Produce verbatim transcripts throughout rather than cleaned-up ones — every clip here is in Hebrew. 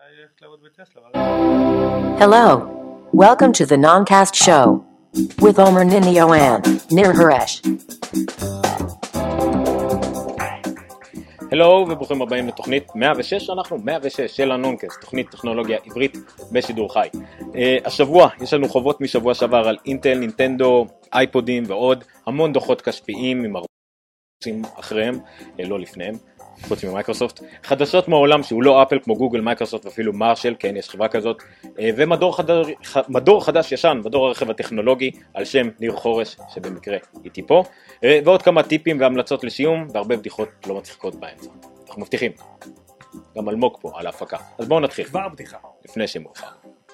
Hello. Welcome to the Noncast Show with Omer Ninio and Nir Haresh. הלו וברוכים הבאים לתוכנית מאה ושש, אנחנו מאה ושש של הנונקאסט, תוכנית טכנולוגיה עברית בשידור חי. Uh, השבוע יש לנו חובות משבוע שעבר על אינטל, נינטנדו, אייפודים ועוד, המון דוחות כספיים עם ערוצים אחריהם, uh, לא לפניהם, חוץ ממייקרוסופט, חדשות מהעולם שהוא לא אפל כמו גוגל, מייקרוסופט ואפילו מרשל, כן יש חברה כזאת, uh, ומדור חדש, מדור חדש ישן, מדור הרכב הטכנולוגי על שם ניר חורש שבמקרה איתי פה, uh, ועוד כמה טיפים והמלצות לשיום והרבה בדיחות לא מצחיקות באמצע. אנחנו מבטיחים. גם אלמוג פה על ההפקה. אז בואו נתחיל. כבר בדיחה. לפני שמאוחר.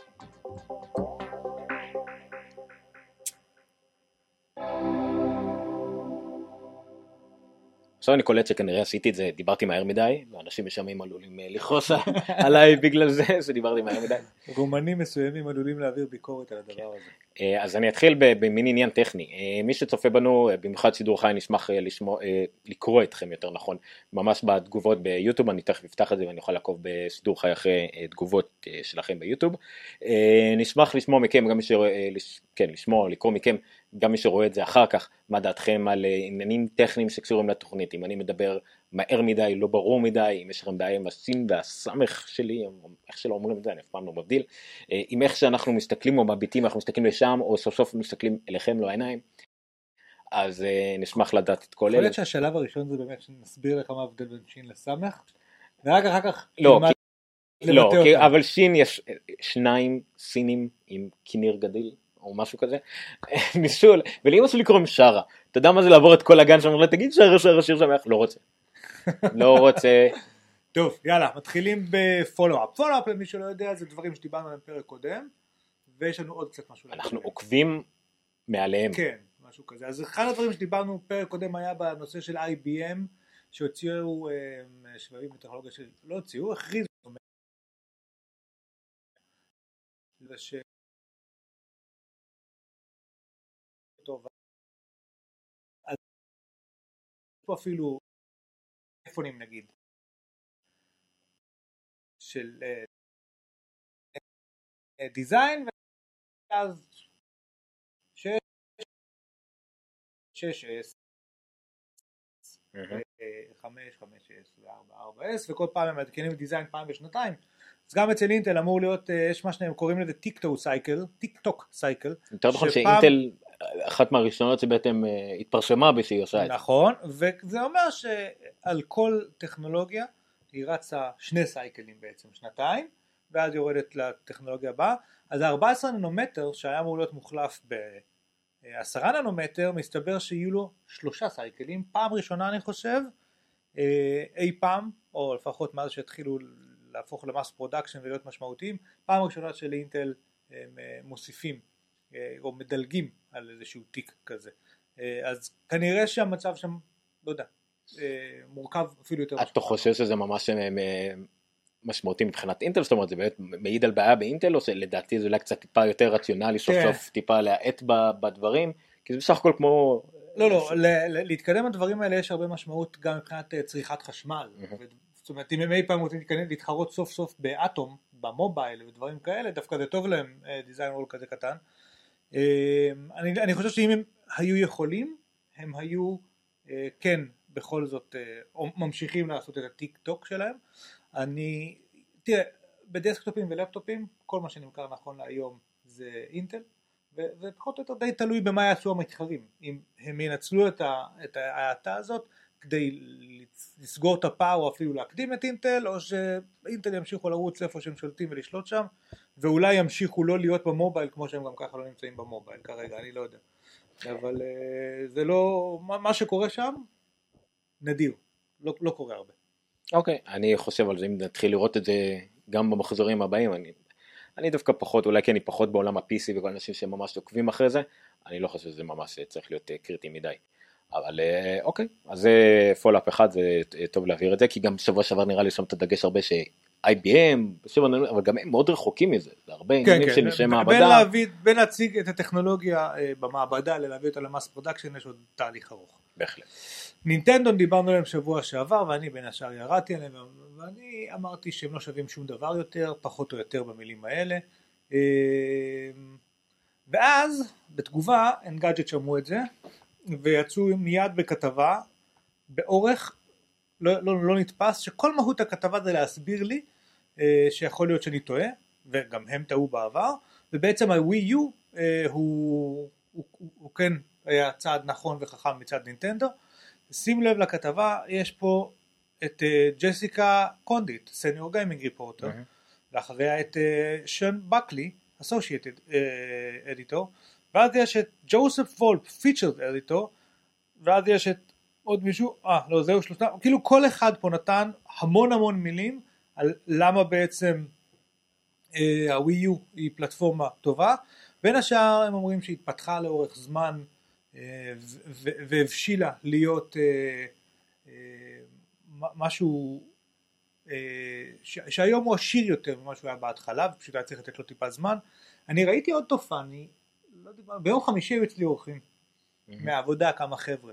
עכשיו אני קולט שכנראה עשיתי את זה, דיברתי מהר מדי, ואנשים משמים עלולים לכעוס עליי בגלל זה, שדיברתי מהר מדי. רומנים מסוימים עלולים להעביר ביקורת על הדבר הזה. אז אני אתחיל במין עניין טכני. מי שצופה בנו, במיוחד שידור חי, נשמח לקרוא אתכם יותר נכון, ממש בתגובות ביוטיוב, אני תכף אפתח את זה ואני אוכל לעקוב בשידור חי אחרי תגובות שלכם ביוטיוב. נשמח לשמוע מכם, גם מי ש... כן, לשמוע, לקרוא מכם, גם מי שרואה את זה אחר כך, מה דעתכם על עניינים טכניים שקשורים לתוכנית, אם אני מדבר מהר מדי, לא ברור מדי, אם יש לכם בעיה עם הסין והסמך שלי, איך שלא אומרים את זה, אני אף פעם לא מבדיל, עם איך שאנחנו מסתכלים או מביטים, אנחנו מסתכלים לשם, או סוף סוף מסתכלים אליכם, לא העיניים, אז נשמח לדעת את כל אלה. יכול להיות שהשלב הראשון זה באמת שנסביר לך מה הבדל בין שין לסמך, ורק אחר כך... לא, כי, לא כי, אבל שין יש שניים סינים עם כיניר גדיל, או משהו כזה, ניסו, ולאמא שלי קוראים שרה, אתה יודע מה זה לעבור את כל הגן שאומר לה, תגיד שרה שרה שיר שמח, לא רוצה, לא רוצה. טוב, יאללה, מתחילים בפולו-אפ, פולו-אפ למי שלא יודע, זה דברים שדיברנו עליהם פרק קודם, ויש לנו עוד קצת משהו. אנחנו עוקבים מעליהם. כן, משהו כזה, אז אחד הדברים שדיברנו פרק קודם היה בנושא של איי בי אם, שהוציאו שבבים בטכנולוגיה של, לא הוציאו, הכריזו, וש... טוב, אז פה אפילו טלפונים נגיד של דיזיין, ואז שש שש אס חמש חמש אס וארבע ארבע אס, וכל פעם הם מעדכנים דיזיין פעם בשנתיים. אז גם אצל אינטל אמור להיות, יש מה שהם קוראים לזה טיק-טוק סייקל, טיק-טוק סייקל. יותר נכון שאינטל אחת מהראשונות שבעצם התפרסמה בשהיא עושה את זה. נכון, וזה אומר שעל כל טכנולוגיה היא רצה שני סייקלים בעצם, שנתיים, ואז יורדת לטכנולוגיה הבאה. אז ה-ארבע עשרה ננומטר שהיה אמור להיות מוחלף ב-עשרה ננומטר, מסתבר שיהיו לו שלושה סייקלים, פעם ראשונה אני חושב, אי פעם, או לפחות מאז שהתחילו להפוך למאס פרודקשן ולהיות משמעותיים, פעם ראשונה של אינטל הם מוסיפים או מדלגים על איזשהו תיק כזה. אז כנראה שהמצב שם, לא יודע, מורכב אפילו יותר. אתה חושב שזה ממש משמעותי מבחינת אינטל? זאת אומרת, זה באמת מעיד על בעיה באינטל, או שלדעתי זה אולי קצת טיפה יותר רציונלי, סוף סוף טיפה להעט בדברים, כי זה בסך הכל כמו... לא, לא, להתקדם הדברים האלה יש הרבה משמעות גם מבחינת צריכת חשמל. זאת אומרת, אם הם אי פעם רוצים להתחרות סוף סוף באטום, במובייל ודברים כאלה, דווקא זה טוב להם דיזיין רול כזה קטן. אני, אני חושב שאם הם היו יכולים, הם היו כן בכל זאת ממשיכים לעשות את הטיק טוק שלהם. אני, תראה, בדסקטופים ולפטופים, כל מה שנמכר נכון להיום זה אינטל, ופחות או יותר די תלוי במה יעשו המתחרים. אם הם ינצלו את ההאטה הזאת כדי לסגור את הפער או אפילו להקדים את אינטל, או שאינטל ימשיכו לרוץ איפה שהם שולטים ולשלוט שם, ואולי ימשיכו לא להיות במובייל כמו שהם גם ככה לא נמצאים במובייל כרגע, אני לא יודע. אבל זה לא, מה שקורה שם נדיר, לא, לא קורה הרבה. אוקיי, אני חושב על זה, אם נתחיל לראות את זה גם במחזורים הבאים, אני, אני דווקא פחות, אולי כי אני פחות בעולם ה-פי סי וכל אנשים שממש עוקבים אחרי זה, אני לא חושב שזה ממש צריך להיות קריטי מדי. אבל אוקיי, אז זה פולאפ אחד, זה טוב להעביר את זה, כי גם שבוע שעבר נראה לי שם את הדגש הרבה ש-איי בי אם, אבל גם הם מאוד רחוקים מזה, זה הרבה עניינים של נשי מעבדה. בין להציג את הטכנולוגיה במעבדה, ללהביא אותה למאס פרודקשן, יש עוד תהליך ארוך. בהחלט. נינטנדו דיברנו עליהם שבוע שעבר, ואני בין השאר ירדתי עליהם, ואני אמרתי שהם לא שווים שום דבר יותר, פחות או יותר במילים האלה. ואז בתגובה אנגאדג'ט שמעו את זה, ויצאו מיד בכתבה באורך לא, לא, לא נתפס, שכל מהות הכתבה זה להסביר לי שיכול להיות שאני טועה, וגם הם טעו בעבר, ובעצם הווי יו הוא, הוא, הוא, הוא כן היה צעד נכון וחכם מצד נינטנדו. שים לב לכתבה, יש פה את ג'סיקה קונדיט, סניור גיימינג ריפורטר, ואחריה את שון בקלי, אסושייטד אדיטור, ואז יש את ג'וסף וולפ, פיצ'רד אדיטור, ואז יש את עוד מישהו, אה לא זהו שלושה, כאילו כל אחד פה נתן המון המון מילים על למה בעצם אה, הווי יו היא פלטפורמה טובה. בין השאר הם אומרים שהיא התפתחה לאורך זמן אה, והבשילה להיות אה, אה, משהו אה, ש, שהיום הוא עשיר יותר ממה שהוא היה בהתחלה, ופשוט היה צריך לתת לו טיפה זמן. אני ראיתי עוד תופעה, אני לא דיבר, ביום חמישי היו אצלי אורחים mm-hmm. מהעבודה, כמה חבר'ה.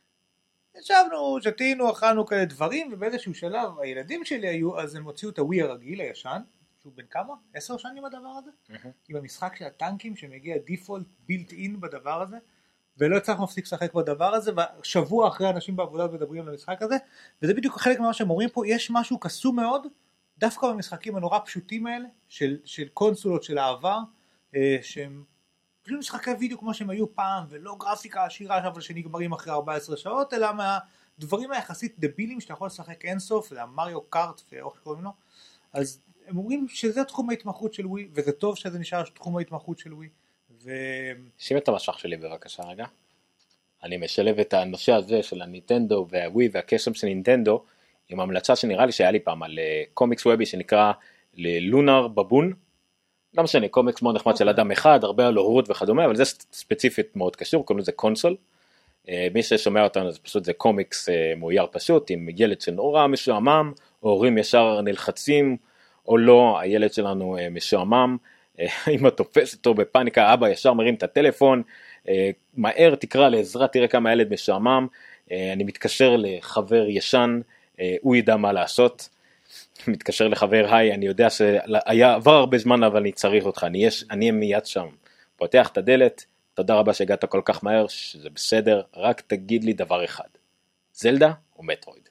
ישבנו, שתינו, אכלנו כאלה דברים, ובאיזשהו שלב הילדים שלי היו, אז הם הוציאו את הווי הרגיל הישן, שהוא בן כמה? עשר שנים הדבר הזה? Mm-hmm. עם המשחק של הטנקים שמגיע דיפולט בילט אין בדבר הזה, ולא צריך מפסיק לשחק בדבר הזה, ושבוע אחרי אנשים בעבודה מדברים על המשחק הזה, וזה בדיוק חלק ממה שהם אומרים פה, יש משהו קסום מאוד, דווקא במשחקים הנורא פשוטים האלה, של, של קונסולות של העבר, שהם פשוט משחקי וידאו כמו שהם היו פעם, ולא גרפיקה עשירה אבל שנגמרים אחרי ארבע עשרה שעות, אלא מהדברים היחסית דבילים שאתה יכול לשחק אינסוף, זה המריו קארט ואיך שקוראים לו. אז הם אומרים שזה תחום ההתמחות של ווי, וזה טוב שזה נשאר תחום ההתמחות של ווי. ו... שים את המשך שלי בבקשה רגע. אני משלב את הנושא הזה של הנינטנדו והווי והקסם של נינטנדו, עם המלצה שנראה לי שהיה לי פעם על קומיקס וובי שנקרא ללונר בבון. לא משנה, קומיקס מאוד נחמד של אדם אחד, הרבה על הורות וכדומה, אבל זה ספציפית מאוד קשור, קוראים לזה קונסול. מי ששומע אותנו זה פשוט זה קומיקס מאויר פשוט, עם ילד שנורא משועמם, הורים ישר נלחצים, או לא, הילד שלנו משועמם, אמא תופסת אותו בפאניקה, אבא ישר מרים את הטלפון, מהר תקרא לעזרה, תראה כמה הילד משועמם, אני מתקשר לחבר ישן, הוא ידע מה לעשות, מתקשר לחבר, היי, אני יודע שהיה עבר הרבה זמן, אבל אני צריך אותך, אני אהיה מיד שם, פותח את הדלת, תודה רבה שהגעת כל כך מהר, שזה בסדר, רק תגיד לי דבר אחד, זלדה או מטרויד?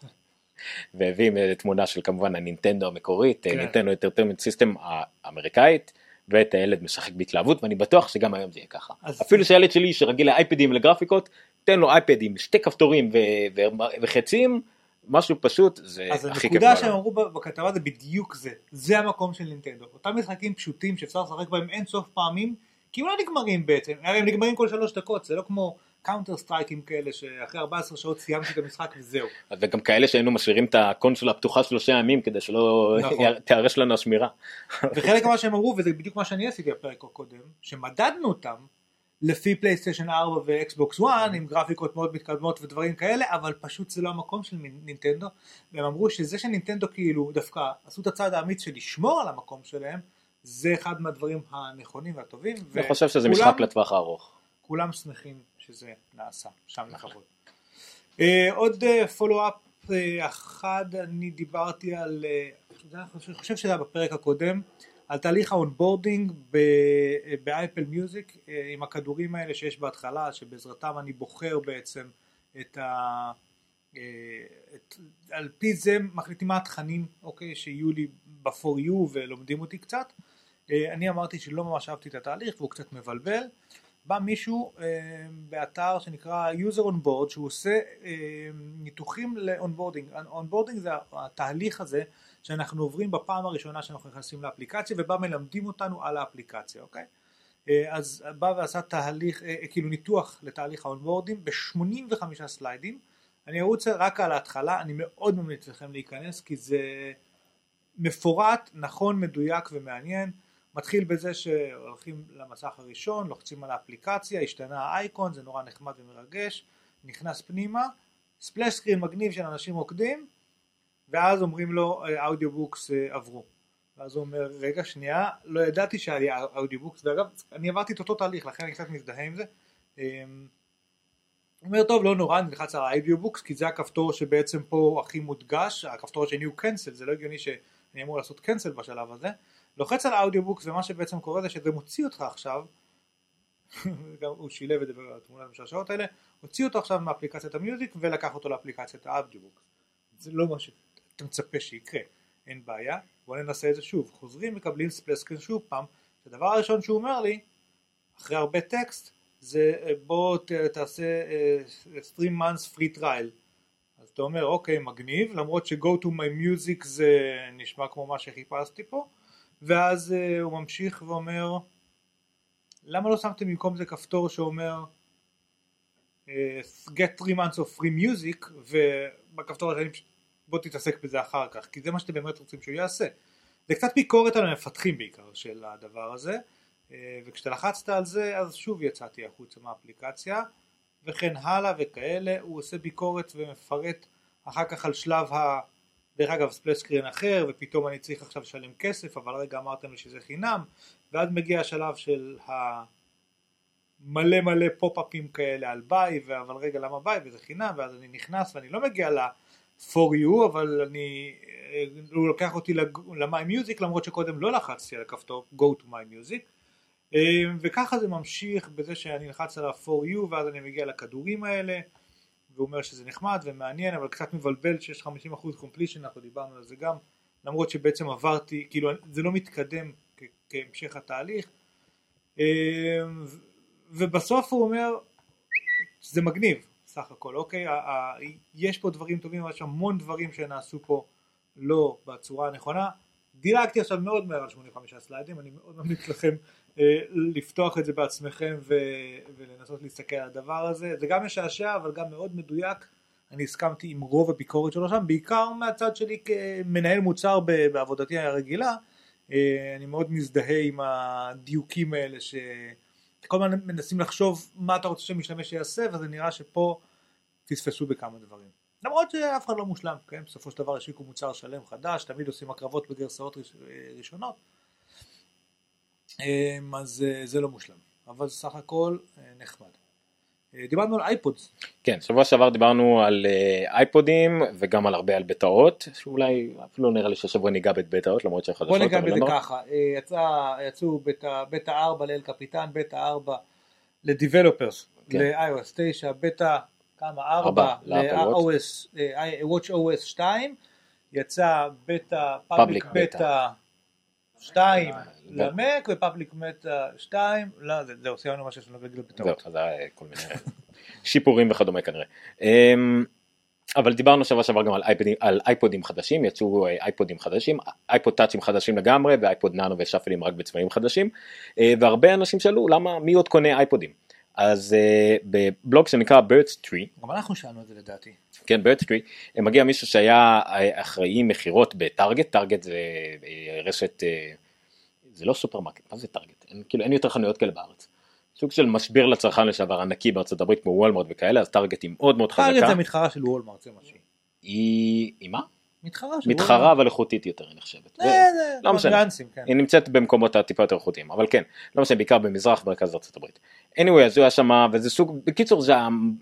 והביאים תמונה של כמובן הנינטנדו המקורית, נינטנדו אנטרטיימנט סיסטם האמריקאית, ואת הילד משחק בהתלהבות, ואני בטוח שגם היום זה יהיה ככה. אפילו שהילד שלי שרגיל לאייפדים ולגרפיקות, תן לו אייפדים, שתי כפתורים וחצים, משהו פשוט, זה הכי כיף. אז הנקודה שהם אמרו בכתבה זה בדיוק זה, זה המקום של נינטנדו. אותם משחקים פשוטים שאפשר לשחק בהם אין סוף פעמים, כי הם לא נגמרים בעצם, הם נגמרים כל שלוש דקות, זה לא כמו קאונטר סטרייקים כאלה שאחרי ארבע עשרה שעות סיימתי את המשחק וזהו. וגם כאלה שהיינו משאירים את הקונסולה הפתוחה שלושה ימים כדי שלא תיארש לנו השמירה. וחלק מה שהם אמרו, וזה בדיוק מה שאני עשיתי בפרק הקודם, שמדדנו אותם לפי פלייסטיישן ארבע ואקסבוקס וואן עם גרפיקות מאוד מתקדמות ודברים כאלה, אבל פשוט זה לא המקום של נינטנדו, והם אמרו שזה שנינטנדו כאילו דווקא עשו את הצעד האמיץ של לשמור על המקום שלהם, זה אחד מהדברים הנכונים והטובים. אני חושב שזה משחק לטווח הארוך. כולם שמחים שזה נעשה, שם לכבוד. עוד פולו-אפ אחד, אני דיברתי על, אני חושב שזה היה בפרק הקודם, על תהליך האונבורדינג באפל מיוזיק, עם הכדורים האלה שיש בהתחלה, שבעזרתם אני בוחר בעצם את ה... את, על פי זה מחליטים מה התכנים, אוקיי, שיהיו לי ב-פור יו ולומדים אותי קצת. אני אמרתי שלא ממש אהבתי את התהליך והוא קצת מבלבל. בא מישהו אה, באתר שנקרא user on board, שהוא עושה אה, ניתוחים לאונבורדינג. אונבורדינג זה התהליך הזה שאנחנו עוברים בפעם הראשונה שאנחנו נכנסים לאפליקציה, ובה מלמדים אותנו על האפליקציה, אוקיי? אה, אז בא ועשה תהליך, אה, כאילו ניתוח לתהליך האונבורדינג ב-שמונים וחמישה סליידים. אני ארוץ רק על ההתחלה, אני מאוד ממליץ לכם להיכנס, כי זה מפורט, נכון, מדויק ומעניין. מתחיל בזה שהולכים למסך הראשון, לוחצים על האפליקציה, השתנה האייקון, זה נורא נחמד ומרגש, נכנס פנימה, ספלש סקרין מגניב של אנשים רוקדים, ואז אומרים לו אודיובוקס עברו. ואז הוא אומר, רגע שנייה, לא ידעתי שהיה לי אודיובוקס, ואגב, אני עברתי את אותו תהליך, לכן אני קצת מזדהה עם זה. אומר, טוב, לא נורא, נלחץ על האודיובוקס, כי זה הכפתור שבעצם פה הכי מודגש, הכפתור השני הוא קנסל, זה לא הגיוני שאני אמור לעשות קנסל בשלב הזה, לוחץ על האודיובוקס, ומה שבעצם קורה זה שזה מוציא אותך עכשיו, הוא שילב את זה בתמונה בשעות האלה, הוציא אותו עכשיו מאפליקציית המיוזיק, ולקח אותו לאפליקציית האודיובוקס. זה לא מה שאתה מצפה שיקרה, אין בעיה, בואו ננסה את זה שוב, חוזרים, מקבלים ספלסקרין שוב פעם, הדבר הראשון שהוא אומר לי, אחרי הרבה טקסט, זה בוא תעשה three months free trial. אז אתה אומר, אוקיי, מגניב, למרות ש-go to my music זה נשמע כמו מה שחיפשתי פה, ואז הוא ממשיך ואומר, למה לא שמתם במקום זה כפתור שאומר, get three months of free music, ובכפתור השני בוא תתעסק בזה אחר כך, כי זה מה שאתם באמת רוצים שהוא יעשה. זה קצת ביקורת על המפתחים בעיקר של הדבר הזה, וכשאתה לחצת על זה, אז שוב יצאתי החוצה מהאפליקציה, וכן הלאה וכאלה, הוא עושה ביקורת ומפרט אחר כך על שלב ה... דרך אגב, ספלש סקרין אחר, ופתאום אני צריך עכשיו לשלם כסף, אבל רגע אמרתם לי שזה חינם, ואז מגיע השלב של המלא מלא פופ-אפים כאלה על ביי, אבל רגע למה ביי, וזה חינם, ואז אני נכנס ואני לא מגיע ל-for you, אבל אני... הוא לוקח אותי ל-my music, למרות שקודם לא לחצתי על הכפתור go to my music, וככה זה ממשיך בזה שאני נלחץ על ה-for you, ואז אני מגיע לכדורים האלה, והוא אומר שזה נחמד ומעניין, אבל קצת מבלבל שיש חמישים אחוז completion, אנחנו דיברנו על זה גם, למרות שבעצם עברתי, כאילו זה לא מתקדם כהמשך התהליך, ובסוף הוא אומר, זה מגניב, סך הכל, אוקיי, יש פה דברים טובים, יש המון דברים שנעשו פה לא בצורה הנכונה, דילגתי עכשיו מאוד מהר על שמונים וחמישה סליידים, אני מאוד ממליץ לכם לפתוח את זה בעצמכם ולנסות להסתכל על הדבר הזה, זה גם משעשע אבל גם מאוד מדויק, אני הסכמתי עם רוב הביקורת שלו שם, בעיקר מהצד שלי כמנהל מוצר בעבודתי הרגילה, אני מאוד מזדהה עם הדיוקים האלה שכל הזמן מנסים לחשוב מה אתה רוצה שמשתמש יעשה, וזה נראה שפה תספסו בכמה דברים. למרות שאף אחד לא מושלם, כן? בסופו של דבר השיקו מוצר שלם חדש, תמיד עושים הקרבות בגרסאות ראשונות, אז זה לא מושלם, אבל סך הכל נחמד. דיברנו על אייפודס. כן, שבוע שעבר דיברנו על אייפודים וגם על הרבה על בטאות, שאולי אפילו נראה לי ששבוע ניגע בטאות, למרות שהחדשות. בוא ניגע בזה ככה, יצאו בטא ארבע לאל קפיטן, בטא ארבע לדיבלופרס, ל-iOS תשע, בטא כמה ארבע ל-Watch או אס שתיים, יצא בטא, פאבליק בטא שתיים למק ופאבליק בטא שתיים, לא, זה עושה לנו מה שיש לנו בגלל בטאות. זהו, זה היה כל מיני שיפורים וכדומה כנראה. אבל דיברנו שבוע שעבר גם על אייפודים חדשים, יצאו אייפודים חדשים, אייפוד טאצ'ים חדשים לגמרי, ואייפוד נאנו ושאפלים רק בצבעים חדשים, והרבה אנשים שאלו למה מי עוד קונה אייפודים. אז בבלוג שנקרא Birds Tree, גם אנחנו שאלנו את זה לדעתי. כן, Birds Tree, מגיע מישהו שהיה אחראי מחירות בטארגט, טארגט זה רשת, זה לא סופרמרקט, מה זה טארגט? אין, כאילו אין יותר חנויות כאלה בארץ. סוג של משבר לצרכן לשעבר ענקי בארצות הברית כמו וולמרט וכאלה, אז טארגט היא מאוד מאוד חזקה. טארגט זה מתחרה של וולמרט, זה משהו. היא, היא מה? מתחרה של מתחרה וולמרט. אבל איכותית יותר נחשבת. זה, זה, לא משנה. גאנסים, כן. היא נמצאת במקומות הטיפה יותר איכותיים, אבל כן, לא משנה, בעיקר במזרח מרכז ארצות הברית. anyway, אז הוא היה שם, וזה סוג, בקיצור זה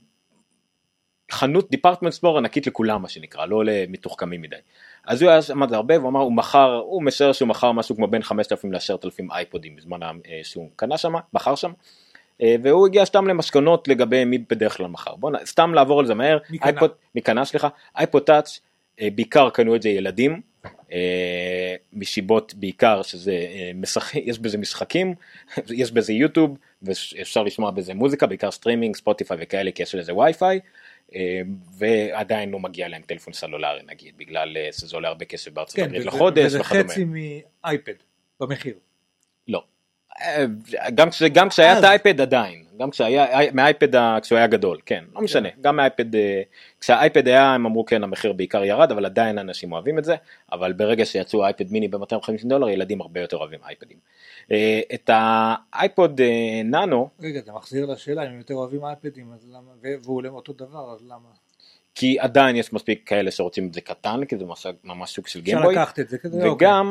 חנות דיפרטמנט סטור ענקית לכולם מה שנקרא, לא למתוחכמים מדי. אז הוא היה שם הרבה, והוא אמר, הוא מחר, הוא משער שהוא מחר משהו כמו בין חמשת אלפים ל-עשרת אלפים אייפודים, בזמן שהוא קנה שם, מחר שם, והוא הגיע סתם למשכנות לגבי מי בדרך כלל מחר. בוא סתם לעבור על זה מהר, אייפוד, מקנה סליחה, אייפוד טאץ', בעיקר קנו את זה ילדים, משיבות בעיקר שזה משחק, יש בזה משחקים, יש בזה יוטיוב, ואפשר לשמוע בזה מוזיקה, בעיקר סטרימינג, ספוטיפיי וכאלה, כי יש לזה וי-פיי, ועדיין לא מגיע להם טלפון סלולרי נגיד, בגלל שזה עולה הרבה כסף בארצות הברית לחודש וזה חצי מאייפד במחיר. לא. גם כשהיה את האייפד עדיין, גם כשהיה, מהאייפד כשהוא היה גדול, כן, לא משנה, גם מהאייפד, כשהאייפד היה הם אמרו כן המחיר בעיקר ירד, אבל עדיין אנשים אוהבים את זה, אבל ברגע שיצאו אייפד מיני ב-מאתיים וחמישים דולר, ילדים הרבה יותר אוהבים אייפדים. את האייפוד נאנו, רגע, אתה מחזיר לשאלה, אם הם יותר אוהבים אייפדים, אז למה, והוא עולה אותו דבר, אז למה? כי עדיין יש מספיק כאלה שרוצים את זה קטן, כי זה ממש סוג של גיימבוי, אפשר לקחת את זה כזה, וגם,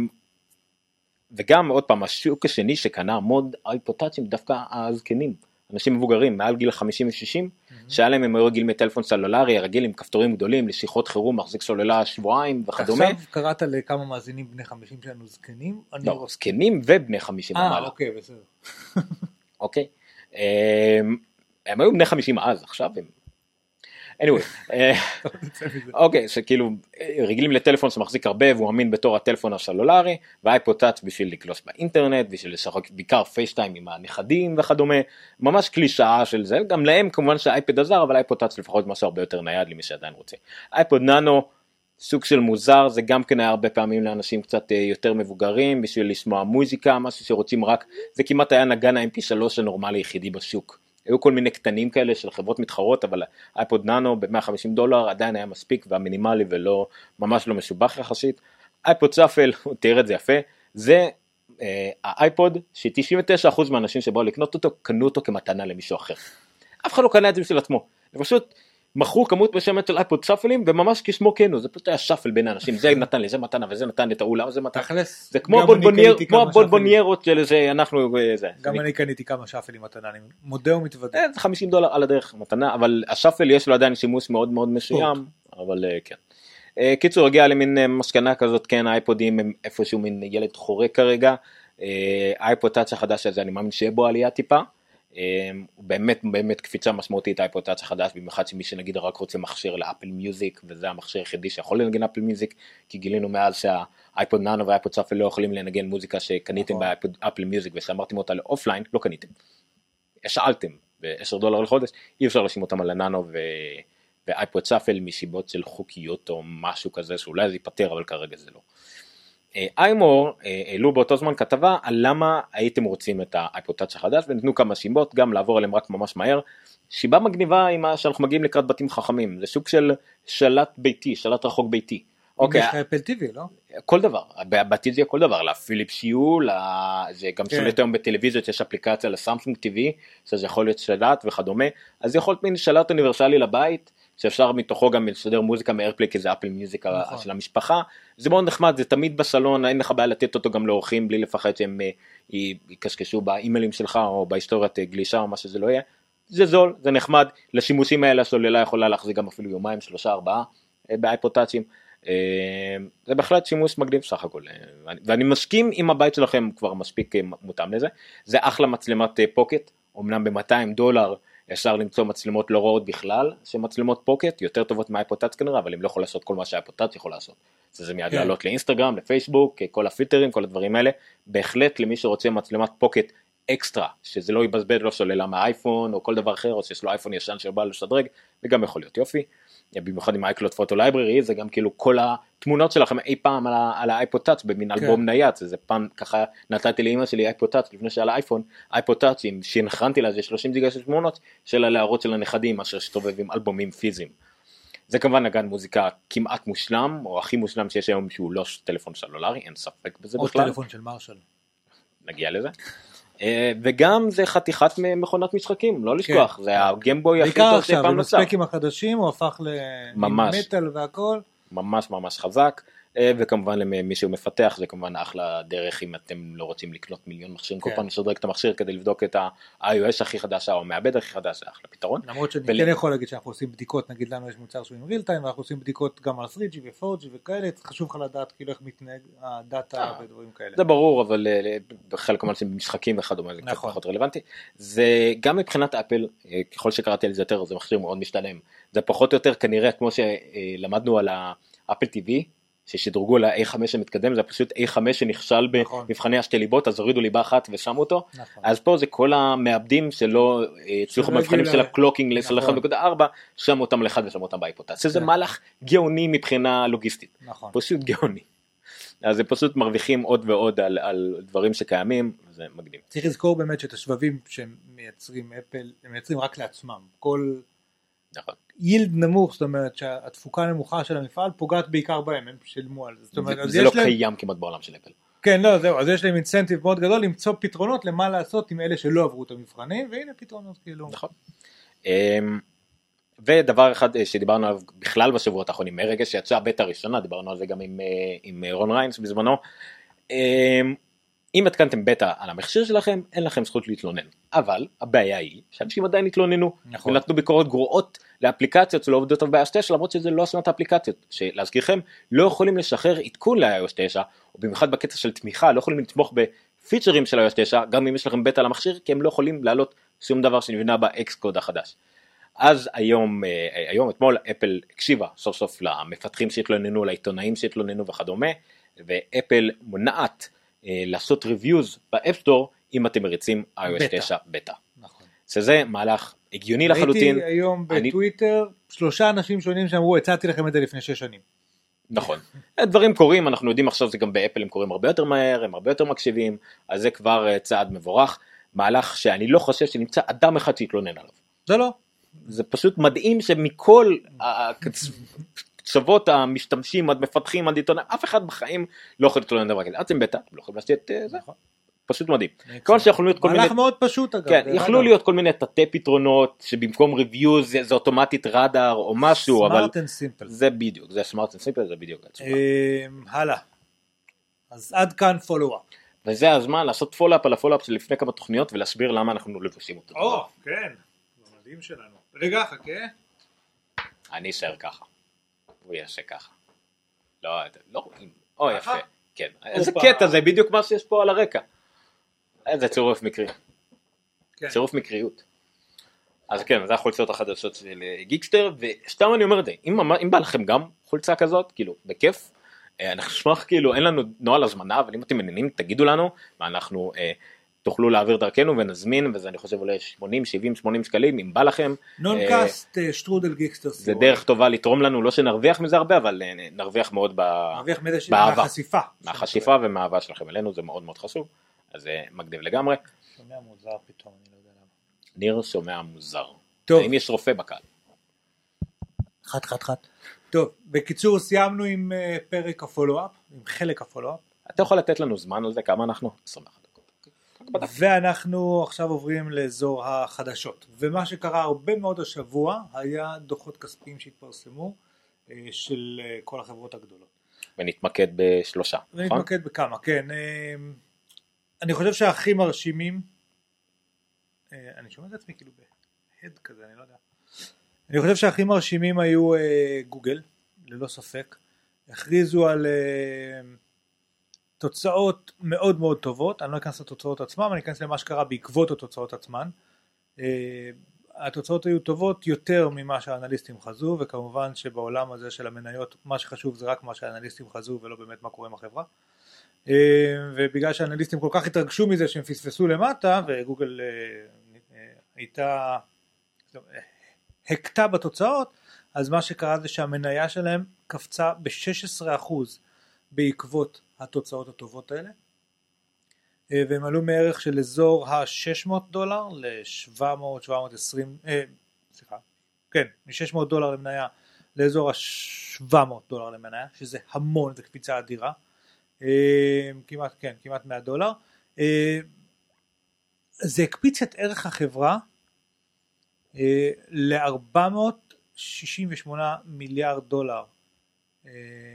וגם עוד פעם, השוק השני שקנה מוד אייפוד טאצ'ים, דווקא הזקנים, אנשים מבוגרים, מעל גיל חמישים ו-שישים, שהיה להם הם היו רגיל מטלפון סלולרי, רגיל עם כפתורים גדולים, לשיחות חירום, מחזיק סוללה שבועיים וכדומה. עכשיו קראת לכמה מאזינים בני חמישים שלנו זקנים? לא, זקנים ובני חמישים ומעלה. אה, אוקיי, בסדר. אוקיי. הם היו בני חמישים אז, עכשיו הם... anyway, אוקיי, שכאילו רגילים לטלפון שמחזיק הרבה והוא אמין בתור הטלפון הסלולרי, והאייפוד טאץ' בשביל לגלוש באינטרנט, בשביל לשחק בעיקר פייסטיים עם הנכדים וכדומה, ממש קלישאה של זה, גם להם כמובן שהאייפד עזר, אבל האייפוד טאץ' לפחות משהו הרבה יותר נייד למי שעדיין רוצה. אייפוד נאנו, סוג של מוזר, זה גם כן היה הרבה פעמים לאנשים קצת יותר מבוגרים, בשביל לשמוע מוזיקה, משהו שרוצים רק, זה כמעט היה נגן ה-אם פי שלוש הנורמלי היחידי בשוק. היו כל מיני קטנים כאלה של חברות מתחרות, אבל האייפוד נאנו ב-מאה וחמישים דולר עדיין היה מספיק והמינימלי ולא, ממש לא משובח יחסית. אייפוד שפל, הוא תיאר את זה יפה, זה אה, האייפוד ש-תשעים ותשעה אחוז מהאנשים שבאו לקנות אותו, קנו אותו כמתנה למישהו אחר. אף אחד לא קנה את זה בשביל עצמו, זה פשוט מכרו כמות בשמת של אייפוד שפלים, וממש כשמו כן הוא, זה פשוט היה שפל בין האנשים, זה נתן לי, זה מתנה, וזה נתן לי את האולה, וזה מתנה. זה כמו הבונבוניירות של זה, אנחנו, זה. גם אני קניתי כמה שפלים מתנה, אני מודה ומתוודה. זה חמישים דולר על הדרך מתנה, אבל השפל יש לו עדיין שימוש מאוד מאוד מסוים, אבל כן. קיצור, הגיע למין משכנה כזאת, כן, האייפודים הם איפשהו מין ילד חורה כרגע, האייפוד טאץ' החדש הזה, אני מאמין שיהיה בו עלייה טיפה, הוא באמת באמת קפיצה משמעותית האייפוד טאץ' החדש, במיוחד שמי שנגיד רק רוצה מכשיר לאפל מיוזיק, וזה המכשיר היחידי שיכול לנגן אפל מיוזיק, כי גילינו מאז שהאייפוד נאנו והאייפוד שפל לא יכולים לנגן מוזיקה שקניתם באפל מיוזיק, ושאמרתם אותה לאופליין, לא קניתם, השאלתם ב-עשרה דולר לחודש, אי אפשר לשים אותם על הנאנו ואייפוד שפל מסיבות של חוקיות או משהו כזה, שאולי זה ייפטר, אבל כרגע זה לא. איימור העלו באותו זמן כתבה על למה הייתם רוצים את האייפוד טאץ' החדש, ונתנו כמה שיבות, גם לעבור עליהם רק ממש מהר. שיבה מגניבה עם מה שאנחנו מגיעים לקראת בתים חכמים, זה סוג של שלט ביתי, שלט רחוק ביתי. אוקיי. יש לך אפל טיווי, לא? כל דבר, בעתיד זה כל דבר, לפיליפס יו, זה גם שולט היום בטלוויזיות, יש אפליקציה לסמסונג טיווי, שזה יכול להיות שלט וכדומה, אז יכול להיות מין שלט אוניברסלי לבית, שאפשר מתוכו גם לסדר מוזיקה מאיירפליי, כי זה אפל מיוזיק של המשפחה, זה מאוד נחמד, זה תמיד בסלון, אין לך בעיה לתת אותו גם לאורחים, בלי לפחד שהם יקשקשו באימיילים שלך, או בהיסטוריית גלישה, או מה שזה לא יהיה, זה זול, זה נחמד, לשימושים האלה הסוללה יכולה להחזיק גם אפילו יומיים, שלושה, ארבעה, באייפוד טאצ'ים, זה בהחלט שימוש מגניב סך הכל, ואני מסכים אם הבית שלכם כבר מספיק מותאם לזה, זה אחלה מצלמת פוקט, אמנם ב-מאתיים דולר, אפשר למצוא מצלמות לא רעות בכלל, שמצלמות פוקט יותר טובות מהאייפוד טאץ' כנראה, אבל הם לא יכולים לעשות כל מה שהאייפוד טאץ' יכול לעשות. זה מיד לעלות לאינסטגרם, לפייסבוק, כל הפיטרים, כל הדברים האלה. בהחלט למי שרוצה מצלמת פוקט אקסטרה, שזה לא יבזבז לו סוללה מהאייפון או כל דבר אחר, או שיש לו אייפון ישן שבא לשדרג, וגם יכול להיות יופי. במיוחד עם iCloud Photo Library, זה גם כאילו כל התמונות שלכם אי פעם על האייפוד טאץ' במין אלבום נייד, זה פעם ככה נתתי לאמא שלי אייפוד טאץ' לפני שעל האייפון, אייפוד טאץ' עם שהנחנתי לה, זה שלושים גיגה של תמונות של הלהראות של הנכדים, אשר שתובב עם אלבומים פיזיים. זה כמובן נגן מוזיקה כמעט מושלם, או הכי מושלם שיש היום שהוא לא טלפון סלולרי, אין ספק בזה בכלל. או טלפון של מרשל. נגיע לזה. וגם זה חתיכת מכונת משחקים, לא לשכוח, זה הגיימבוי הכי טוב שפעם נוצר. בעיקר עכשיו, עם הספקים החדשים הוא הפך למטל והכל. ממש ממש חזק, וכמובן למי שהוא מפתח, זה כמובן אחלה דרך אם אתם לא רוצים לקנות מיליון מכשירים, כל פעם לשדרג את המכשיר כדי לבדוק את ה-iOS הכי חדשה, או המעבד הכי חדש, זה אחלה פתרון. למרות שאני כן יכול להגיד שאנחנו עושים בדיקות, נגיד לנו יש מוצר שהוא עם real time, ואנחנו עושים בדיקות גם על תרי ג'י ו-פור ג'י וכאלה, חשוב לך לדעת כאילו איך מתנהג הדאטה ודברים כאלה. זה ברור, אבל בחלק מהמשחקים משחקים וכדומה, זה קצת פחות רלוונטי. זה גם מבחינת אפל, ככל שקראתי על זה יותר, זה מכשיר מאוד משתלם. זה פחות או יותר כנראה כמו שלמדנו על האפל טי וי, ששדרגו ל-איי חמש המתקדם, זה פשוט איי חמש שנכשל במבחני השתי ליבות, אז הורידו ליבה אחת ושמו אותו, אז פה זה כל המעבדים שלא הצליחו במבחנים של הקלוקינג ל-עשרים נקודה ארבע, שמו אותם לאחד ושמו אותם באייפוד טאץ', זה מהלך גאוני מבחינה לוגיסטית, פשוט גאוני. אז זה פשוט מרוויחים עוד ועוד על, על דברים שקיימים, זה מקדים. צריך לזכור באמת שאת השבבים שהם מייצרים אפל, הם מייצרים רק לעצמם, כל נכון. יילד נמוך, זאת אומרת שהתפוקה הנמוכה של המפעל פוגעת בעיקר בהם, הם שילמו על זה. זאת אומרת, זה, זה לא להם... קיים כמעט בעולם של אפל. כן, לא, זהו, אז יש להם אינסנטיב מאוד גדול למצוא פתרונות למה לעשות עם אלה שלא עברו את המבחנים, והנה פתרונות כאילו. נכון. ודבר אחד שדיברנו עליו בכלל בשבועות האחרונים, מרגע שיצא הבטא הראשונה, דיברנו על זה גם עם, עם רון ריינס בזמנו, אם התקנתם בטא על המכשיר שלכם, אין לכם זכות להתלונן. אבל הבעיה היא שאנשים עדיין התלוננו, נכון. ונתנו ביקורות גרועות לאפליקציות שלא עובדות טוב ב-איי או אס תשע, למרות שזה לא אשמת האפליקציות, שלהזכירכם לא יכולים לשחרר עדכון ל-איי או אס תשע, או במיוחד בקטע של תמיכה, לא יכולים לתמוך בפיצ'רים של ה-איי או אס תשע, גם אם יש לכם בטא על המכשיר, כי הם לא יכולים להעלות שום דבר שנבנה ב-X קוד החדש. אז היום, היום אתמול אפל הקשיבה סוף סוף למפתחים שהתלוננו, לעיתונאים שהתלוננו וכדומה, ואפל מונעת לעשות ריוויוז באפסטור אם אתם מריצים איי או אס תשע בטא. נכון. שזה מהלך הגיוני לחלוטין. הייתי היום בטוויטר, שלושה אנשים שונים שאמרו, הצעתי לכם את זה לפני שש שנים. נכון. דברים קורים, אנחנו יודעים עכשיו זה גם באפל, הם קורים הרבה יותר מהר, הם הרבה יותר מקשיבים, אז זה כבר צעד מבורך, מהלך שאני לא חושב שנמצא אדם אחד שהתלונן עליו. זה לא. זה פשוט מדהים שמכל הקצוות המשתמשים, עד מפתחים, עד עיתונאים, אף אחד בחיים לא יכול להתלונן דבר כזה. אתם בטא, לא יכולים לעשות את זה. פשוט מדהים. כל שיכולו להיות כל מיני... מהלך מאוד פשוט אגב. כן, יכלו להיות כל מיני תתי פתרונות, שבמקום ריוויוז זה אוטומטית רדאר או משהו, אבל... סמארט אנד סימפל. זה בדיוק, זה סמארט אנד סימפל, זה בדיוק. הלאה. אז עד כאן פולו-אפ. וזה הזמן לעשות פולו-אפ על הפולו-אפ של לפני כמה תוכניות, ולהסביר למה אנחנו לבושים אותו. או, כן. זה מדהים שלנו. רגע, חכה. אני אשאר ככה. הוא יעשה ככה. לא, לא, או יפה. כן. איזה קטע, זה בדיוק מה שיש פה על הרקע. איזה צירוף מקרי. צירוף מקריות. אז כן, זה החולצות החדשות של גיקסטר, ושתם אני אומר את זה, אם בא לכם גם חולצה כזאת, כאילו, בכיף, אנחנו נשמח, כאילו, אין לנו נועל הזמנה, אבל אם אתם מעניינים, תגידו לנו, ואנחנו תוכלו להעביר דרכנו ונזמין, וזה אני חושב עולה שמונים, שבעים, שמונים שקלים, אם בא לכם. נונקאסט שטרודל גיקסטר. זה דרך טובה לתרום לנו, לא שנרוויח מזה הרבה, אבל נרוויח מאוד באהבה. מהחשיפה. מהחשיפה ומהאהבה שלכם אלינו, זה מאוד מאוד חשוב. אז זה מגניב לגמרי. שומע מוזר פתאום, אני לא יודע למה. ניר שומע מוזר. טוב. האם יש רופא בקהל? חת חת חת. טוב, בקיצור סיימנו עם פרק הפולו-אפ, עם חלק הפולו-אפ. אתה יכול לתת לנו זמן על זה, כמה אנחנו? עשרים ואחת דקות. ואנחנו עכשיו עוברים לאזור החדשות. ומה שקרה הרבה מאוד השבוע, היה דוחות כספיים שהתפרסמו, של כל החברות הגדולות. ונתמקד בשלושה, נכון? ונתמקד בכמה, כן. אני חושב שהכי מרשימים, אני שומע את עצמי כאילו בהד כזה, אני לא יודע. אני חושב שהכי מרשימים היו גוגל, ללא ספק. הכריזו על תוצאות מאוד מאוד טובות, אני לא אכנס לתוצאות עצמם, אני אכנס למה שקרה בעקבות התוצאות עצמן. התוצאות היו טובות יותר ממה שהאנליסטים חזו, וכמובן שבעולם הזה של המניות, מה שחשוב זה רק מה שהאנליסטים חזו, ולא באמת מה קורה עם החברה. ובגלל שהאנליסטים כל כך התרגשו מזה שהם פספסו למטה, וגוגל הייתה הקטה בתוצאות, אז מה שקרה זה שהמניה שלהם קפצה ב-שש עשרה אחוז בעקבות התוצאות הטובות האלה, והם עלו מערך של אזור ה-שש מאות דולר ל-שבע מאות שבע מאות ועשרים, אה, סליחה, כן, מ-שש מאות דולר למניה לאזור ה-שבע מאות דולר למניה, שזה המון, זה קפיצה אדירה, אה, כמעט, כן, כמעט מאה דולר. אה, זה הקפיץ את ערך החברה אה, ל-ארבע מאות שישים ושמונה מיליארד דולר. אה,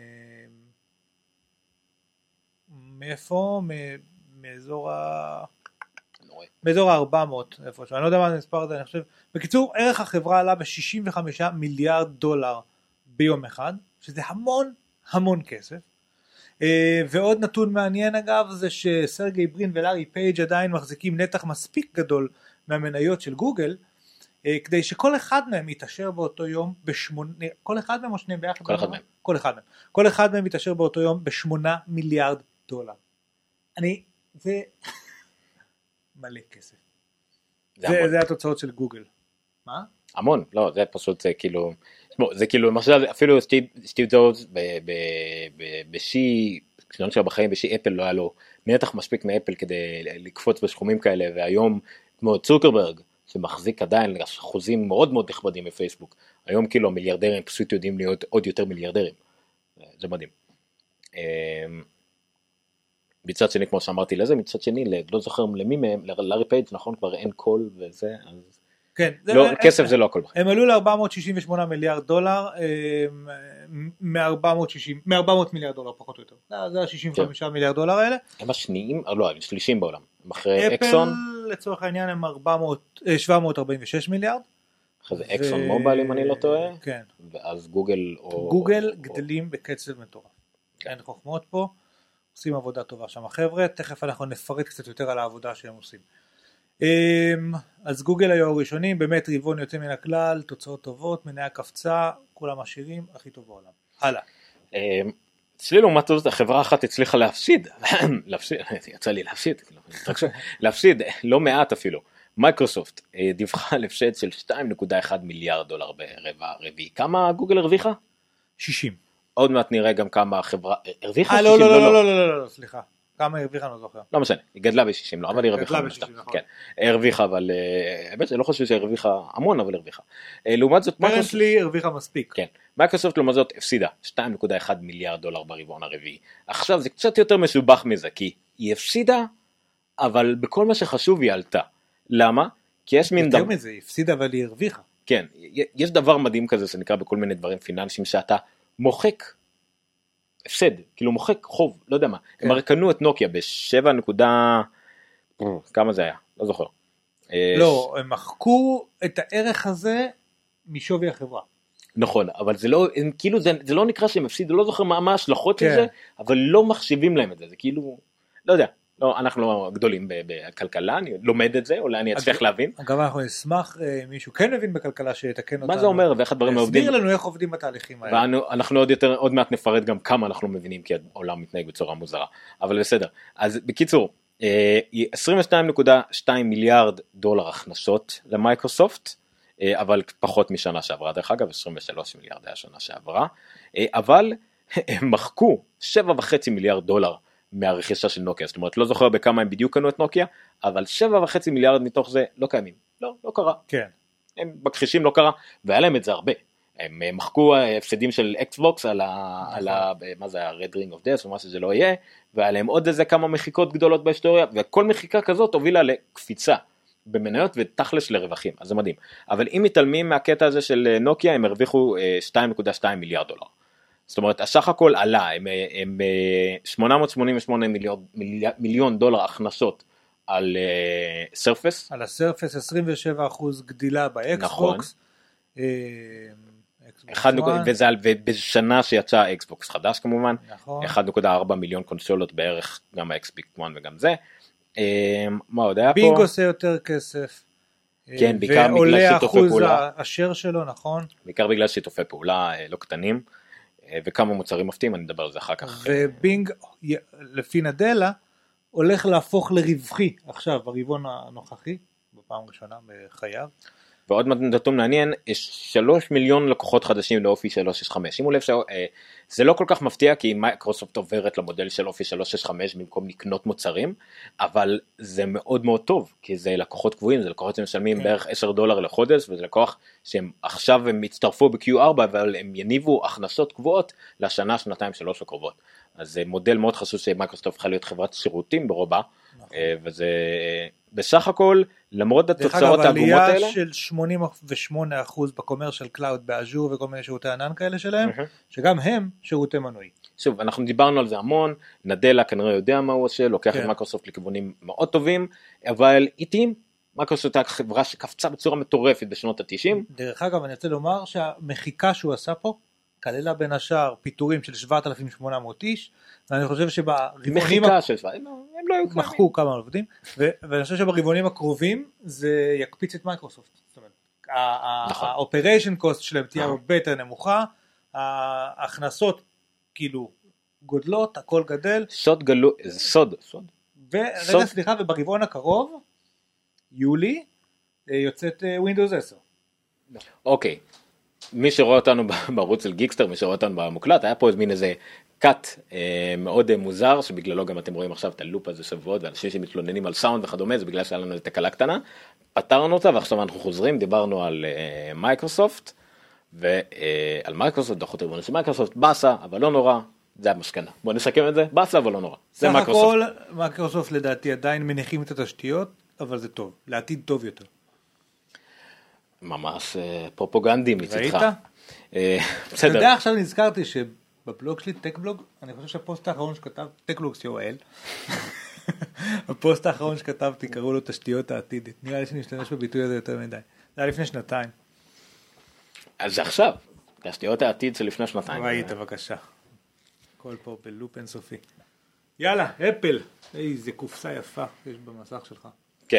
מאיפה? מאזור ה... מאזור ה-ארבע מאות, איפה שאני לא יודע מה זה מספר הזה, אני חושב. בקיצור, ערך החברה עלה ב-שישים וחמישה מיליארד דולר ביום אחד, שזה המון המון כסף. ועוד נתון מעניין אגב, זה שסרגי ברין ולארי פייג' עדיין מחזיקים נתח מספיק גדול מהמניות של גוגל, כדי שכל אחד מהם יתאשר באותו יום בשמונה, כל אחד מהם או שניהם ביחד? כל אחד מהם. כל אחד מהם. כל אחד מהם יתאשר באותו יום בשמונה מיליארד דולר. אני, זה מלא כסף. זה, זה, זה התוצאות של גוגל. מה? המון, לא, זה פשוט, זה כאילו, זה כאילו, למשל, אפילו סטיב, סטיב ג'ובס, בשי, כשנון שלה בחיים, בשי אפל לא היה לו נתח מספיק מאפל כדי לקפוץ בסכומים כאלה, והיום, כמו צוקרברג, שמחזיק עדיין אחוזים מאוד מאוד נכבדים בפייסבוק, היום כאילו המיליארדרים פשוט יודעים להיות עוד יותר מיליארדרים. זה מדהים. מצד שני, כמו שאמרתי לזה, מצד שני, לא זוכר למי מהם, לארי פייג', נכון, כבר אין קול וזה, אז כן. לא, כסף זה לא הכל. הם עלו ל-ארבע מאות שישים ושמונה מיליארד דולר, מ-ארבע מאות מיליארד דולר פחות או יותר. זה ה-שישים וחמישה מיליארד דולר האלה. הם השניים, לא, הם שלישים בעולם. הם אחרי אקסון. אפל לצורך העניין הם שבע מאות ארבעים ושש מיליארד. אחרי זה אקסון מובייל אם אני לא טועה. כן. ואז גוגל או... גוגל גדלים בקצב מטורף. אין חוכמות פה. עושים עבודה טובה שם החבר'ה. תכף אנחנו נפרט קצת יותר על העבודה שהם עושים. אז גוגל היו הראשונים, באמת רבעון יוצא מן הכלל, תוצאות טובות, מניה קפצה, כולם עשירים, הכי טוב בעולם. הלאה. אצלי לעומת זאת, החברה אחת הצליחה להפסיד, להפסיד, יצא לי להפסיד, להפסיד, לא מעט אפילו. מייקרוסופט דיווחה על הפסד של שתיים נקודה אחת מיליארד דולר ברבע רביעי. כמה גוגל הרוויחה? שישים. עוד מעט נראה גם כמה החברה הרוויחה. אה, לא, לא, לא, לא, לא, לא, סליחה. כמה הרוויחה, לא זוכר. לא משנה, היא גדלה ב-שישים, לא, אבל היא הרוויחה. גדלה ב-שישים, נכון. כן, הרוויחה, אבל, האמת שאני לא חושב שהיא הרוויחה המון, אבל הרוויחה. לעומת זאת, ברנטלי הרוויחה מספיק. כן, מייקרוסופט לעומת זאת הפסידה שתיים נקודה אחת מיליארד דולר ברבעון הרביעי. עכשיו זה קצת יותר מסובך מזה, כי היא הפסידה, אבל בכל מה שחשוב היא עלתה. למה? כי יש מין יותר מזה, היא הפסידה, אבל היא הרוויחה. כן, יש דבר מדהים כזה, זה נקרא בכל מיני דברים פיננסיים, שאתה מוחק הפסד, כאילו מוחק חוב, לא יודע מה. הם הרי קנו את נוקיה ב-שבע נקודה, כמה זה היה? לא זוכר. לא, הם מחקו את הערך הזה משווי החברה. נכון, אבל זה לא, כאילו זה לא נקרא שהם הפסידו, לא זוכר מה ההשלכות של זה, אבל לא מחשיבים להם את זה, זה כאילו, לא יודע. לא, אנחנו לא גדולים בכלכלה, אני לומד את זה, אולי אני אצליח להבין. אגב, אנחנו נשמח, מישהו כן מבין בכלכלה שיתקן אותנו. מה זה אומר ואיך הדברים עובדים? הסביר לנו איך עובדים בתהליכים האלה. ואנחנו עוד יותר, עוד מעט נפרט גם כמה אנחנו מבינים, כי העולם מתנהג בצורה מוזרה. אבל בסדר. אז בקיצור, עשרים ושתיים נקודה שתיים מיליארד דולר הכנסות למייקרוסופט, אבל פחות משנה שעברה, דרך אגב, עשרים ושלושה מיליארד היה שנה שעברה, אבל הם מחקו שבע וחצי מיליארד דולר מהרכישה של נוקיה, זאת אומרת, לא זוכר בכמה הם בדיוק קנו את נוקיה, אבל שבע וחצי מיליארד מתוך זה לא קיימים, לא, לא קרה. כן. הם בכחישים לא קרה, והיה להם את זה הרבה. הם מחקו הפסדים של אקסבוקס על ה... על ה... מה זה, ה-Red Ring of Death, או מה שזה לא יהיה, והיה להם עוד איזה כמה מחיקות גדולות בהיסטוריה, וכל מחיקה כזאת הובילה לקפיצה במניות ותכלס לרווחים, אז זה מדהים. אבל אם מתעלמים מהקטע הזה של נוקיה, הם הרוויחו שתיים נקודה שתיים מיליארד דולר. זאת אומרת, הסך הכל עלה, הם, הם שמונה מאות שמונים ושמונה מיליון, מיליון דולר הכנסות על סרפס. על הסרפס, עשרים ושבע אחוז גדילה באקסבוקס. נכון. וזה בשנה שיצא האקסבוקס חדש כמובן. נכון. אחת נקודה ארבע מיליון קונסולות בערך, גם האקסבוקס אחת וגם זה. מה עוד היה פה? בינג עושה יותר כסף. כן, בעיקר בגלל שיתופי פעולה. ועולה אחוז השאר שלו, נכון? בעיקר בגלל שיתופי פעולה לא קטנים. וכמה מוצרים מפתיעים, אני אדבר על זה אחר כך. ובינג, לפי נדלה, הולך להפוך לרווחי עכשיו, ברבעון הנוכחי, בפעם ראשונה בחייו. ועוד נתון מעניין, יש שלוש מיליון לקוחות חדשים לאופי שלוש שש חמש. שימו לב שזה לא כל כך מפתיע, כי מייקרוסופט עוברת למודל של אופי שלוש שש חמש במקום לקנות מוצרים, אבל זה מאוד מאוד טוב, כי זה לקוחות קבועים, זה לקוחות שמשלמים בערך עשרה דולר לחודש, וזה לקוח שהם עכשיו הם הצטרפו ב-קיו ארבע, אבל הם יניבו הכנסות קבועות לשנה, שנתיים, שלוש הקרובות. אז זה מודל מאוד חשוב שמייקרוסופט הפכה להיות חברת שירותים ברובה, וזה בסך הכל, למרות התוצאות העגומות האלה. עלייה של שמונים ושמונה אחוז בקומרשל קלאוד באז'ור וכל מיני שירותי ענן כאלה שלהם, שגם הם שירותי מנוי. שוב, אנחנו דיברנו על זה המון, נדלה כנראה יודע מה הוא עושה, לוקח את מייקרוסופט לכיוונים מאוד טובים, אבל איתים, מייקרוסופט הייתה חברה שקפצה בצורה מטורפת בשנות ה-תשעים. דרך אגב, אני רוצה לומר שהמחיקה שהוא עשה פה, כללה בין השאר פיטורים של שבעת אלפים ושמונה מאות איש, ואני חושב שברבעונים... מחיקה של שבעת, הם לא היו קיימים. מחקו כמה עובדים, ואני חושב שברבעונים הקרובים זה יקפיץ את מייקרוסופט. זאת אומרת, ה-operation cost שלהם תהיה הרבה יותר נמוכה, ההכנסות כאילו גודלות, הכל גדל. סוד גלו, זה סוד, סוד. ורגע סליחה, וברבעון הקרוב, יולי, יוצאת ווינדוס עשר. אוקיי. מי שרואה אותנו בערוץ של גיקסטר, מי שרואה אותנו במוקלט, היה פה מין איזה קאט אה, מאוד אה, מוזר, שבגללו גם אתם רואים עכשיו את הלופ הזה שבועות, ואנשים שמתלוננים על סאונד וכדומה, זה בגלל שהיה לנו איזה תקלה קטנה, פתרנו אותה, ועכשיו אנחנו חוזרים, דיברנו על אה, מייקרוסופט, ועל אה, מייקרוסופט, דוחות ריבונו של מייקרוסופט, בסה, אבל לא נורא, זה המסקנה. בואו נסכם את זה, בסה, אבל לא נורא. זה מייקרוסופט. סך הכל, מייקרוסופט לדעתי עדיין מניחים את התשתיות, אבל זה טוב, לעתיד טוב יותר. ממש פרופוגנדי מצדך. ראית? אתה יודע, עכשיו נזכרתי שבבלוג שלי, טק בלוג, אני חושב שהפוסט האחרון שכתב, טק בלוג סיואל, הפוסט האחרון שכתבתי, קראו לו תשתיות העתיד. נראה לי שנשתמש בביטוי הזה יותר מדי. זה היה לפני שנתיים. אז זה עכשיו. תשתיות העתיד זה לפני שנתיים. ראית, בבקשה. הכל פה בלופ אינסופי. יאללה, אפל. איזה קופסה יפה יש במסך שלך. כן.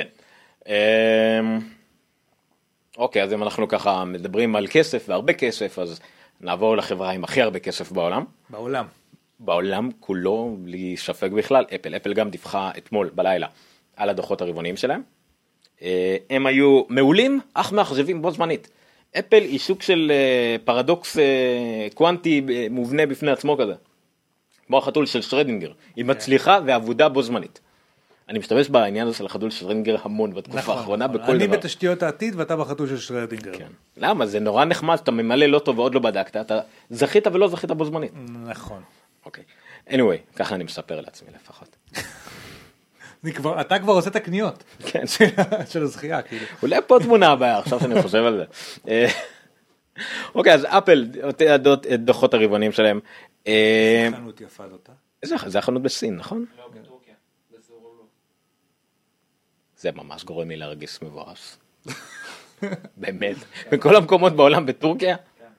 אוקיי, אז אם אנחנו ככה מדברים על כסף והרבה כסף, אז נעבור לחברה עם הכי הרבה כסף בעולם. בעולם. בעולם כולו, בלי שפק בכלל, אפל. אפל גם דיווחה אתמול בלילה על הדוחות הרבעוניים שלהם. הם היו מעולים, אך מאכזבים בו זמנית. אפל היא סוג של פרדוקס קוונטי מובנה בפני עצמו כזה. כמו החתול של שרדינגר. היא מצליחה ועבודה בו זמנית. אני משתמש בעניין הזה של החתול של שרדינגר המון בתקופה האחרונה בכל דבר. אני בתשתיות העתיד ואתה בחתול של שרדינגר. למה? זה נורא נחמד, אתה ממלא לא טוב ועוד לא בדקת, אתה זכית ולא זכית בו זמנית. נכון. אוקיי. anyway, ככה אני מספר לעצמי לפחות. אתה כבר עושה את הקניות. כן. של הזכייה, כאילו. אולי פה תמונה הבאה, עכשיו שאני חושב על זה. אוקיי, אז אפל, דוחות הרבעוניים שלהם. איזה חנות יפה זאת, אה? זה החנות בסין, נכון? לא, בטורקיה. בסורולו. זה ממש גורם לי להרגיש מבואס. באמת. בכל המקומות בעולם בטורקיה?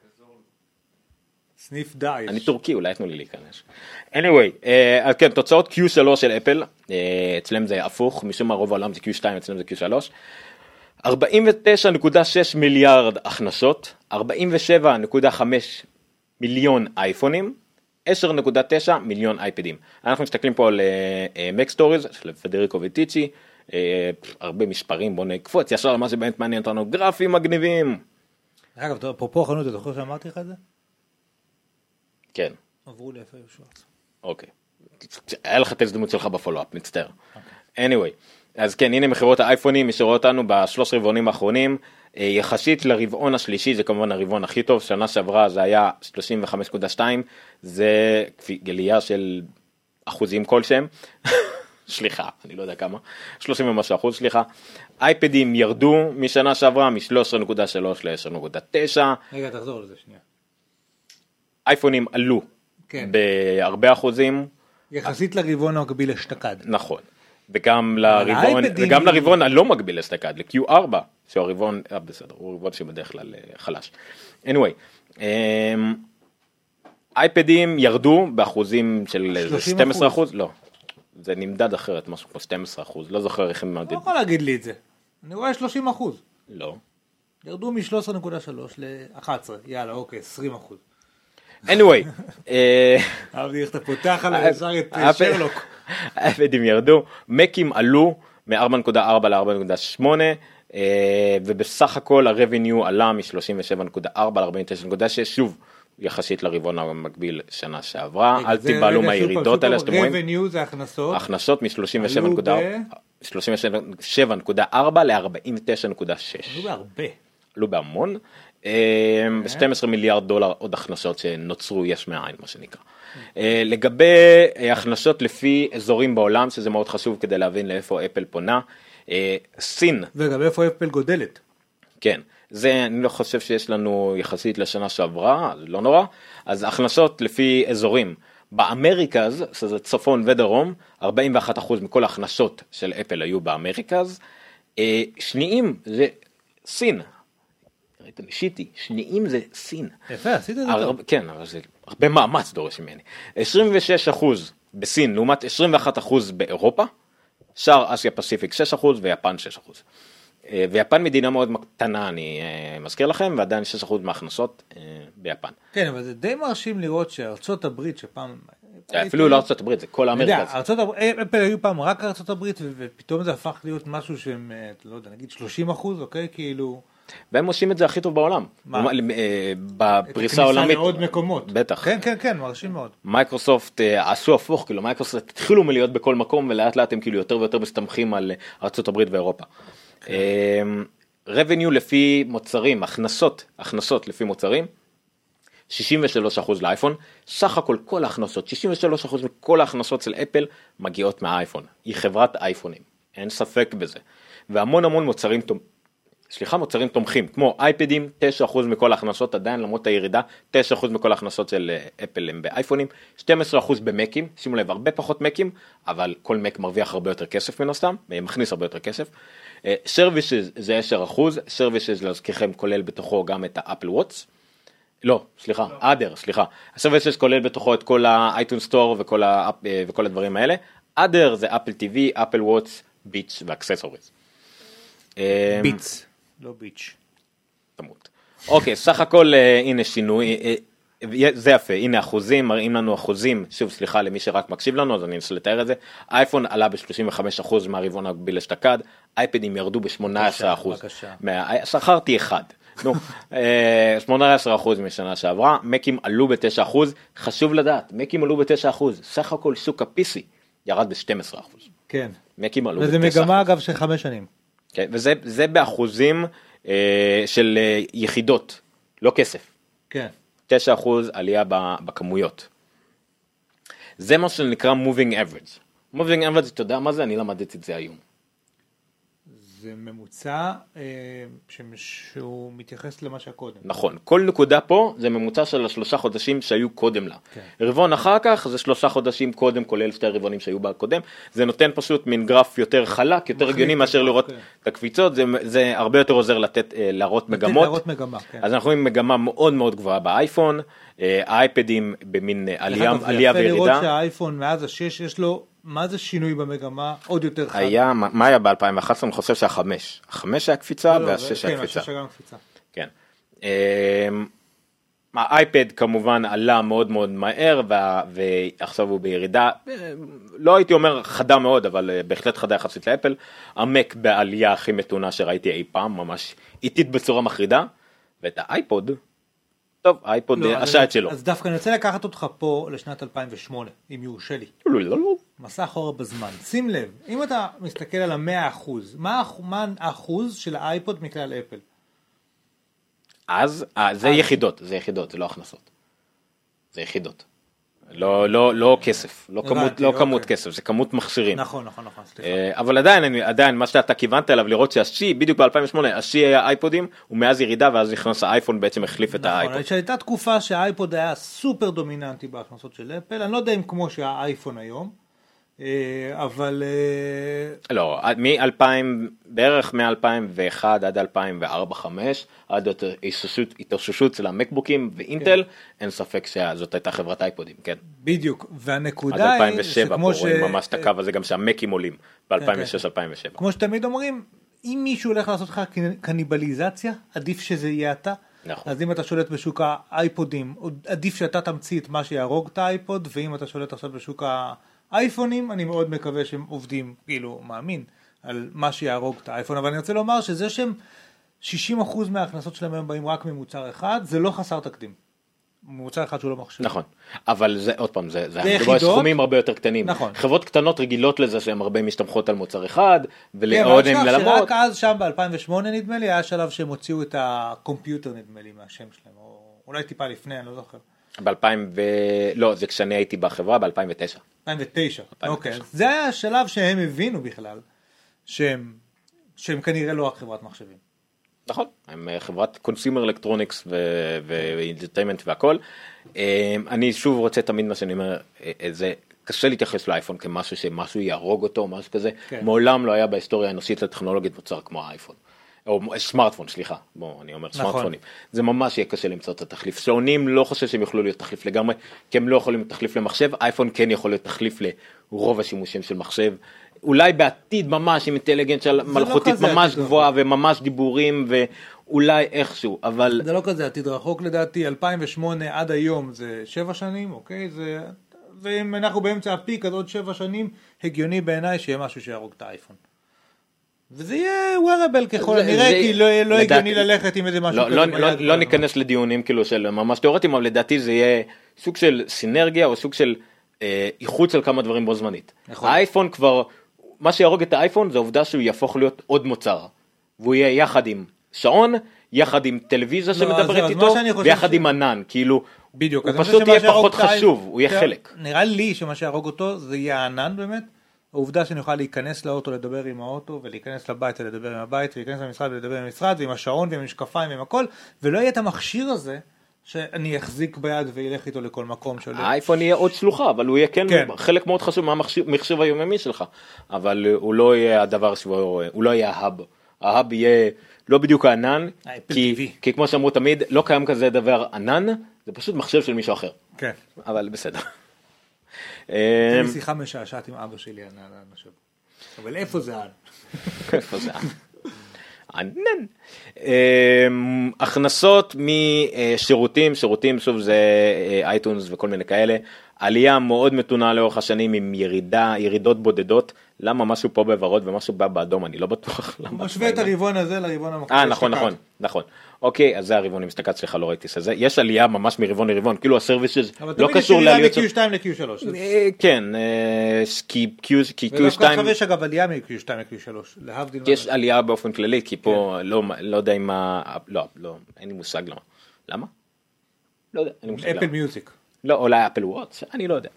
סניף דאעש. אני טורקי, אולי תנו לי להיכנס. anyway, אז כן, תוצאות קיו שלוש של אפל, אצלם זה הפוך, משום מה רוב העולם זה קיו שתיים, אצלם זה קיו שלוש. ארבעים ותשע נקודה שש מיליארד הכנסות, ארבעים ושבע נקודה חמש מיליון אייפונים, עשר נקודה תשע מיליון אייפדים. אנחנו מסתכלים פה על Mac Stories של פדריקו וטיצ'י, הרבה מספרים, בוא נקפוץ ישר למה שבאמת מעניין אותנו, גרפים מגניבים. אגב, אפרופו חנות, אתה זוכר שאמרתי לך את זה? כן. עברו לי איפה יושבת. אוקיי. היה לך את ההזדמנות שלך בפולו-אפ, מצטער. anyway, אז כן, הנה מחירות האייפונים, מי שרואה אותנו בשלוש רבעונים האחרונים, יחסית לרבעון השלישי, זה כמובן הרבעון הכי טוב, שנה שעברה זה היה שלושים וחמש נקודה שתיים, זה גלייה של אחוזים כלשהם, סליחה, אני לא יודע כמה, שלושים ומשהו אחוז, סליחה. אייפדים ירדו משנה שעברה, מ-שלוש עשרה נקודה שלוש ל-עשר נקודה תשע. רגע, תחזור לזה שנייה. אייפונים עלו כן. בהרבה אחוזים. יחסית לרבעון המקביל אשתקד. נכון. וגם לרבעון, וגם לרבעון הלא מקביל אשתקד, ל-קיו ארבע, שהוא הרבעון, אה, בסדר, הוא רבעון שבדרך כלל חלש. anyway, אייפדים ירדו באחוזים של שנים עשר אחוז, לא. זה נמדד אחרת, משהו כמו שנים עשר אחוז, לא זוכר איך הם נמדד. לא יכול להגיד לי את זה. אני רואה שלושים אחוז. לא. ירדו מ-שלוש עשרה נקודה שלוש ל-אחת עשרה, יאללה, אוקיי, עשרים אחוז. anyway. אהבתי איך אתה פותח על הישר את שרלוק. האייפדים ירדו, מקים עלו מ-ארבע נקודה ארבע ל-ארבע נקודה שמונה, ובסך הכל הרבניו עלה מ-שלושים ושבע נקודה ארבע ל-ארבעים ותשע נקודה שש, שוב, יחסית לרבעון המקביל שנה שעברה, אל תיבהלו מהירידות האלה שאתם רואים. רבניו זה הכנסות. הכנסות מ-שלושים ושבע נקודה ארבע ל-ארבעים ותשע נקודה שש. עלו בהרבה. עלו בהמון. ב-שנים עשר מיליארד דולר עוד הכנסות שנוצרו יש מאין, מה שנקרא. לגבי הכנסות לפי אזורים בעולם, שזה מאוד חשוב כדי להבין לאיפה אפל פונה, סין. וגם איפה אפל גודלת. כן, זה אני לא חושב שיש לנו יחסית לשנה שעברה, לא נורא. אז הכנסות לפי אזורים. באמריקאז, שזה צפון ודרום, ארבעים ואחד אחוז מכל ההכנסות של אפל היו באמריקאז. שניים זה סין. ראיתם, שיטי, שניים זה סין. יפה, עשית את זה טוב. כן, אבל זה הרבה מאמץ דורש ממני. עשרים ושש אחוז בסין, לעומת עשרים ואחד אחוז באירופה, שאר אסיה פסיפיק שש אחוז ויפן שש אחוז. ויפן מדינה מאוד קטנה, אני מזכיר לכם, ועדיין שש אחוז מההכנסות ביפן. כן, אבל זה די מרשים לראות שארצות הברית שפעם... אפילו לא ארצות הברית, זה כל האמריקה. אפל היו פעם רק ארצות הברית, ופתאום זה הפך להיות משהו שהם, לא יודע, נגיד שלושים אחוז, אוקיי, כאילו... והם עושים את זה הכי טוב בעולם. בפריסה העולמית. לעוד מקומות. בטח. כן, כן, כן, מרשים מאוד. מייקרוסופט עשו הפוך, כאילו מייקרוסופט התחילו מלהיות בכל מקום, ולאט לאט הם כאילו יותר ויותר מסתמכים על ארצות הברית ואירופה. רבניו לפי מוצרים, הכנסות, הכנסות לפי מוצרים, שישים ושלושה אחוז לאייפון, סך הכל כל ההכנסות, שישים ושלושה אחוז מכל ההכנסות של אפל מגיעות מהאייפון. היא חברת אייפונים, אין ספק בזה. והמון המון מוצרים סליחה, מוצרים תומכים, כמו אייפדים, תשע אחוז מכל ההכנסות עדיין, למרות הירידה, תשע אחוז מכל ההכנסות של אפל הם באייפונים, שנים עשר אחוז במקים, שימו לב, הרבה פחות מקים, אבל כל מק מרוויח הרבה יותר כסף מן הסתם, מכניס הרבה יותר כסף. Services זה עשרה אחוז, Services להזכירכם כולל בתוכו גם את האפל וואטס, לא, סליחה, Other, סליחה, Services כולל בתוכו את כל האייטון סטור וכל, ה, וכל הדברים האלה, Other זה אפל טי וי, אפל וואטס, ביץ' ואקססוריז. ביץ, לא ביץ'. תמות. אוקיי, סך הכל, הנה שינוי, זה יפה, הנה אחוזים, מראים לנו אחוזים, שוב סליחה למי שרק מקשיב לנו, אז אני אנסה לתאר את זה, אייפון עלה ב-שלושים וחמישה אחוז מהרבעון המקביל אשתקד, אייפדים ירדו ב-שמונה עשרה אחוז, שכרתי אחד, נו, שמונה עשרה אחוז משנה שעברה, מקים עלו ב-תשעה אחוז, חשוב לדעת, מקים עלו ב-תשעה אחוז, סך הכל שוק ה-פי סי ירד ב-שנים עשר אחוז. כן. מקים עלו ב-תשעה אחוז. וזה מגמה אגב של חמש שנים. כן, וזה זה באחוזים אה, של אה, יחידות, לא כסף. כן. תשעה אחוז עלייה בכמויות. זה מה שנקרא moving average. moving average, אתה יודע מה זה? אני למדתי את זה היום. זה ממוצע אה, שהוא מתייחס למה שקודם. נכון. כל נקודה פה זה ממוצע של השלושה חודשים שהיו קודם לה. כן. רבעון אחר כך זה שלושה חודשים קודם, כולל שתי רבעונים שהיו בה קודם. זה נותן פשוט מין גרף יותר חלק, יותר הגיוני מאשר לראות כן. את הקפיצות. זה, זה הרבה יותר עוזר לתת, להראות מגמות. להראות מגמה, כן. אז אנחנו רואים מגמה מאוד מאוד גבוהה באייפון. האייפדים במין עלייה, עלייה וירידה. יפה לראות שהאייפון מאז השש יש לו מה זה שינוי במגמה עוד יותר חד? היה, מה היה ב-אלפיים ואחת עשרה? אני חושב שהחמש. החמש היה קפיצה והשש היה קפיצה. כן, השש היה גם קפיצה. כן. האייפד כמובן עלה מאוד מאוד מהר, ועכשיו הוא בירידה, לא הייתי אומר חדה מאוד, אבל בהחלט חדה יחסית לאפל. המק בעלייה הכי מתונה שראיתי אי פעם, ממש איטית בצורה מחרידה, ואת האייפוד, טוב, האייפוד עשה את שלו. אז דווקא אני רוצה לקחת אותך פה לשנת אלפיים ושמונה, אם יורשה לי. לא, לא, לא. מסע אחורה בזמן. שים לב, אם אתה מסתכל על ה-מאה אחוז, מה האחוז של האייפוד מכלל אפל? אז, זה יחידות, זה יחידות, זה לא הכנסות. זה יחידות. לא, לא, לא כסף, לא כמות, לא כמות כסף, זה כמות מכשירים. נכון, נכון, נכון, סליחה. אבל עדיין, עדיין, מה שאתה כיוונת אליו, לראות שהשיא, בדיוק ב-אלפיים ושמונה, השיא היה אייפודים, ומאז ירידה, ואז נכנס האייפון, בעצם החליף את האייפוד. נכון, שהייתה תקופה שהאייפוד היה סופר דומיננטי בהכנסות של אפל, אני לא יודע אם כמו שהאייפון היום, אבל... לא, מ-אלפיים, בערך מ-אלפיים ואחת עד אלפיים וארבע חמש, עד התאוששות של המקבוקים ואינטל, אין ספק שזאת הייתה חברת אייפודים, כן. בדיוק, והנקודה היא... עד אלפיים ושבע, פה רואים ממש את הקו הזה, גם שהמקים עולים, ב-אלפיים ושש אלפיים ושבע. כמו שתמיד אומרים, אם מישהו הולך לעשות לך קניבליזציה, עדיף שזה יהיה אתה. אז אם אתה שולט בשוק האייפודים, עדיף שאתה תמציא את מה שיהרוג את האייפוד, ואם אתה שולט עכשיו בשוק ה... אייפונים, אני מאוד מקווה שהם עובדים, כאילו, מאמין, על מה שיהרוג את האייפון, אבל אני רוצה לומר שזה שהם שישים אחוז מההכנסות שלהם היום באים רק ממוצר אחד, זה לא חסר תקדים. ממוצר אחד שהוא לא מחשב. נכון, אבל זה, עוד פעם, זה, זה, זה סכומים הרבה יותר קטנים. נכון. חברות קטנות רגילות לזה שהן הרבה משתמכות על מוצר אחד, ולעוד הם ללמוד. שרק אז שם ב-אלפיים ושמונה נדמה לי, היה שלב שהם הוציאו את הקומפיוטר נדמה לי מהשם שלהם, או אולי טיפה לפני, אני לא זוכר. ב-אלפיים ו... לא, זה כשאני הייתי בחברה ב-אלפיים ותשע. אלפיים ותשע, אוקיי. זה היה השלב שהם הבינו בכלל, שהם, שהם כנראה לא רק חברת מחשבים. נכון, הם חברת קונסיומר אלקטרוניקס ואינטרטיימנט והכל. אני שוב רוצה תמיד מה שאני אומר, זה קשה להתייחס לאייפון כמשהו שמשהו יהרוג אותו, משהו כזה. מעולם לא היה בהיסטוריה האנושית לטכנולוגית מוצר כמו האייפון. או סמארטפון, סליחה, בוא, אני אומר סמארטפונים. זה ממש יהיה קשה למצוא את התחליף. שעונים לא חושב שהם יוכלו להיות תחליף לגמרי, כי הם לא יכולים להיות תחליף למחשב. אייפון כן יכול להיות תחליף לרוב השימושים של מחשב. אולי בעתיד ממש עם אינטליגנציה מלאכותית ממש גבוהה וממש דיבורים ואולי איכשהו, אבל... זה לא כזה, עתיד רחוק לדעתי, אלפיים ושמונה עד היום זה שבע שנים, אוקיי? זה... ואם אנחנו באמצע הפיק, אז עוד שבע שנים, הגיוני בעיניי שיהיה משהו שיהרוג את האייפון. וזה יהיה וורבל ככל הנראה, כי לא הגיוני ללכת עם איזה משהו כזה. לא ניכנס לדיונים כאילו של ממש תיאורטיים, אבל לדעתי זה יהיה סוג של סינרגיה או סוג של איחוד של כמה דברים בו זמנית. האייפון כבר, מה שיהרוג את האייפון זה העובדה שהוא יהפוך להיות עוד מוצר, והוא יהיה יחד עם שעון, יחד עם טלוויזיה שמדברת איתו, ויחד עם ענן, כאילו הוא פשוט יהיה פחות חשוב, הוא יהיה חלק. נראה לי שמה שיהרוג אותו זה יהיה הענן באמת, העובדה שאני אוכל להיכנס לאוטו לדבר עם האוטו, ולהיכנס לבית ולדבר עם הבית, ולהיכנס למשרד ולדבר עם המשרד, ועם השעון ועם המשקפיים ועם הכל, ולא יהיה את המכשיר הזה, שאני אחזיק ביד וילך איתו לכל מקום שלו. האייפון יהיה עוד שלוחה, אבל הוא יהיה כן, כן. חלק מאוד חשוב מהמחשב היומיומי שלך, אבל הוא לא יהיה הדבר שהוא, הוא לא יהיה ההאב. ההאב יהיה לא בדיוק הענן, כי, כי כמו שאמרו תמיד, לא קיים כזה דבר ענן, זה פשוט מחשב של מישהו אחר. כן. אבל בסדר. זה שיחה משעשעת עם אבא שלי, השבוע. אבל איפה זה ענן? איפה זה ענן? הכנסות משירותים, שירותים שוב זה אייטונס וכל מיני כאלה, עלייה מאוד מתונה לאורך השנים עם ירידה, ירידות בודדות. למה משהו פה בוורוד ומשהו בא באדום, אני לא בטוח. הוא משווה את הרבעון הזה לרבעון המקום. אה, נכון, נכון, נכון. אוקיי, אז זה הרבעון עם סטקת שלך, לא ראיתי שזה. יש עלייה ממש מרבעון לרבעון, כאילו הסרוויסס לא קשור לעליות. אבל תמיד יש עלייה מ-קיו שתיים ל-קיו שלוש. כן, כי קיו שתיים... ודווקא עכשיו יש אגב עלייה מ-קיו שתיים ל-קיו שלוש. יש עלייה באופן כללי, כי פה לא יודע אם... לא, לא, אין לי מושג למה. למה? לא יודע, אין לי מושג למה. אפל מיוזיק. לא, אולי אפל וואץ', אני לא יודע.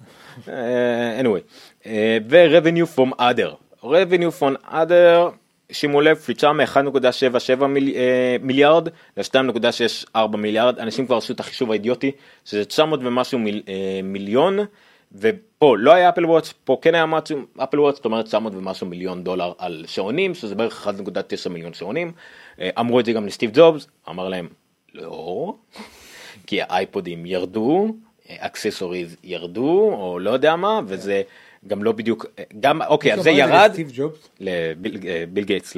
anyway, ו-revenue from other. revenue from other, שימו לב, פיצ'ה מ-אחד נקודה שבע שבע מיליארד ל-שתיים נקודה שש ארבע מיליארד. אנשים כבר עשו את החישוב האידיוטי, שזה תשע מאות ומשהו מיליון, ופה לא היה אפל וואץ', פה כן היה משהו אפל וואץ', זאת אומרת תשע מאות ומשהו מיליון דולר על שעונים, שזה בערך אחד נקודה תשע מיליון שעונים. אמרו את זה גם לסטיב ג'ובס, אמר להם, לא, כי האייפודים ירדו, אקססוריז ירדו, או לא יודע מה, וזה גם לא בדיוק, גם, אוקיי, אז זה ירד, לסטיב ג'ובס? לביל גייטס,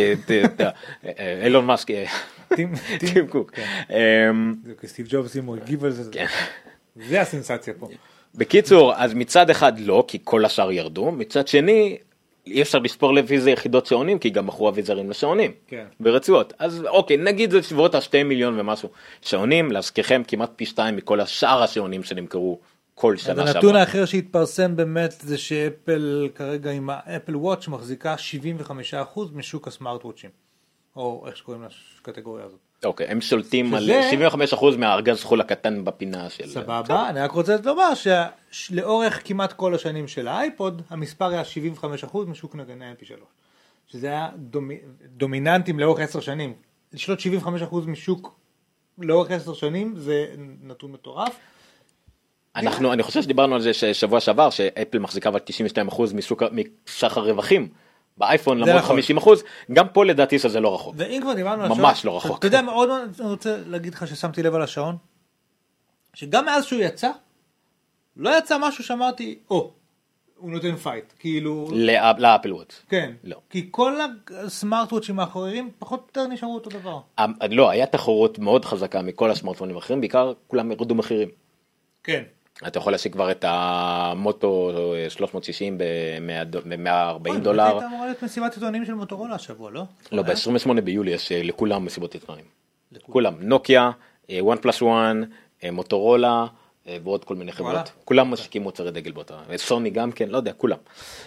לאילון מאסק, טים קוק. סטיב ג'ובס, אם הוא הגיב על זה, זה הסנסציה פה. בקיצור, אז מצד אחד לא, כי כל השאר ירדו, מצד שני, אי אפשר לספור לפי זה יחידות שעונים, כי גם מכרו אביזרים לשעונים, כן. ברצועות. אז אוקיי, נגיד זה שבועות השתי מיליון ומשהו שעונים, להזכירכם כמעט פי שתיים מכל השאר השעונים שנמכרו כל שנה שעברה. הנתון האחר שהתפרסם באמת זה שאפל כרגע עם האפל וואץ' מחזיקה שבעים וחמישה אחוז משוק הסמארט וואצ'ים, או איך שקוראים לקטגוריה הזאת. אוקיי, הם שולטים על שבעים וחמישה אחוז מהארגז חול הקטן בפינה של... סבבה, אני רק רוצה לומר שלאורך כמעט כל השנים של האייפוד, המספר היה שבעים וחמישה אחוז משוק נגני אם פי שלוש. שזה היה דומיננטים לאורך עשר שנים. לשלוט שבעים וחמישה אחוז משוק לאורך עשר שנים, זה נתון מטורף. אנחנו, אני חושב שדיברנו על זה שבוע שעבר, שאפל מחזיקה על תשעים ושתיים אחוז משך הרווחים. באייפון למרות חמישים אחוז, גם פה לדעתי שזה לא רחוק. ואם כבר דיברנו על השעון, ממש לא רחוק. אתה יודע, מאוד אני רוצה להגיד לך ששמתי לב על השעון, שגם מאז שהוא יצא, לא יצא משהו שאמרתי, או, הוא נותן פייט, כאילו... לאפל וואץ'. כן. לא. כי כל הסמארט וואצ'ים האחרים פחות או יותר נשארו אותו דבר. לא, היה תחרות מאוד חזקה מכל הסמארטפונים האחרים, בעיקר כולם ירדו מחירים. כן. אתה יכול להשיג כבר את המוטו שלוש מאות שישים ב-מאה וארבעים דולר. הייתה אמורה להיות מסיבת עיתונאים של מוטורולה השבוע, לא? לא, ב-עשרים ושמונה ביולי יש לכולם מסיבות עיתונאים. כולם, נוקיה, וואן פלוס וואן, מוטורולה, ועוד כל מיני חברות. כולם משיקים מוצרי דגל באותה. סוני גם כן, לא יודע, כולם.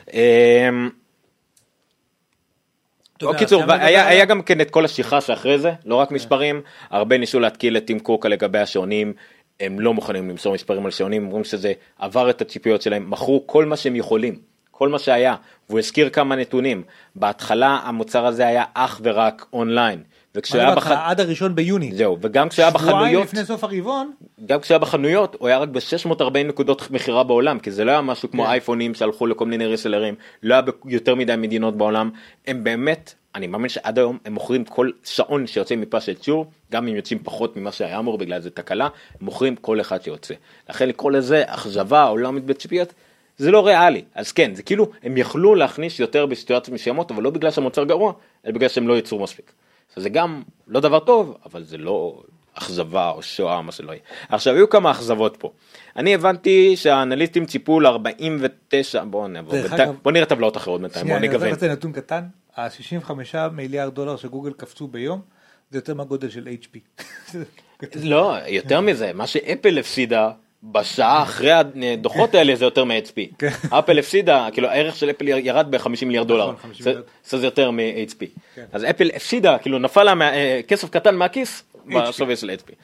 בקיצור, היה גם כן את כל השיחה שאחרי זה, לא רק מספרים, הרבה ניסו להתקיל את טים קוק לגבי השעונים, הם לא מוכנים למסור מספרים על שעונים, אומרים שזה עבר את הציפיות שלהם, מכרו כל מה שהם יכולים, כל מה שהיה, והוא הזכיר כמה נתונים. בהתחלה המוצר הזה היה אך ורק אונליין, וכשהיה בח... עד הראשון ביוני. זהו, וגם כשהיה בחנויות, שבועיים לפני סוף הרבעון, גם כשהיה בחנויות, הוא היה רק ב-שש מאות וארבעים נקודות מחירה בעולם, כי זה לא היה משהו כמו אייפונים שהלכו לכל מיני ריסלרים, לא היה ביותר מדי מדינות בעולם, הם באמת, אני מאמין שעד היום הם מוכרים כל שעון שיוצא מפה של צ'ור, גם אם יוצאים פחות ממה שהיה אמור בגלל זה תקלה, הם מוכרים כל אחד שיוצא. לכן לקרוא לזה אכזבה או לא מתבצפיות, זה לא ריאלי. אז כן, זה כאילו, הם יכלו להכניס יותר בסיטואציות מסוימות, אבל לא בגלל שהמוצר גרוע, אלא בגלל שהם לא ייצרו מספיק. זה גם לא דבר טוב, אבל זה לא אכזבה או שואה, מה שלא יהיה. עכשיו, היו כמה אכזבות פה. אני הבנתי שהאנליסטים ציפו ל-ארבעים ותשע, בואו בוא נראה טבלאות אחרות בינתיים, בואו נגוון. אני רוצה נתון קטן, ה-שישים וחמישה מיליארד דולר שגוגל קפצו ביום, זה יותר מהגודל של אייץ' פי. לא, יותר מזה, מה שאפל הפסידה, בשעה אחרי הדוחות האלה זה יותר מ-אייץ' פי. אפל הפסידה, כאילו הערך של אפל ירד ב-חמישים מיליארד דולר, זה יותר מ-אייץ' פי. אז אפל הפסידה, כאילו נפל לה כסף קטן מהכיס, בשווי של אייץ' פי.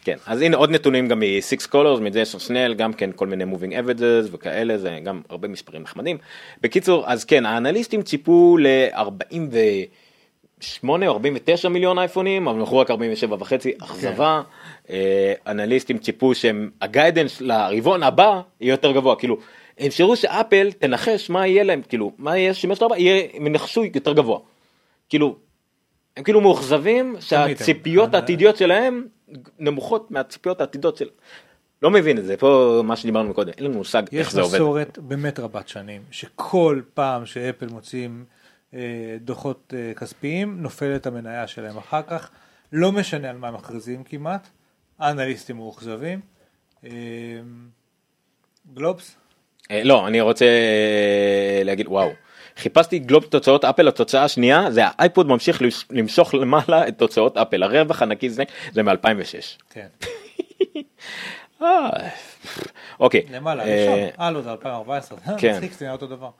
כן, אז הנה עוד נתונים גם מ-Six Colors, מג'ייסון סנל, גם כן כל מיני moving evidences וכאלה, זה גם הרבה מספרים נחמדים. בקיצור, אז כן, האנליסטים ציפו ל-ארבעים ושמונה או ארבעים ותשע מיליון אייפונים, אבל אנחנו רק ארבעים ושבע וחצי, אכזבה. אנליסטים ציפו שהגיידנס לרבעון הבא יהיה יותר גבוה, כאילו, הם שראו שאפל תנחש מה יהיה להם, כאילו, מה יהיה שימש לרבה, יהיה מנחשו יותר גבוה. כאילו, הם כאילו מאוכזבים שהציפיות העתידיות שלהם נמוכות מהציפיות העתידות של... לא מבין את זה, פה מה שדיברנו מקודם, אין לנו מושג איך זה עובד. יש מסורת באמת רבת שנים, שכל פעם שאפל מוצאים אה, דוחות אה, כספיים, נופלת המניה שלהם אחר כך, לא משנה על מה הם מכריזים כמעט, האנליסטים מאוכזבים. אה, גלובס? אה, לא, אני רוצה אה, להגיד, וואו. חיפשתי גלובס תוצאות אפל, התוצאה השנייה, זה האייפוד ממשיך למשוך למעלה את תוצאות אפל, הרווח הנקי זה, זה מ-אלפיים ושש. כן. אוקיי. למעלה, ראשון. אה, לא, זה אלפיים וארבע עשרה. כן. מצחיק, זה נראה אותו דבר.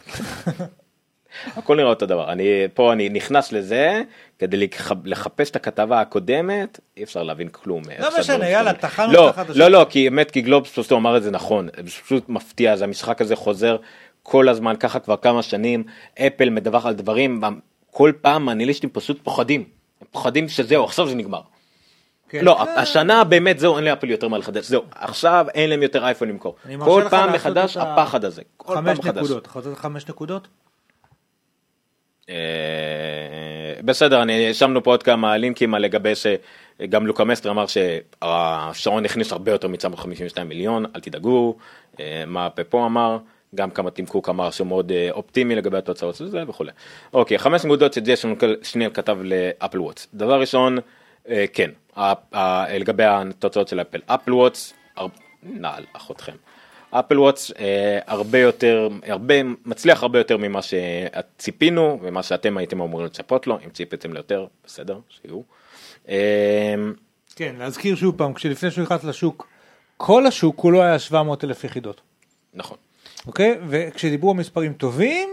הכל נראה אותו דבר. אני, פה אני נכנס לזה, כדי לחפש את הכתבה הקודמת, אי אפשר להבין כלום. לא משנה, יאללה, תחנו לא, תחת השם. לא, לא, כי באמת, כי גלובס פשוט אמר את זה נכון, זה פשוט מפתיע, זה המשחק הזה חוזר כל הזמן, ככה כבר כמה שנים, אפל מדווח על דברים, כל פעם האנליסטים פשוט פוחדים, הם פוחדים שזהו, עכשיו זה נגמר. לא, השנה באמת זהו, אין לאפל יותר מה לחדש, זהו, עכשיו אין להם יותר אייפון למכור. כל פעם מחדש הפחד הזה. חמש נקודות, אתה רוצה לתת חמש נקודות? בסדר, אני שמנו פה עוד כמה לינקים לגבי שגם לוקה מסטר אמר שהשעון הכניס הרבה יותר מ-תשע מאות חמישים ושתיים מיליון, אל תדאגו, מה פפו אמר, גם כמה טים קוק אמר שהוא מאוד אופטימי לגבי התוצאות של זה וכו'. אוקיי, חמש נקודות שג'ייסון סנל כתב לאפל וואטס. דבר ראשון, כן, לגבי התוצאות של אפל. אפל וואטס, נעל אחותכם. אפל וואטס הרבה יותר, הרבה, מצליח הרבה יותר ממה שציפינו, ומה שאתם הייתם אמורים לצפות לו, אם ציפיתם ליותר, בסדר, שיהיו. כן, להזכיר שוב פעם, כשלפני שהוא נכנס לשוק, כל השוק כולו היה שבע מאות אלף יחידות. נכון. אוקיי? וכשדיברו על מספרים טובים,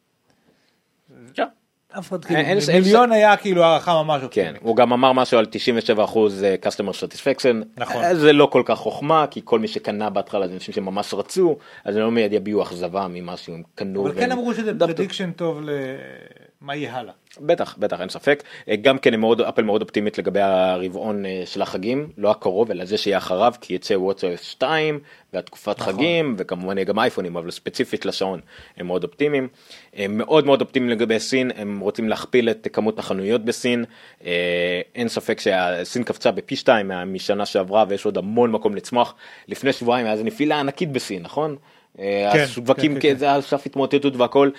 מיליון היה כאילו הערכה ממש אופטימית. כן, הוא גם אמר משהו על תשעים ושבע אחוז customer satisfaction, נכון. זה לא כל כך חוכמה, כי כל מי שקנה בהתחלה זה אנשים שממש רצו, אז לא מיד יביאו אכזבה ממה שהם קנו. אבל כן אמרו שזה prediction טוב למה יהיה הלאה. בטח, בטח, אין ספק. גם כן אפל מאוד אופטימית לגבי הרבעון של החגים, לא הקרוב, אלא זה שיהיה אחריו, כי יצא וואטסאפ שתיים, והתקופת חגים, וכמובן גם אייפונים, אבל ספציפית לשעון, הם מאוד אופטימיים. הם מאוד מאוד אופטימיים לגבי סין, הם רוצים להכפיל את כמות החנויות בסין, אין ספק שהסין קפצה בפי שתיים משנה שעברה, ויש עוד המון מקום לצמוח. לפני שבועיים היה זה נפילה ענקית בסין, נכון? השווקים זה על סף התמוטטות והכל,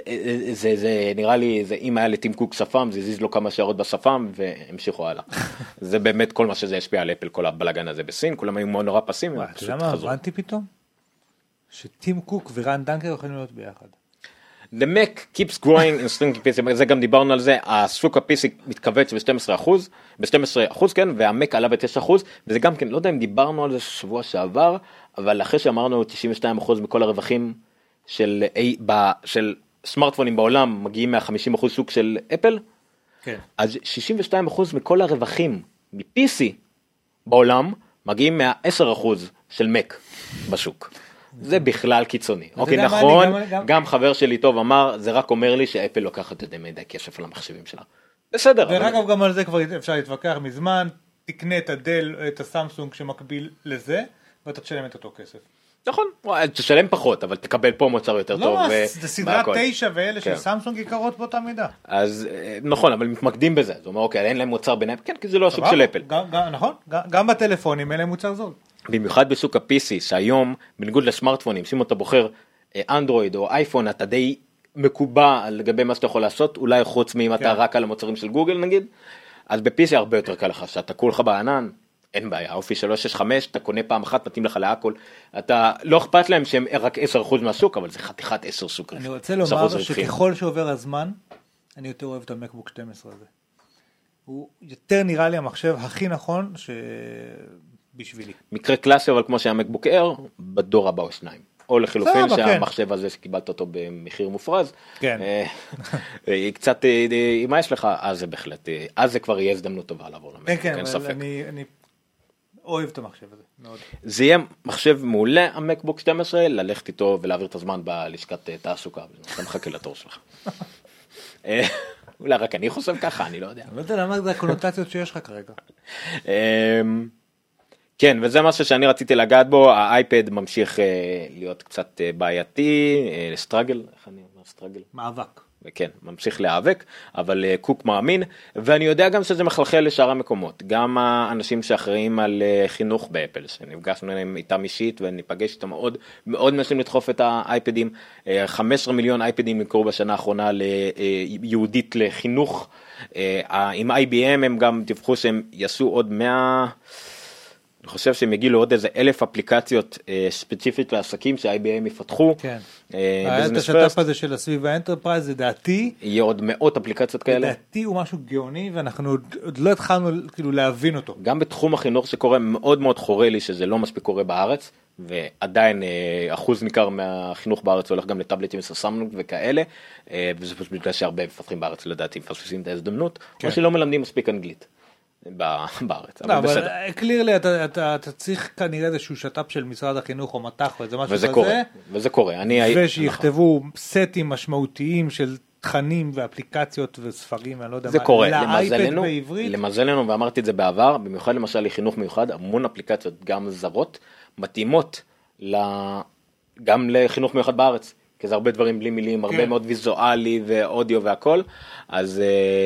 זה נראה לי, אם היה לטים קוק שפם, זה זיז לו כמה שערות בשפם והמשיכו הלאה. זה באמת כל מה שזה השפיע על אפל, כל הבלגן הזה בסין, כולם היו מאוד נורא פסים. למה הבנתי פתאום? שטים קוק ורן דנקר יכולים להיות ביחד. The Mac keeps growing in string פי סי, זה גם דיברנו על זה, השוק ה-פי סי מתכווץ ב-שנים עשר אחוז, ב-שנים עשר אחוז כן, והמק עלה ב-תשע אחוז, וזה גם כן, לא יודע אם דיברנו על זה שבוע שעבר, אבל אחרי שאמרנו תשעים ושתיים אחוז מכל הרווחים של, של סמארטפונים בעולם מגיעים מה-חמישים אחוז שוק של אפל, כן. אז שישים ושתיים אחוז מכל הרווחים מ-פי סי בעולם מגיעים מה-עשרה אחוז של מק בשוק. זה בכלל קיצוני. אוקיי, נכון, גם חבר שלי טוב אמר, זה רק אומר לי שאפל לוקחת יותר מדי כסף על המחשבים שלה. בסדר. ואגב, גם על זה כבר אפשר להתווכח מזמן, תקנה את הדל, את הסמסונג שמקביל לזה, ואתה תשלם את אותו כסף. נכון, תשלם פחות, אבל תקבל פה מוצר יותר טוב. לא, זה סדרת תשע ואלה של סמסונג יקרות באותה מידה. אז נכון, אבל מתמקדים בזה. זאת אומרת, אוקיי, אין להם מוצר ביניים, כן, כי זה לא השוק של אפל. נכון, גם בטלפונים אין להם מוצר זול. במיוחד בשוק ה-פי סי, שהיום, בניגוד לסמארטפונים, אם אתה בוחר אנדרואיד או אייפון, אתה די מקובע לגבי מה שאתה יכול לעשות, אולי חוץ מאם אתה רק על המוצרים של גוגל נגיד, אז ב-פי סי הרבה יותר קל לך, שאתה כולך בענן, אין בעיה, אופי שלוש שש חמש, אתה קונה פעם אחת, מתאים לך להכל, אתה לא אכפת להם שהם רק עשרה אחוז מהשוק, אבל זה חתיכת עשר שוק. אני רוצה לומר שככל שעובר הזמן, אני יותר אוהב את המקבוק שתים עשרה הזה. הוא יותר נראה לי המחשב הכי נכון שבשבילי. מקרה קלאסי, אבל כמו שהיה מקבוק אייר, בדור הבא או שניים. או לחילופין שהמחשב הזה שקיבלת אותו במחיר מופרז, קצת, מה יש לך? אז זה בהחלט, אז זה כבר יהיה הזדמנות טובה לעבור למקבוק, אין ספק. אוהב את המחשב הזה, מאוד. זה יהיה מחשב מעולה, המקבוק שתים עשרה, ללכת איתו ולהעביר את הזמן בלשכת תעסוקה, אתה מחכה לתור שלך. אולי רק אני חושב ככה, אני לא יודע. אני לא יודע למה זה הקונוטציות שיש לך כרגע. כן, וזה משהו שאני רציתי לגעת בו, האייפד ממשיך להיות קצת בעייתי, סטרגל, איך אני אומר סטרגל? מאבק. כן, ממשיך להיאבק, אבל קוק מאמין, ואני יודע גם שזה מחלחל לשאר המקומות, גם האנשים שאחראים על חינוך באפל, שנפגשנו איתם אישית, וניפגש איתם מאוד, מאוד מנסים לדחוף את האייפדים, חמישה עשר מיליון אייפדים נמכרו בשנה האחרונה ליהודית לחינוך, עם איי בי אם הם גם דיווחו שהם יעשו עוד מאה, אני חושב שהם יגיעו לעוד איזה אלף אפליקציות אה, ספציפית לעסקים ש-איי בי אם יפתחו. כן. אה, היה את השטאפ הזה של הסביב האנטרפרייז, זה דעתי. יהיה עוד מאות אפליקציות כאלה. דעתי הוא משהו גאוני, ואנחנו עוד, עוד לא התחלנו כאילו להבין אותו. גם בתחום החינוך שקורה מאוד מאוד חורה לי שזה לא מספיק קורה בארץ, ועדיין אה, אחוז ניכר מהחינוך בארץ הולך גם לטאבלטים סמסונג וכאלה, אה, וזה פשוט בגלל שהרבה מפתחים בארץ לדעתי מפספסים את ההזדמנות, כן. או שלא מלמדים מספיק אנגלית. בארץ, אבל בסדר. קלירלי, אתה צריך כנראה איזשהו שטאפ של משרד החינוך או מתח או איזה משהו כזה. וזה קורה, וזה קורה. ושיכתבו סטים משמעותיים של תכנים ואפליקציות וספרים, אני לא יודע מה. זה קורה, לאייפד בעברית. למזלנו, ואמרתי את זה בעבר, במיוחד למשל לחינוך מיוחד, המון אפליקציות גם זרות, מתאימות גם לחינוך מיוחד בארץ, כי זה הרבה דברים בלי מילים, הרבה מאוד ויזואלי ואודיו והכל, אז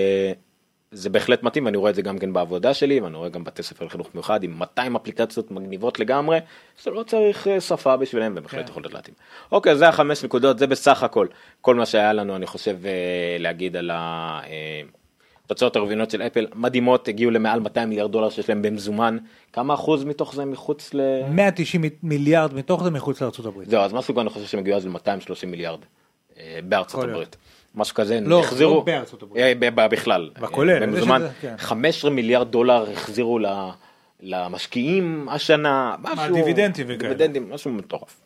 זה בהחלט מתאים, ואני רואה את זה גם כן בעבודה שלי, ואני רואה גם בתי ספר לחינוך מיוחד, עם מאתיים אפליקציות מגניבות לגמרי, זה לא צריך שפה בשבילם, ובהחלט יכול להיות להתאים. אוקיי, זה החמש נקודות, זה בסך הכל, כל מה שהיה לנו, אני חושב להגיד על התוצאות הרבעוניות של אפל, מדהימות, הגיעו למעל מאתיים מיליארד דולר שיש להם במזומן, כמה אחוז מתוך זה מחוץ ל... מאה ותשעים מיליארד מתוך זה מחוץ לארצות הברית. זהו, אז משהו גם אני חושב שמגיע אז ל-מאתיים ושלושים מיליארד בארצות הברית. משהו כזה, לא, לא בארצות הברית. בכלל. בכולל. במזומן, חמישה עשרה מיליארד דולר החזירו למשקיעים השנה, משהו... דיבידנדים וכאלה. דיבידנדים, משהו מטורף.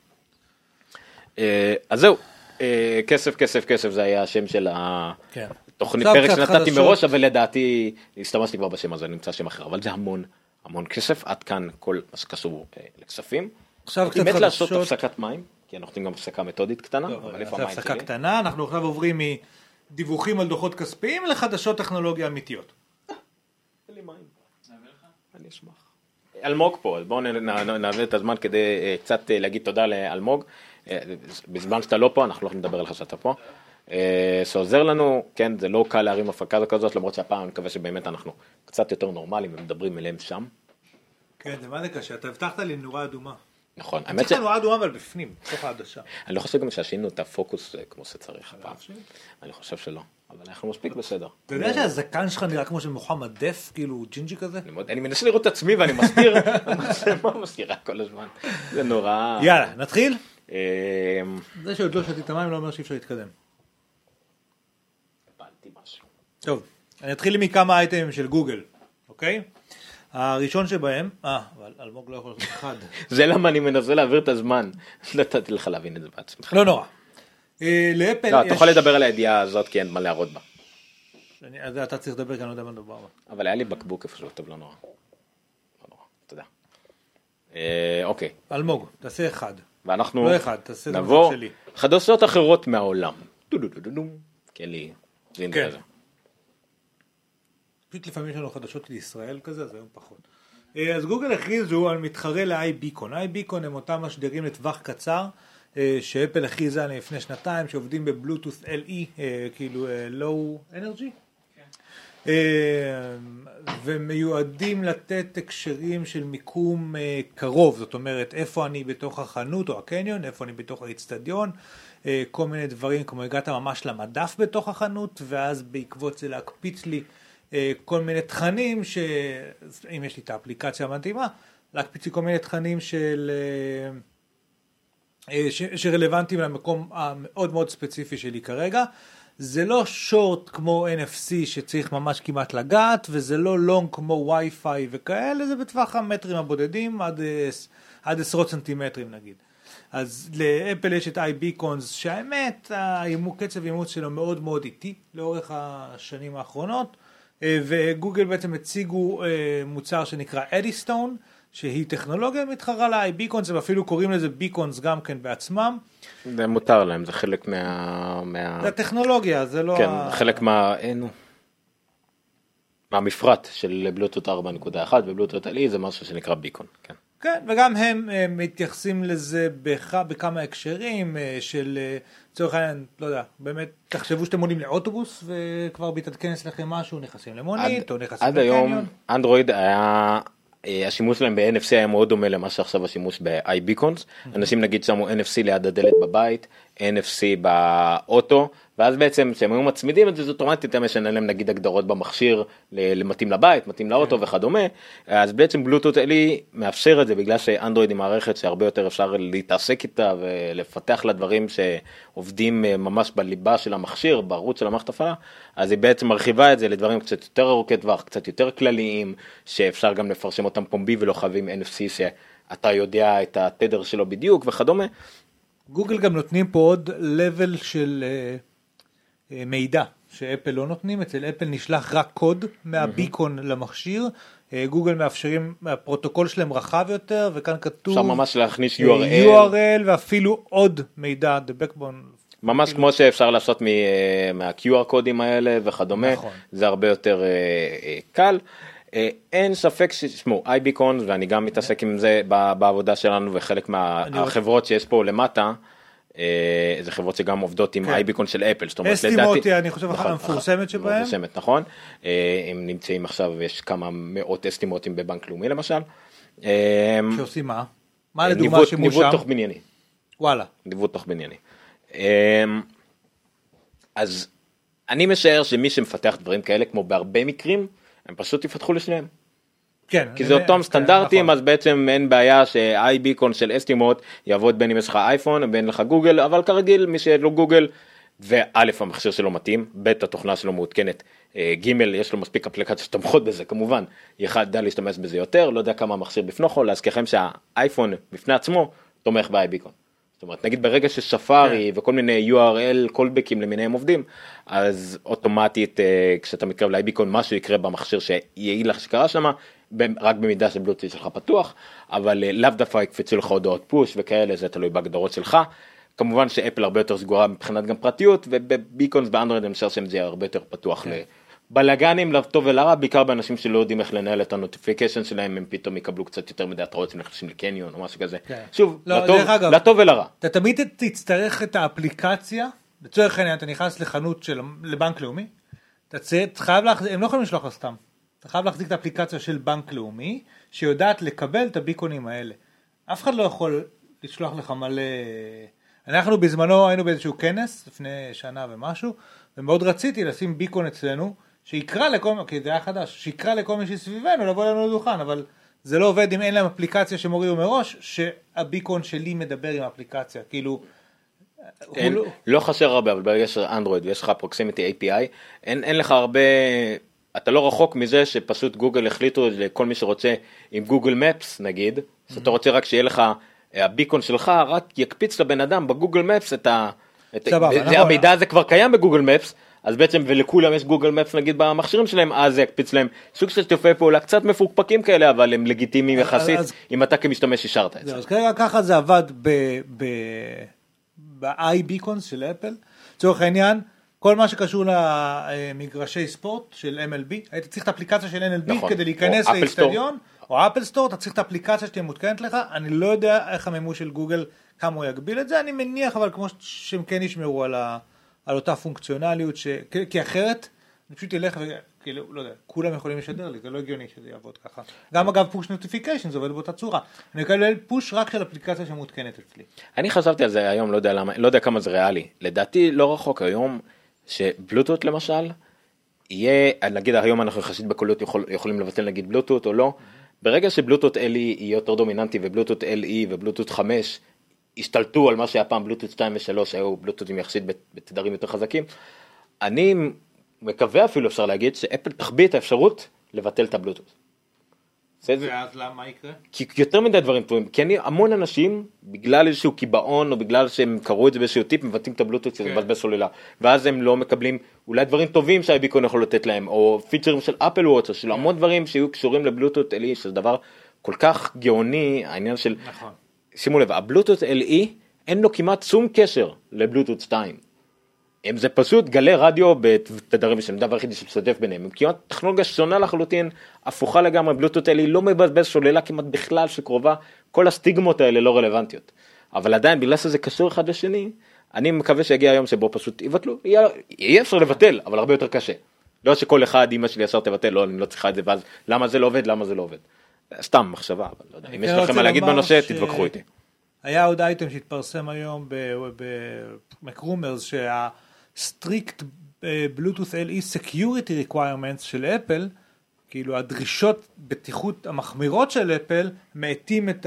אז זהו, כסף, כסף, כסף, זה היה השם של התוכנית, פרק שנתתי מראש, אבל לדעתי, הסתמשתי כבר בשם הזה, נמצא שם אחר, אבל זה המון, המון כסף, עד כאן כל מה שקשור לכספים. עכשיו קצת חדשות. באמת לעשות הפסקת מים. כי אנחנו נותנים גם הפסקה מתודית קטנה. זה הפסקה קטנה, אנחנו עכשיו עוברים מדיווחים על דוחות כספיים לחדשות טכנולוגיה אמיתיות. אין לי מים. אני אשמח. אלמוג פה, אז בואו נעביר את הזמן כדי קצת להגיד תודה לאלמוג. בזמן שאתה לא פה, אנחנו לא נדבר עליך שאתה פה. שעוזר לנו, כן, זה לא קל להרים הפקה כזאת, למרות שהפעם אני מקווה שבאמת אנחנו קצת יותר נורמליים ומדברים אליהם שם. כן, זה מה זה קשה, אתה הבטחת לי נורה אדומה. נכון. צריך לנו אדומה אבל בפנים, תוך העדשה. אני לא חושב גם שעשינו את הפוקוס כמו שצריך הפעם. אני חושב שלא, אבל אנחנו מספיק בסדר. אתה יודע שהזקן שלך נראה כמו של מוחמד דף, כאילו ג'ינג'י כזה? אני מנסה לראות את עצמי ואני מסתיר, מה מסתירה כל הזמן? זה נורא... יאללה, נתחיל? זה שעוד לא שתית המים לא אומר שאי אפשר להתקדם. הבנתי משהו. טוב, אני אתחיל מכמה אייטמים של גוגל, אוקיי? הראשון שבהם, אה, אבל אלמוג לא יכול לעשות אחד. זה למה אני מנסה להעביר את הזמן. נתתי לך להבין את זה בעצמך. לא נורא. לאפל יש... לא, אתה יכול לדבר על הידיעה הזאת, כי אין מה להראות בה. אז אתה צריך לדבר, כי אני לא יודע מה לדבר בה. אבל היה לי בקבוק איפה שלא טוב, לא נורא. לא נורא, תודה. אוקיי. אלמוג, תעשה אחד. ואנחנו לא אחד, תעשה את נבוא שלי. חדשות אחרות מהעולם. דו-דו-דו-דו-דו. כן לי, זה כן. כזה. פשוט לפעמים יש לנו חדשות לישראל כזה, אז היום פחות. אז גוגל הכריזו על מתחרה ל-iBeacon. iBeacon הם אותם משדרים לטווח קצר, שאפל הכריזה עליהם לפני שנתיים, שעובדים בבלוטות' אל אי, כאילו low energy. ומיועדים לתת הקשרים של מיקום קרוב, זאת אומרת, איפה אני בתוך החנות או הקניון, איפה אני בתוך האצטדיון, כל מיני דברים, כמו הגעת ממש למדף בתוך החנות, ואז בעקבות זה להקפיץ לי כל מיני תכנים, שאם יש לי את האפליקציה המתאימה, להקפיץ לי כל מיני תכנים של, ש, שרלוונטיים למקום המאוד מאוד ספציפי שלי כרגע. זה לא שורט כמו אן אף סי שצריך ממש כמעט לגעת, וזה לא לונג כמו וי-פיי וכאלה, זה בטווח המטרים הבודדים עד, עד עשרות סנטימטרים נגיד. אז לאפל יש את iBeacons, שהאמת, קצב אימוץ שלו מאוד מאוד איטי לאורך השנים האחרונות, וגוגל בעצם הציגו מוצר שנקרא אדיסטון, שהיא טכנולוגיה מתחרה ל-iBeacons, הם אפילו קוראים לזה ביקונס גם כן בעצמם. זה מותר להם, זה חלק מה... מה... זה הטכנולוגיה, זה לא... כן, ה... חלק מה... אינו. מהמפרט של בלוטות ארבע נקודה אחת ובלוטות אל אי זה משהו שנקרא ביקון, כן. כן, וגם הם, הם מתייחסים לזה בח, בכמה הקשרים של, צורך העניין, לא יודע, באמת, תחשבו שאתם עולים לאוטובוס וכבר מתעדכן אצלכם משהו, נכנסים למונית או נכנסים עד לקניון. היום, אנדרואיד היה, השימוש שלהם ב-אן אף סי היה מאוד דומה למה שעכשיו השימוש ב-iBeacons. אנשים נגיד שמו אן אף סי ליד הדלת בבית, אן אף סי באוטו, ואז בעצם כשהם היו מצמידים את זה, זה אוטומטית הם משנה להם נגיד הגדרות במכשיר למתאים לבית, מתאים לאוטו וכדומה, אז בעצם בלוטות אל אי מאפשר את זה, בגלל שאנדרואיד היא מערכת שהרבה יותר אפשר להתעסק איתה ולפתח לה דברים שעובדים ממש בליבה של המכשיר, בערוץ של המערכת הפעלה, אז היא בעצם מרחיבה את זה לדברים קצת יותר ארוכי טווח, קצת יותר כלליים, שאפשר גם לפרשם אותם פומבי ולא חייבים אן אף סי שאתה יודע את התדר שלו בדיוק וכדומה. גוגל גם נותנים פה עוד לבל של uh, מידע שאפל לא נותנים, אצל אפל נשלח רק קוד מהביקון mm-hmm. למכשיר, uh, גוגל מאפשרים, הפרוטוקול שלהם רחב יותר, וכאן כתוב אפשר ממש להכניס יו אר אל, יו אר אל ואפילו עוד מידע, the backbone. ממש אפילו... כמו שאפשר לעשות מה-קיו אר קודים האלה וכדומה, נכון. זה הרבה יותר uh, uh, קל. אין ספק ששמו, iBeacons, ואני גם מתעסק עם זה בעבודה שלנו, וחלק מהחברות שיש פה למטה, זה חברות שגם עובדות עם iBeacon של אפל. אסטימוטי, אני חושב, המפורסמת שבהם. המפורסמת, נכון. הם נמצאים עכשיו, יש כמה מאות אסטימוטים בבנק לאומי למשל. שעושים מה? מה לדוגמה שימושם? ניווט תוך בנייני. וואלה. ניווט תוך בנייני. אז אני משער שמי שמפתח דברים כאלה, כמו בהרבה מקרים, הם פשוט יפתחו לשניהם. כן. כי זה אותם סטנדרטים, אז בעצם אין בעיה ש-iBeacon של אסטימוט יעבוד בין אם יש לך אייפון, בין לך גוגל, אבל כרגיל מי שיש לו גוגל, וא' המכשיר שלו מתאים, ב' התוכנה שלו מעודכנת, ג' יש לו מספיק אפליקציות שתומכות בזה, כמובן, ידע להשתמש בזה יותר, לא יודע כמה המכשיר בפנו יכול, להזכירכם שהאייפון בפני עצמו תומך ב-iBeacon. זאת אומרת, נגיד ברגע שספארי וכל מיני יו אר אל קולבקים למיניהם עובדים, אז אוטומטית כשאתה מתקרב ל-iBeacon משהו יקרה במכשיר שיעיל לך שקרה שם, רק במידה של בלוטות' שלך פתוח, אבל לאו דווקא יקפצו לך הודעות פוש וכאלה, זה תלוי בהגדרות שלך. כמובן שאפל הרבה יותר סגורה מבחינת גם פרטיות, ובביקונס באנדרואיד אני חושב שזה יהיה הרבה יותר פתוח לבלגנים, לטוב ולרע, בעיקר באנשים שלא יודעים איך לנהל את הנוטיפיקיישן שלהם, הם פתאום יקבלו קצת יותר מדי התראות שנכנסים לקניון או משהו כזה. שוב, לטוב ולרע. אתה תמיד תצטרך את האפליקציה, לצורך העניין אתה נכנס לחנות של לבנק לאומי, אתה חייב להחזיק, הם לא יכולים לשלוח סתם. אתה חייב להחזיק את האפליקציה של בנק לאומי, שיודעת לקבל את הביקונים האלה. אף אחד לא יכול לשלוח לך מלא... אנחנו בזמנו היינו באיזשהו כנס, לפני שנה ומשהו, ומאוד רציתי לשים ביקון אצלנו, שיקרא לכל, כי זה היה חדש, שיקרא לכל מי שסביבנו, לבוא לנו לדוכן, אבל זה לא עובד אם אין להם אפליקציה שמורידו מראש, שהביקון שלי מדבר עם האפליקציה, כאילו... אין, לא... לא חסר הרבה, אבל ברגע שאנדרואיד ויש לך פרוקסימיטי איי פי איי, אין, אין לך הרבה... אתה לא רחוק מזה שפשוט גוגל החליטו לכל מי שרוצה עם גוגל מפס נגיד, mm-hmm. שאתה רוצה רק שיהיה לך הביקון שלך, רק יקפיץ לבן אדם בגוגל מפס את ה... את סבבה, זה נכון. המידע הזה כבר קיים בגוגל מפס, אז בעצם ולכולם יש גוגל מפס נגיד במכשירים שלהם, אז זה יקפיץ להם סוג של שיתופי פעולה קצת מפוקפקים כאלה, אבל הם לגיטימיים יחסית, אז, אם אתה כמשתמש השארת את זה. אז כרגע ככה זה עבד ב-iBeacons של אפל, לצורך העניין, כל מה שקשור למגרשי ספורט של אם אל בי, היית צריך את האפליקציה של אם אל בי נכון. כדי להיכנס לאצטדיון, או אפל סטור, אתה צריך את האפליקציה שתהיה מותקנת לך, אני לא יודע איך המימוש של גוגל, כמה הוא יגביל את זה, אני מניח, אבל כמו שהם כן ישמרו על, ה, על אותה פונקציונליות, ש, כי אחרת, אני פשוט אלך וכאילו, לא יודע, כולם יכולים לשדר לי, זה לא הגיוני שזה יעבוד ככה. גם אגב פוש נוטיפיקיישן, זה עובד באותה צורה. אני אקבל פוש רק של אפליקציה שמותקנת אצלי. אני חשבתי על זה היום, לא יודע למה, לא יודע כמה זה ריאלי. לדעתי לא רחוק היום, שבלוטות למשל, יהיה, נגיד היום אנחנו יחסית בקולות יכול, יכולים לבטל נגיד בלוטות או לא, ברגע שבלוטות אל אי יהיה יותר דומיננטי ובלוטות אל אי ובלוטות חמש השתלטו על מה שהיה פעם בלוטות שתיים ושלוש, היו בלוטותים יחסית בתדרים יותר חזקים, אני מקווה אפילו אפשר להגיד שאפל תחביא את האפשרות לבטל את הבלוטות. ואז למה יקרה? כי יותר מדי דברים טובים, כי אני המון אנשים, בגלל איזשהו קיבעון, או בגלל שהם קראו את זה באיזשהו טיפ, מבטאים את הבלוטות שזה מבזבז סוללה, ואז הם לא מקבלים אולי דברים טובים שהאיביקון יכול לתת להם, או פיצ'רים של אפל וואץ', או של המון דברים שיהיו קשורים לבלוטות אלי, שזה דבר כל כך גאוני, העניין של, נכון. שימו לב, הבלוטות אל אי, אין לו כמעט שום קשר לבלוטות שתיים. הם זה פשוט גלי רדיו בתדרים של דבר היחידי שמשתף ביניהם, הם כמעט טכנולוגיה שונה לחלוטין, הפוכה לגמרי, בלוטות אל אי לא מבזבז שוללה כמעט בכלל שקרובה, כל הסטיגמות האלה לא רלוונטיות. אבל עדיין, בגלל שזה קשור אחד לשני, אני מקווה שיגיע היום שבו פשוט יבטלו, יהיה, יהיה אפשר לבטל, אבל הרבה יותר קשה. לא שכל אחד, אמא שלי ישר תבטל, לא, אני לא צריכה את זה, ואז למה זה לא עובד, למה זה לא עובד. סתם מחשבה, אבל לא יודע. אם יש לכם מה להגיד בנושא, תתווכחו איתי. היה עוד אייטם שהתפרסם היום במקרומרס, שה-strict Bluetooth אל אי security requirements של אפל, כאילו הדרישות בטיחות המחמירות של אפל, מעטים את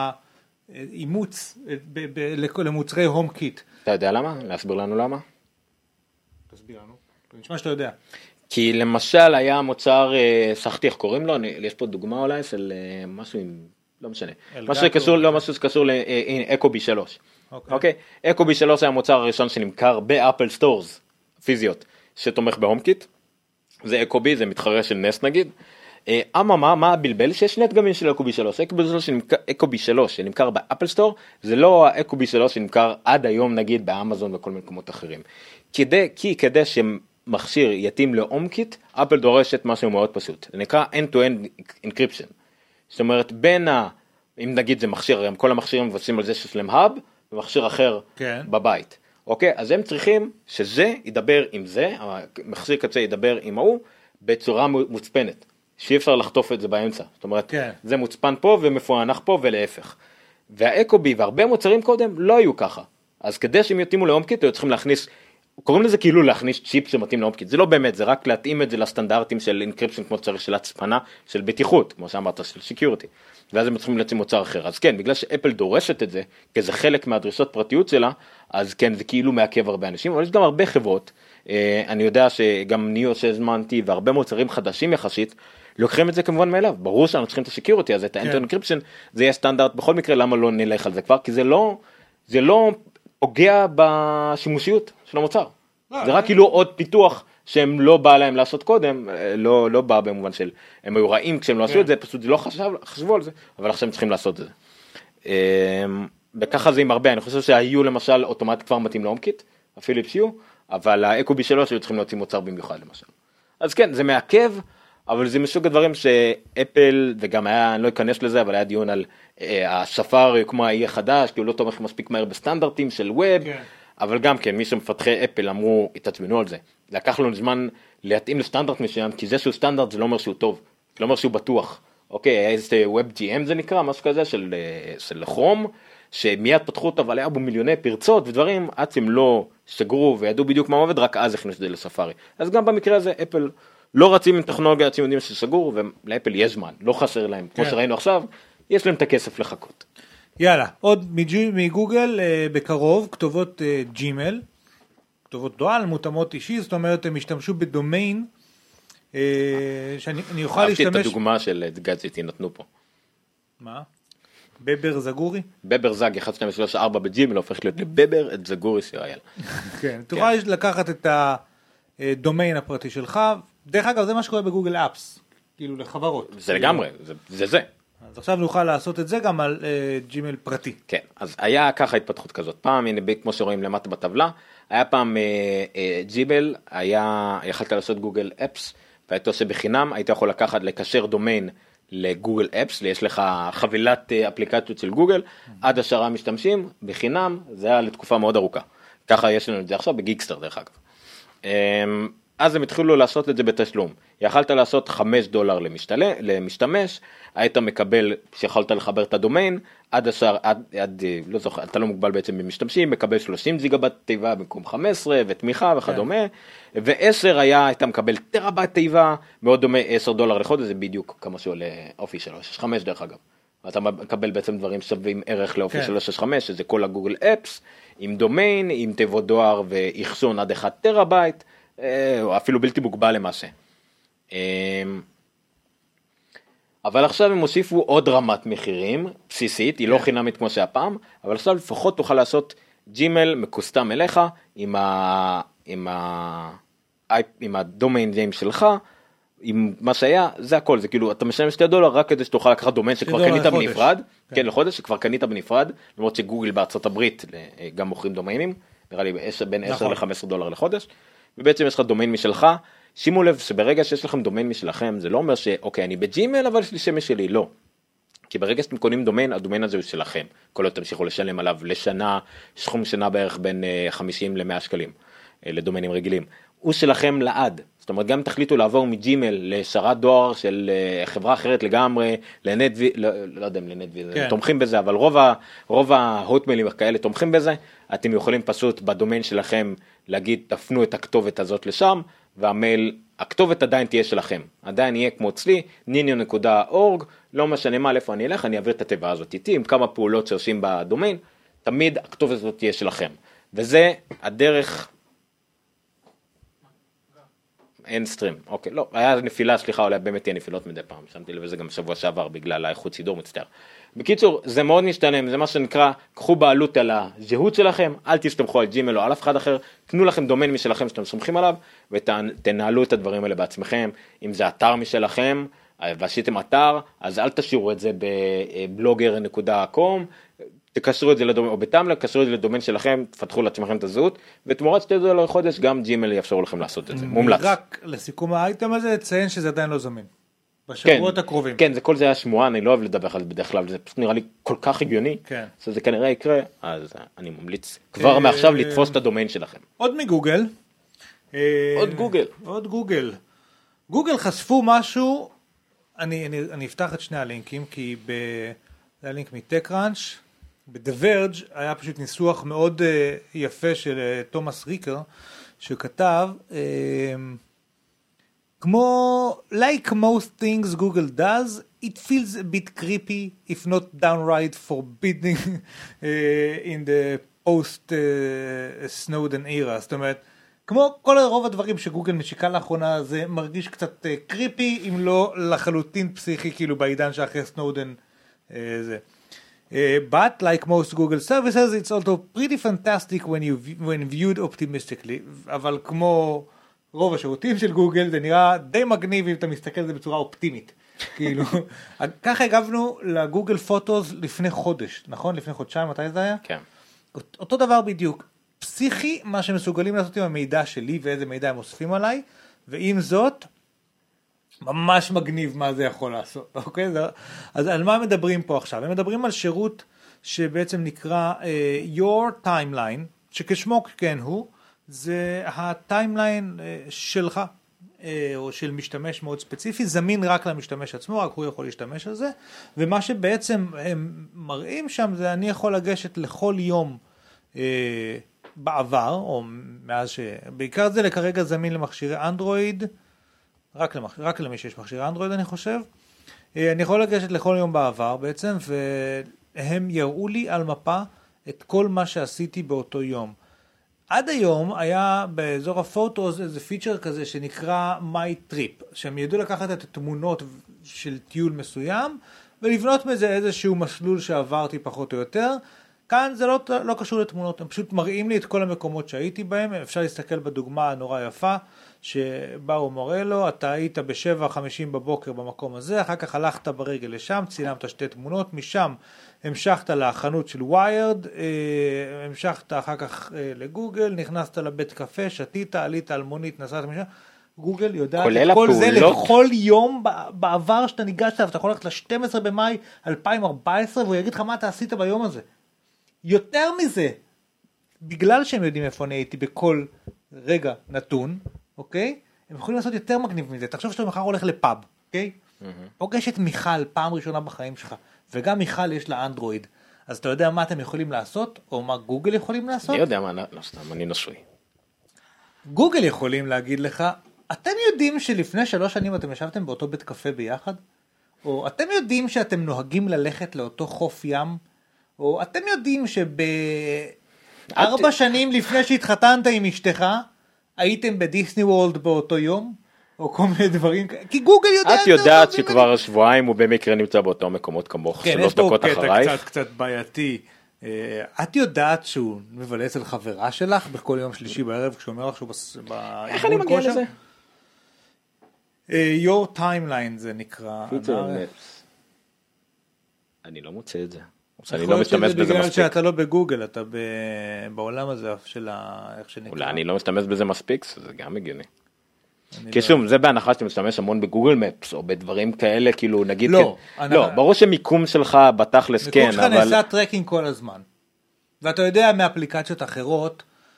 האימוץ למוצרי הום קיט. אתה יודע למה? להסביר לנו למה? תסביר לנו. נשמע שאתה יודע. כי למשל היה מוצר, שכחתי איך קוראים לו, יש פה דוגמה אולי של משהו עם, לא משנה, משהו שקשור, לא משהו שקשור לאקובי שלוש. אוקיי? אקובי שלוש היה המוצר הראשון שנמכר באפל סטורס פיזיות, שתומך בהומקיט, זה אקובי, זה מתחרה של נס נגיד. אממה, מה הבלבל? שיש שני דגמים של אקובי שלוש, אקובי שלוש שנמכר באפל סטור, זה לא האקובי שלוש שנמכר עד היום נגיד באמזון וכל מיני מקומות אחרים. כדי, כי כדי שמכשיר יתאים להומקיט, אפל דורשת משהו מאוד פשוט, זה נקרא end-to-end encryption. זאת אומרת, בין ה... אם נגיד זה מכשיר, כל המכשירים מבצעים על זה שיש להם האב, ומכשיר אחר כן. בבית. אוקיי? אז הם צריכים שזה ידבר עם זה, המכשיר קצה ידבר עם ההוא, בצורה מוצפנת. שאי אפשר לחטוף את זה באמצע. זאת אומרת, כן. זה מוצפן פה ומפוענח פה ולהפך. והאקובי והרבה מוצרים קודם לא היו ככה. אז כדי שהם יתאימו להומקיט, היו צריכים להכניס, קוראים לזה כאילו להכניס צ'יפ שמתאים להומקיט. זה לא באמת, זה רק להתאים את זה לסטנדרטים של אינקריפשן כמו צריך של הצפנה, של בטיחות, כמו שאמרת, של סקיוריטי. ואז הם צריכים להציע מוצר אחר. אז כן, בגלל שאפל דורשת את זה, כי זה חלק מהדרישות פרטיות שלה, אז כן, זה כאילו מעכב הרבה אנשים, אבל יש גם הרבה חברות, אני יודע שגם ניו שהזמנתי, והרבה מוצרים חדשים יחסית, לוקחים את זה כמובן מאליו, ברור שאנחנו צריכים את הסקיוריטי הזה, את ה-end-to-end encryption, זה יהיה סטנדרט בכל מקרה, למה לא נלך על זה כבר? כי זה לא, זה לא פוגע בשימושיות של המוצר. זה רק כאילו עוד פיתוח שהם לא בא להם לעשות קודם, לא, לא בא במובן של, הם היו רעים כשהם לא עשו את זה, פשוט לא חשב, חשבו על זה, אבל עכשיו הם צריכים לעשות את זה. וככה זה עם הרבה, אני חושב שהיו למשל אוטומט כבר מתאים להומקיט, הפיליפס יו, אבל האקובי שלו שהיו צריכים להוציא מוצר במיוחד למשל. אז כן, זה מעכב, אבל זה מסוג הדברים שאפל, וגם היה, אני לא אכנס לזה, אבל היה דיון על הספארי כמו האי החדש, כי הוא לא תומך מספיק מהר בסטנדרטים של ווב, כן. אבל גם כן, מי שמפתחי אפל אמרו, התעצבנו על זה. לקח לנו זמן להתאים לסטנדרט מסוים, כי זה שהוא סטנדרט זה לא אומר שהוא טוב, זה לא אומר שהוא בטוח. אוקיי, היה איזה ווב ג'י אם זה נקרא, משהו כזה של, של כרום, שמיד פתחו אותו, אבל היה בו מיליוני פרצות ודברים, עד שהם לא סגרו וידעו בדיוק מה עובד, רק אז הכניסו את זה לספארי. אז גם במקרה הזה, אפל לא רצים עם טכנולוגיה, אתם יודעים שסגור, ולאפל יש זמן, לא חסר להם. כמו שראינו עכשיו, יש להם את הכסף לחכות. יאללה, עוד מגוגל בקרוב, כתובות ג'ימל, כתובות דואל, מותאמות אישי, זאת אומרת, הם השתמשו בדומיין, שאני אוכל להשתמש... אהבתי את הדוגמה של גאדג'ט, נתנו פה. מה? בבר זגורי? בבר זג, אחת, שתיים, שלוש, ארבע בג'ימל, הופך להיות לבבר את זגורי שיועל. כן, תוכל לקחת את הדומיין הפרטי שלך, דרך אגב, זה מה שקורה בגוגל אפס, כאילו לחברות. זה לגמרי, זה זה. אז עכשיו נוכל לעשות את זה גם על ג'ימל פרטי. כן, אז היה ככה התפתחות כזאת. פעם, הנה, כמו שרואים למטה בטבלה, היה פעם ג'ימל, היה, יכלת לעשות גוגל אפס, והיית עושה בחינם, היית יכול לקחת, לקשר דומיין לגוגל אפס, יש לך חבילת אפליקציות של גוגל, עד עשרה משתמשים, בחינם, זה היה לתקופה מאוד ארוכה. ככה יש לנו את זה עכשיו בגיגסטר דרך אגב. אז הם התחילו לעשות את זה בתשלום. יכלת לעשות חמש דולר למשתמש, היית מקבל, שיכולת לחבר את הדומיין, עד עשר, עד, עד, לא זוכר, אתה לא מוגבל בעצם במשתמשים, מקבל שלושים גיגאבייט תיבה במקום חמש עשרה, ותמיכה וכדומה, כן. ו-עשר היה, היית מקבל טראבייט תיבה, מאוד דומה, עשרה דולר לחודש, זה בדיוק כמה שעולה אופי שלוש שש חמש דרך אגב. אתה מקבל בעצם דברים שווים ערך לאופי כן. שלוש שש חמש, שזה כל הגוגל אפס, עם דומיין, עם תיבות דואר ואחסון עד אחד טראבייט, או אפילו בלתי מוגבל למעשה. אבל עכשיו הם הוסיפו עוד רמת מחירים, בסיסית, היא לא חינמית כמו שהפעם, אבל עכשיו לפחות תוכל לעשות ג'ימל מקוסטם אליך, עם ה... עם ה... עם הדומיין ניים שלך, עם מה שהיה, זה הכל, זה כאילו, אתה משלם שתי דולר רק כדי שתוכל לקחת דומיין שכבר קנית בנפרד, כן, לחודש, שכבר קנית בנפרד, למרות שגוגל בארצות הברית גם מוכרים דומיינים, נראה לי בין עשר ל-חמש עשרה דולר לחודש, ובעצם יש לך דומיין משלך, שימו לב שברגע שיש לכם דומיין משלכם, זה לא אומר שאוקיי, אני בג'ימייל, אבל יש לי שם שלי, לא. כי ברגע שאתם קונים דומיין, הדומיין הזה הוא שלכם. כל עוד תמשיכו לשלם עליו לשנה, סכום שנה בערך בין חמישים למאה שקלים, לדומיינים רגילים. הוא שלכם לעד. זאת אומרת, גם תחליטו לעבור מג'ימייל לשרת דואר של חברה אחרת לגמרי, לנטווי, לא, לא יודע אם לנטווי, כן. תומכים בזה, אבל רוב, ה, רוב ההוטמיילים כאלה תומכים בזה, אתם יכולים פשוט בדומיין שלכם להגיד, תפנו את הכתובת הזאת לשם, והמייל, הכתובת עדיין תהיה שלכם. עדיין יהיה כמו אצלי, ניניו נקודה אורג, לא משנה מה, איפה אני אלך, אני אעביר את התיבה הזאת איתי, עם כמה פעולות שעושים בדומיין, תמיד הכתובת הזאת תהיה שלכם. וזה הדרך... אין סטרים, אוקיי, לא, היה נפילה, סליחה, אולי באמת תהיה נפילות מדי פעם, שמתי לב לזה גם שבוע שעבר, בגלל האיכות סידור מצטער. בקיצור, זה מאוד משתלם, זה מה שנקרא, קחו בעלות על הזהות שלכם, אל תסתמכו על ג'ימייל או על אף אחד אחר, תנו לכם דומיין משלכם שאתם סומכים עליו, ותנהלו את הדברים האלה בעצמכם, אם זה אתר משלכם, ועשיתם אתר, אז אל תשאירו את זה בבלוגר נקודה קום, תקשרו את זה לדומיין, או בטמלה, תקשרו את זה לדומיין שלכם, תפתחו לעצמכם את הזהות, ותמורת שתי דולר לחודש, גם ג'ימייל יאפשרו לכם לעשות את זה, מומלץ. רק לסיכום האייטם הזה, ציין שזה עדיין לא זמין. בשבועות הקרובים. כן, זה כל זה היה שמועה, אני לא אוהב לדבר על זה בדרך כלל, זה פשוט נראה לי כל כך הגיוני, כן. שזה כנראה יקרה, אז אני ממליץ כבר מעכשיו לתפוס את הדומיין שלכם. עוד מגוגל. עוד גוגל. עוד גוגל. גוגל חשפו משהו, אני, אני, אני אפתח את שני הלינקים, כי ב... זה הלינק מטקראנץ', ב-The Verge היה פשוט ניסוח מאוד uh, יפה של uh, תומאס ריקר, שכתב, uh, כמו, like most things Google does, it feels a bit creepy, if not downright forbidding uh, in the post-Snowden uh, era. זאת אומרת, כמו כל רוב הדברים שגוגל משיקה לאחרונה, זה מרגיש קצת uh, קריפי, אם לא לחלוטין פסיכי, כאילו בעידן שאחרי סנודן uh, זה. Uh, but like most Google services, it's also pretty fantastic when you when viewed optimistically. אבל כמו רוב השירותים של גוגל, זה נראה די מגניב אם אתה מסתכל על זה בצורה אופטימית. כאילו, ככה הגבנו לגוגל פוטוס לפני חודש, נכון? לפני חודשיים, מתי זה היה? כן. אותו דבר בדיוק. פסיכי, מה שמסוגלים לעשות עם המידע שלי, ואיזה מידע הם אוספים עליי, ועם זאת, ממש מגניב מה זה יכול לעשות, אוקיי? אז על מה מדברים פה עכשיו? הם מדברים על שירות שבעצם נקרא uh, Your Timeline, שכשמו כן הוא, זה הטיימליין uh, שלך, uh, או של משתמש מאוד ספציפי, זמין רק למשתמש עצמו, רק הוא יכול להשתמש על זה, ומה שבעצם הם מראים שם, זה אני יכול לגשת לכל יום uh, בעבר, או מאז ש... בעיקר זה לכרגע זמין למכשירי אנדרואיד, רק, למח... רק למי שיש מכשיר אנדרואיד אני חושב, אני יכול לגשת לכל יום בעבר בעצם, והם יראו לי על מפה את כל מה שעשיתי באותו יום. עד היום היה באזור הפוטוס איזה פיצ'ר כזה שנקרא My Trip, שהם ידעו לקחת את התמונות של טיול מסוים, ולבנות מזה איזשהו מסלול שעברתי פחות או יותר. כאן זה לא, לא קשור לתמונות, הם פשוט מראים לי את כל המקומות שהייתי בהם, אפשר להסתכל בדוגמה הנורא יפה, שבאו מורה לו, אתה היית בשבע חמישים בבוקר במקום הזה, אחר כך הלכת ברגל לשם, צילמת שתי תמונות, משם המשכת לחנות של ויירד, המשכת אחר כך לגוגל, נכנסת לבית קפה, שתית, עלית על מונית, נסעת משם, גוגל יודעת את כל זה לכל יום בעבר שאתה ניגשת, ואתה יכול ללכת ל-שנים עשר במאי אלפיים וארבע עשרה, והוא יגיד לך מה אתה עשית ביום הזה. יותר מזה, בגלל שהם יודעים איפה אני הייתי בכל רגע נתון, אוקיי? הם יכולים לעשות יותר מגניב מזה. תחשוב שאתה מחר הולך לפאב, אוקיי? פוגש את מיכל פעם ראשונה בחיים שלך, וגם מיכל יש לה אנדרואיד. אז אתה יודע מה אתם יכולים לעשות, או מה גוגל יכולים לעשות? אני יודע מה, לא סתם, אני נשוי. גוגל יכולים להגיד לך, אתם יודעים שלפני שלוש שנים אתם ישבתם באותו בית קפה ביחד? או אתם יודעים שאתם נוהגים ללכת לאותו חוף ים? או אתם יודעים שבארבע שנים לפני שהתחתנת עם אשתך, הייתם בדיסני וורלד באותו יום? או כל מיני דברים, כי גוגל יודע... את יודעת שכבר שבועיים הוא במקרה נמצא באותו מקומות כמוך, שלוש דקות אחרייך. כן, יש פה קטע קצת בעייתי. את יודעת שהוא מבלה אצל חברה שלך בכל יום שלישי בערב, כשהוא אומר לך שהוא באימון כושר? איך אני מגיע לזה? Your Timeline זה נקרא. פיצ'ר מפס. אני לא מוצא את זה. אני יכול לא להיות שזה משתמש בזה בגלל מספיק. שאתה לא בגוגל, אתה ב- בעולם הזה של ה... איך שנקרא. אולי אני לא משתמש בזה מספיק, זה גם הגיוני. אני כי לא- שוב, זה בהנחה שאתה משתמש המון בגוגל מפס, או בדברים כאלה, כאילו נגיד... לא, כן- אני- לא, ברור שמיקום שלך בתכלס כן, מיקום שלך אבל... נעשה טרקינג כל הזמן. ואתה יודע מאפליקציות אחרות,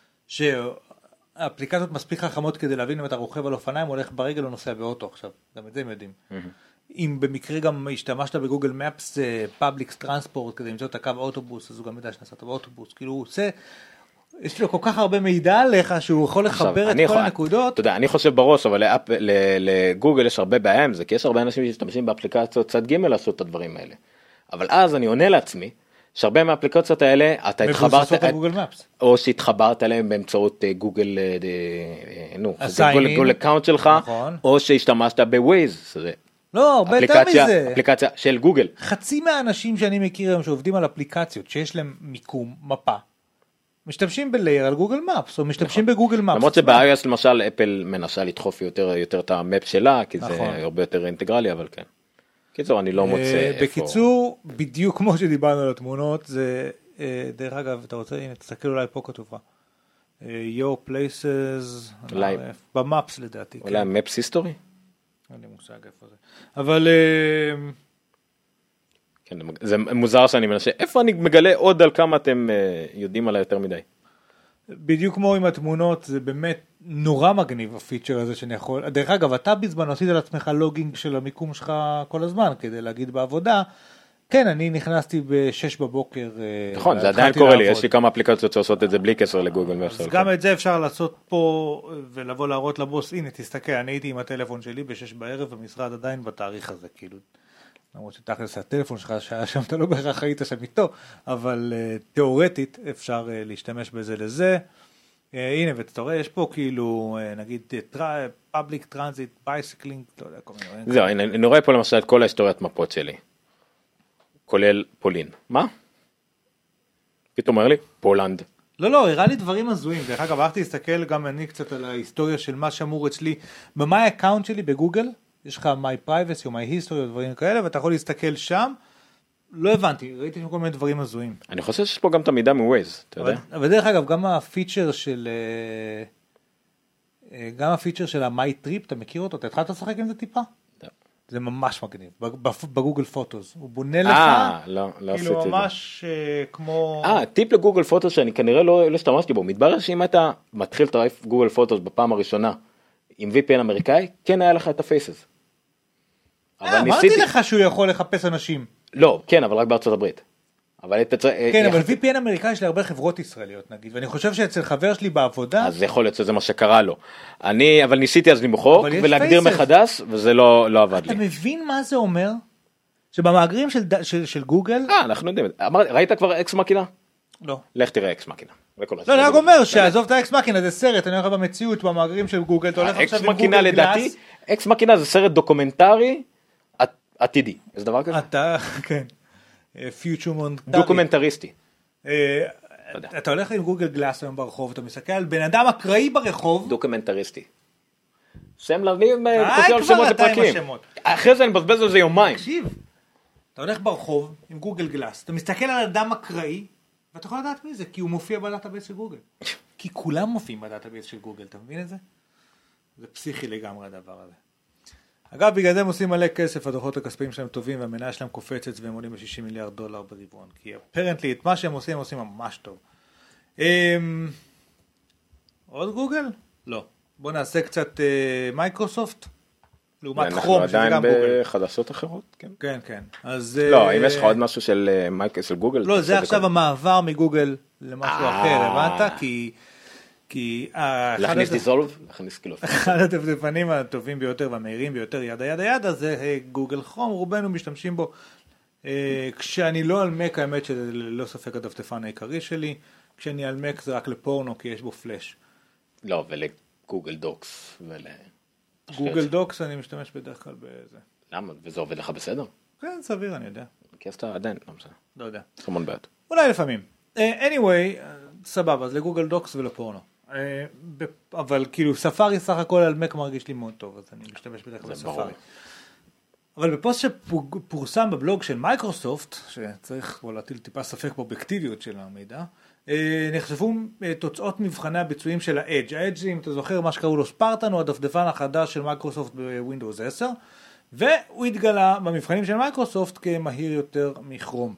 שהאפליקציות מספיק חכמות כדי להבין אם אתה רוכב על אופניים, הולך ברגל או נוסע באוטו עכשיו. גם את זה הם יודעים. אם במקרה גם השתמשת בגוגל מפס פאבליק טרנספורט כדי למצוא את הקו האוטובוס, אז הוא גם יודע שנסעת באוטובוס. כאילו הוא עושה, יש לו כל כך הרבה מידע עליך שהוא יכול לחבר את כל הנקודות. אתה יודע, אני חושב בראש, אבל לאפ- ל- לגוגל יש הרבה בעיה עם זה, כי יש הרבה אנשים שמשתמשים באפליקציות צד ג' לעשות את הדברים האלה. אבל אז אני עונה לעצמי, שהרבה מהאפליקציות האלה, אתה התחברת, מבוססות על גוגל מפס. או שהתחברת אליהם באמצעות אה, גוגל, אה, אה, נו, Assigning. גוגל גוגל אקאונט שלך, נכון. או שהשתמשת בווייז, שזה לא, הרבה יותר אפליקציה, מזה. אפליקציה של גוגל. חצי מהאנשים שאני מכיר היום שעובדים על אפליקציות שיש להם מיקום, מפה, משתמשים בלייר על גוגל מפס, או משתמשים בגוגל מפס. למרות שב-iOS למשל אפל מנסה לדחוף יותר יותר את המפ שלה, כי זה נכון. הרבה יותר אינטגרלי, אבל כן. קיצור, אני לא מוצא אה, איפה... בקיצור, בדיוק כמו שדיברנו על התמונות, זה, אה, דרך אגב, אתה רוצה, הנה, תסתכל אולי פה כתוב לך. אה, Your places, אולי- אני לא יודע, במפס לדעתי. אולי מפס היסטורי? אין לי מושג איפה זה. אבל אה, כן, זה מוזר שאני מנסה, איפה אני מגלה עוד על כמה אתם אה, יודעים עליי יותר מדי? בדיוק כמו עם התמונות, זה באמת נורא מגניב הפיצ'ר הזה שאני יכול, דרך אגב, אתה בזמן עשית על עצמך לוגינג של המיקום שלך כל הזמן, כדי להגיד בעבודה, כן, אני נכנסתי בשש בבוקר. נכון, זה עדיין קורה לי, יש לי כמה אפליקציות שעושות את זה בלי קשר לגוגל מפס. אז גם את זה אפשר לעשות פה, ולבוא להראות לבוס, הנה תסתכל, אני הייתי עם הטלפון שלי בשש בערב, המשרד עדיין בתאריך הזה, כאילו, למרות שתכלס הטלפון שלך שהיה שם, אתה לא בהכרח היית שם איתו, אבל uh, תיאורטית אפשר uh, להשתמש בזה לזה. Uh, הנה, ואתה רואה, יש פה כאילו, uh, נגיד, פאבליק טרנזיט, בייסקלינג, לא יודע, כל מיני. זהו, אני, אני רואה פה למשל את כל ההיסטוריית מפות שלי, כולל פולין. מה? פתאום אומר לי, פולנד. לא, לא, הראה לי דברים הזויים. דרך אגב, הלכתי להסתכל גם אני קצת על ההיסטוריה של מה שמור אצלי, במה האקאונט שלי בגוגל, יש לך my privacy או my history או דברים כאלה, ואתה יכול להסתכל שם, לא הבנתי, ראיתי שם כל מיני דברים הזויים. אני חושב שיש פה גם את המידע מווייז, אתה יודע? אבל, אבל דרך אגב, גם הפיצ'ר של, גם הפיצ'ר של ה-my trip, אתה מכיר אותו? אתה התחלת לשחק עם זה טיפה? לא. זה ממש מגניב, בגוגל פוטוס, הוא בונה לך, אה, לא, לא עשיתי כאילו את זה. ממש אה, כמו... אה, טיפ לגוגל פוטוס שאני כנראה לא, לא השתמשתי בו. מתברר שאם אתה מתחיל לטרף גוגל פוטוס בפעם הראשונה עם וי פי אן אמריקאי, כן היה לך את הפייסס. אה, אמרתי לך שהוא יכול לחפש אנשים. לא, כן, אבל רק בארצות הברית. אבל אתה צריך... כן, אבל וי פי אן אמריקאי יש להרבה חברות ישראליות נגיד, ואני חושב שאצל חבר שלי בעבודה... אז יכול להיות שזה מה שקרה לו. אני, אבל ניסיתי אז למחוק אבל יש ולהגדיר faces. מחדש, וזה לא, לא עבד אתה לי. מבין מה זה אומר? שבמאגרים של, ד- של, של גוגל... אה, אנחנו יודעים. אמר, ראית כבר אקס מקינה? לא. לך תראה אקס מקינה. לא, אני רק אומר שעזוב את האקס מקינה, זה סרט, אני הולך במציאות במאגרים של גוגל, אתה הולך אקס עכשיו עם מקינה גוגל לדעתי, גלאס. אקס מקינה זה סרט דוקומנטרי עת- עתידי. איזה דבר כזה? אתה, כן. פיוטר מונטרי. דוקומנטריסטי. אה, יודע. אתה הולך עם גוגל גלאס היום ברחוב, אתה מסתכל על בן אדם אקראי ברחוב, דוקומנטריסטי. שם להביא די חושב על כבר שמות אתה עם לפרקים. השמות. אחרי זה אני מבזבז על זה יומיים. תקשיב, אתה הולך ברחוב עם גוגל גלאס, אתה מסתכל על אדם אקראי, ואתה יכול לדעת מי זה, כי הוא מופיע בדאטאבייס של גוגל. כי כולם מופיעים בדאטאבייס של גוגל, אתה מבין את זה? זה פסיכי לגמרי הדבר הזה. אגב, בגלל זה הם עושים מלא כסף, הדוחות הכספיים שלהם טובים, והמניה שלהם קופצת והם עולים ב-שישים מיליארד דולר ברבעון. כי אפרנטלי, את מה שהם עושים, הם עושים ממש טוב. אמ... עוד גוגל? לא. בוא נעשה קצת אה, מייקרוסופט, לעומת כרום, שזה גם אנחנו גוגל. עדיין בחדשות אחרות, כן. כן, כן. אז... לא, אה, אם יש לך עוד משהו של אה, מייק, של גוגל. לא, זה תעשה עכשיו בכל- המעבר מגוגל למשהו אה. אחר, הבנת? כי... כי... אה, אחד להכניס הד- דיזולב, להכניס כאילו. אחד הדפדפנים הטובים ביותר והמהירים ביותר ידה ידה ידה זה אה, גוגל כרום, רובנו משתמשים בו. אה, כשאני לא על מק, האמת שזה לא ספק הדפדפן העיקרי שלי, כשאני על מק זה רק לפורנו כי יש בו פלאש. לא, ולגוגל דוקס, ול... גוגל דוקס אני משתמש בדרך כלל בזה. למה? וזה עובד לך בסדר? כן, סביר, אני יודע. כי אז אתה עדיין, לא בסדר. לא יודע. יש המון בעיות. אולי לפעמים. Uh, anyway, uh, סבבה, אז לגוגל דוקס ולפורנו. אבל כאילו ספארי סך הכל על מק מרגיש לי מאוד טוב, אז אני משתמש בדרך כלל בספארי. אבל בפוסט שפורסם בבלוג של מייקרוסופט, שצריך בו להטיל טיפה ספק באובייקטיביות של המידע, נחשפו תוצאות מבחני הביצועים של ה-Edge. ה-Edge, אם אתה זוכר, מה שקראו לו ספרטן, הוא הדפדפן החדש של מייקרוסופט בווינדוס עשר, והוא התגלה במבחנים של מייקרוסופט כמהיר יותר מכרום.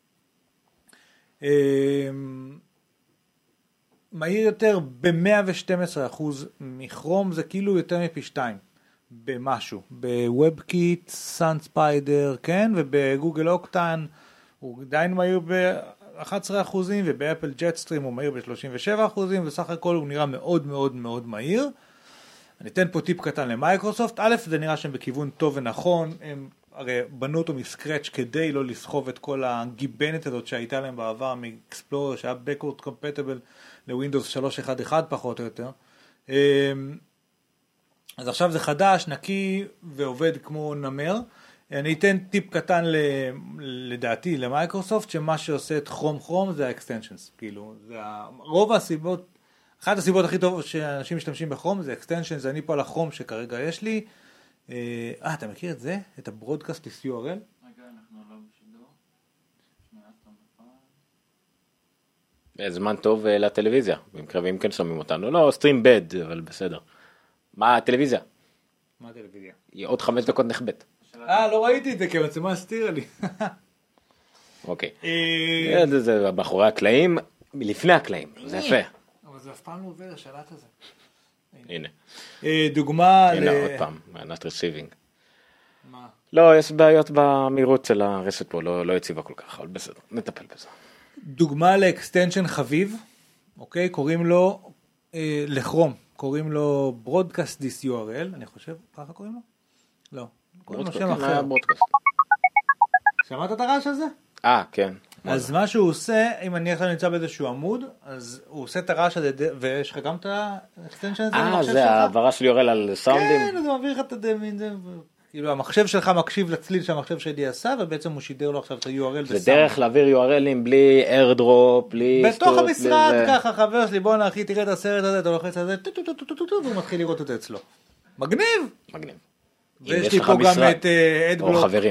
מהיר יותר ב-מאה ושתים עשרה אחוז מכרום, זה כאילו יותר מפי שתיים במשהו. ב-WebKit, SunSpider, כן? ובגוגל אוקטן הוא עדיין מהיר ב-אחד עשר אחוזים, ובאפל ג'טסטרים הוא מהיר ב-שלושים ושבעה אחוזים, וסך הכל הוא נראה מאוד מאוד מאוד מהיר. אני אתן פה טיפ קטן למייקרוסופט. א', זה נראה שהם בכיוון טוב ונכון, הם הרי בנו אותו מסקרץ' כדי לא לסחוב את כל הגיבנת הזאת שהייתה להם בעבר מאקספלורר, שהיה backward compatible לווינדוס שלוש נקודה אחת נקודה אחת פחות או יותר. אז עכשיו זה חדש, נקי ועובד כמו נמר. אני אתן טיפ קטן לדעתי למייקרוסופט, שמה שעושה את כרום כרום זה האקסטנשנס. כאילו, זה רוב הסיבות, אחת הסיבות הכי טובות שאנשים משתמשים בכרום זה אקסטנשנס, אני פה על הכרום שכרגע יש לי. אה, אתה מכיר את זה? את הברודקאסט ל-סי יו אר אל? רגע, אנחנו לא בשידור. שנייה, סתם זמן טוב לטלוויזיה, במקרה אם כן שומעים אותנו. לא, סטרים בד, אבל בסדר. מה הטלוויזיה? מה הטלוויזיה? היא עוד חמש דקות נחבאת. אה, לא ראיתי את זה, כי המצלמה הסתירה לי. אוקיי. זה מאחורי הקלעים, לפני הקלעים, זה יפה. אבל זה אף פעם לא עובר, השאלת הזה. הנה. דוגמה... הנה עוד פעם, not receiving. מה? לא, יש בעיות במהירות של הרשת פה, לא יציבה כל כך, אבל בסדר, נטפל בזה. דוגמה לאקסטנשן חביב, אוקיי, קוראים לו לכרום, קוראים לו ברודקאסט דיס יו אר אל, אני חושב, ככה קוראים לו? לא, קוראים לו שם אחר. שמעת את הרעש הזה? אה, כן. אז מה שהוא עושה, אם אני עכשיו נמצא באיזשהו עמוד, אז הוא עושה את הרעש הזה, ויש לך גם את האקסטנשן הזה? אה, זה העברה של יורל על סאונדים? כן, אז הוא מעביר לך את הדמין, כאילו המחשב שלך מקשיב לצליל שהמחשב שלי עשה, ובעצם הוא שידר לו עכשיו את ה-יו אר אל. זה דרך להעביר יו אר אל'ים בלי airdrop, בלי... בתוך המשרד, ככה, חבר שלי, בוא נאחי, תראה את הסרט הזה, אתה לוחץ על זה, והוא מתחיל לראות את זה אצלו. מגניב! מגניב. ויש לי פה גם את אדבלוק. או חברים.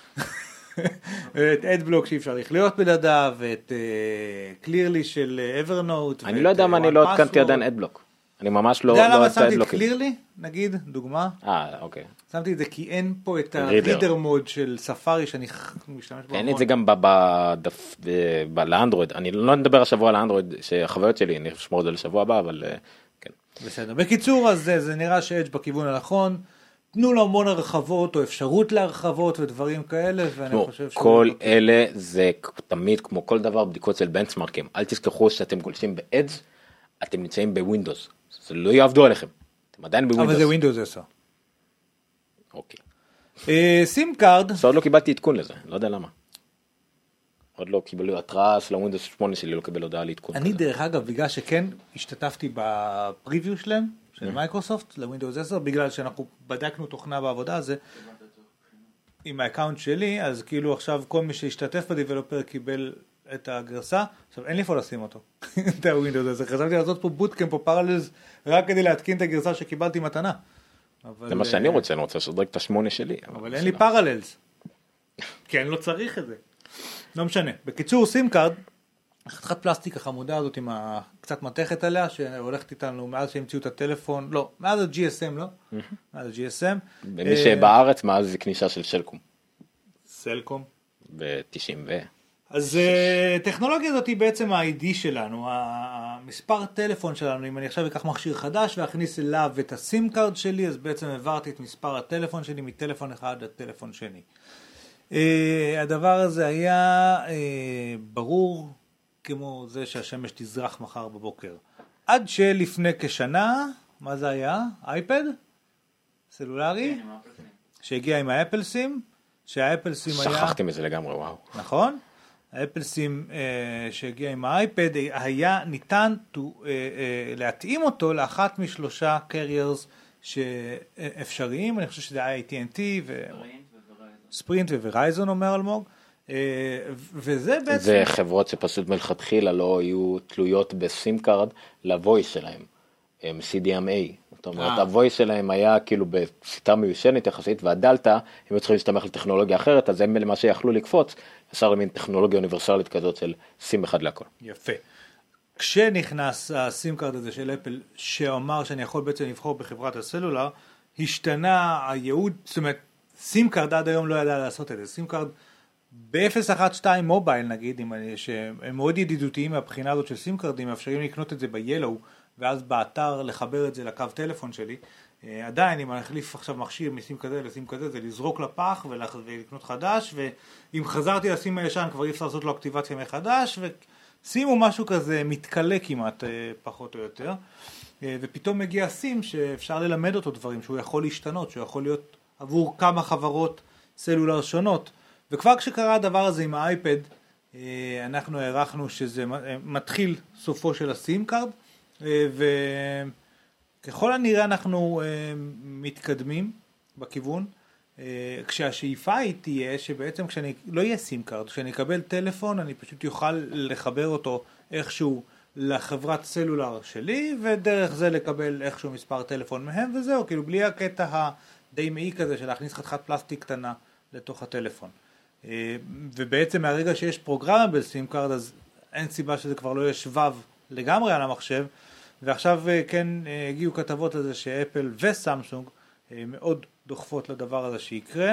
את אדבלוק שאי אפשר לחיות בלעדיו, ואת קלירלי של אברנוט. אני לא יודע מה אני לא התקנתי עדיין אדבלוק. אני ממש לא... אתה יודע למה שמתי את קלירלי? נגיד, דוגמה. אה, אוקיי. שמתי את זה כי אין פה את הרידר מוד של ספארי שאני משתמש בו. אין את זה גם לאנדרואיד. אני לא נדבר השבוע על האנדרואיד, שהחוויות שלי, אני אשמור את זה לשבוע הבא, אבל כן. בסדר. בקיצור, אז זה נראה שאדג' בכיוון הנכון. תנו לו המון הרחבות או אפשרות להרחבות ודברים כאלה, ואני חושב ש... כל אלה זה תמיד כמו כל דבר בדיקות של בנצ'מרקים. אל תזכחו שאתם גולשים ב-Edge, אתם נמצאים בווינדוס. זה לא יעבדו עליכם. אתם עדיין בווינדוס. אבל זה ווינדוס עשר. אוקיי. סים קארד. עוד לא קיבלתי עדכון לזה, לא יודע למה. עוד לא קיבלו התראה של הווינדוס שמונה שלי, לא קיבל הודעה לעדכון. אני דרך אגב, בגלל שכן השתתפתי בפריוויו שלהם, של מייקרוסופט, לווינדוס עשר, בגלל שאנחנו בדקנו תוכנה בעבודה הזה, עם האקאונט שלי, אז כאילו עכשיו כל מי שהשתתף בדיבלופר קיבל את הגרסה, עכשיו אין לי איפה לשים אותו, את הווינדוס עשר, חשבתי לעשות פה בוטקאמפ או פרללס, רק כדי להתקין את הגרסה שקיבלתי מתנה. זה מה שאני רוצה, אני רוצה לשדרג את השמונה שלי. אבל אין לי פרללס, כי אני לא צריך את זה. לא משנה. בקיצור, סים קארד, חתיכת פלסטיק החמודה הזאת עם קצת מתכת עליה, שהולכת איתנו מאז שהמציאו את הטלפון, לא, מאז ה-ג'י אס אם, לא? מאז ה-ג'י אס אם. ומי שבארץ, מאז זה כניסה של סלקום. סלקום. ב-תשעים ו... אז טכנולוגיה הזאת היא בעצם ה-איי די שלנו, המספר טלפון שלנו, אם אני עכשיו אקח מכשיר חדש ואכניס אליו את הסים קארד שלי, אז בעצם העברתי את מספר הטלפון שלי מטלפון אחד לטלפון שני. הדבר הזה היה ברור כמו זה שהשמש תזרח מחר בבוקר. עד שלפני כשנה, מה זה היה? אייפד? סלולרי? שהגיע עם האפל סים, שהאפל סים היה... שכחתי מזה לגמרי, וואו. נכון? האפל סים שהגיע עם האייפד היה ניתן להתאים אותו לאחת משלושה קריירס שאפשריים, אני חושב שזה היה איי טי אנד טי ו... ספרינט וורייזון אומר אלמוג, וזה בעצם... זה חברות שפשוט מלכתחילה לא יהיו תלויות בסים קארד לוויס שלהם, סי די אם איי. זאת אומרת, הוויס שלהם היה כאילו בשיטה מיושנת יחסית, והדלתה, הם צריכים להסתמך לטכנולוגיה אחרת, אז הם למה שיכלו לקפוץ, ישר למין טכנולוגיה אוניברסלית כזאת של סים אחד להכל. יפה. כשנכנס הסים קארד הזה של אפל, שאומר שאני יכול בעצם לבחור בחברת הסלולר, השתנה הייעוד, זאת אומרת, סים קארד עד היום לא ידע לעשות את זה. סים קארד ב-אפס אחת שתיים מובייל נגיד, שהם מאוד ידידותיים מהבחינה הזאת של סים קארדים, מאפשרים לקנות את זה ב-Yellow, ואז באתר לחבר את זה לקו טלפון שלי. עדיין, אם אני אחליף עכשיו מכשיר מסים כזה לסים כזה, זה לזרוק לפח ולקנות חדש, ואם חזרתי לסים הישן, כבר אי אפשר לעשות לו אקטיבציה מחדש, ושימו משהו כזה מתקלה כמעט, פחות או יותר. ופתאום מגיע סים שאפשר ללמד אותו דברים, שהוא יכול להשתנות, שהוא יכול להיות עבור כמה חברות סלולר שונות. וכבר כשקרה הדבר הזה עם האייפד, אנחנו הערכנו שזה מתחיל סופו של הסים קארד, וככל הנראה אנחנו מתקדמים בכיוון, כשהשאיפה היא תהיה שבעצם כשאני לא יהיה סים קארד, כשאני אקבל טלפון אני פשוט יוכל לחבר אותו איכשהו לחברת סלולר שלי, ודרך זה לקבל איכשהו מספר טלפון מהם, וזהו, כאילו בלי הקטע הדי מעי כזה של להכניס חתיכת פלסטיק קטנה לתוך הטלפון. ובעצם מהרגע שיש פרוגרמה בסים קארד, אז אין סיבה שזה כבר לא יהיה שבב לגמרי על המחשב, ועכשיו כן הגיעו כתבות לזה שאפל וסמסונג מאוד דוחפות לדבר הזה שיקרה,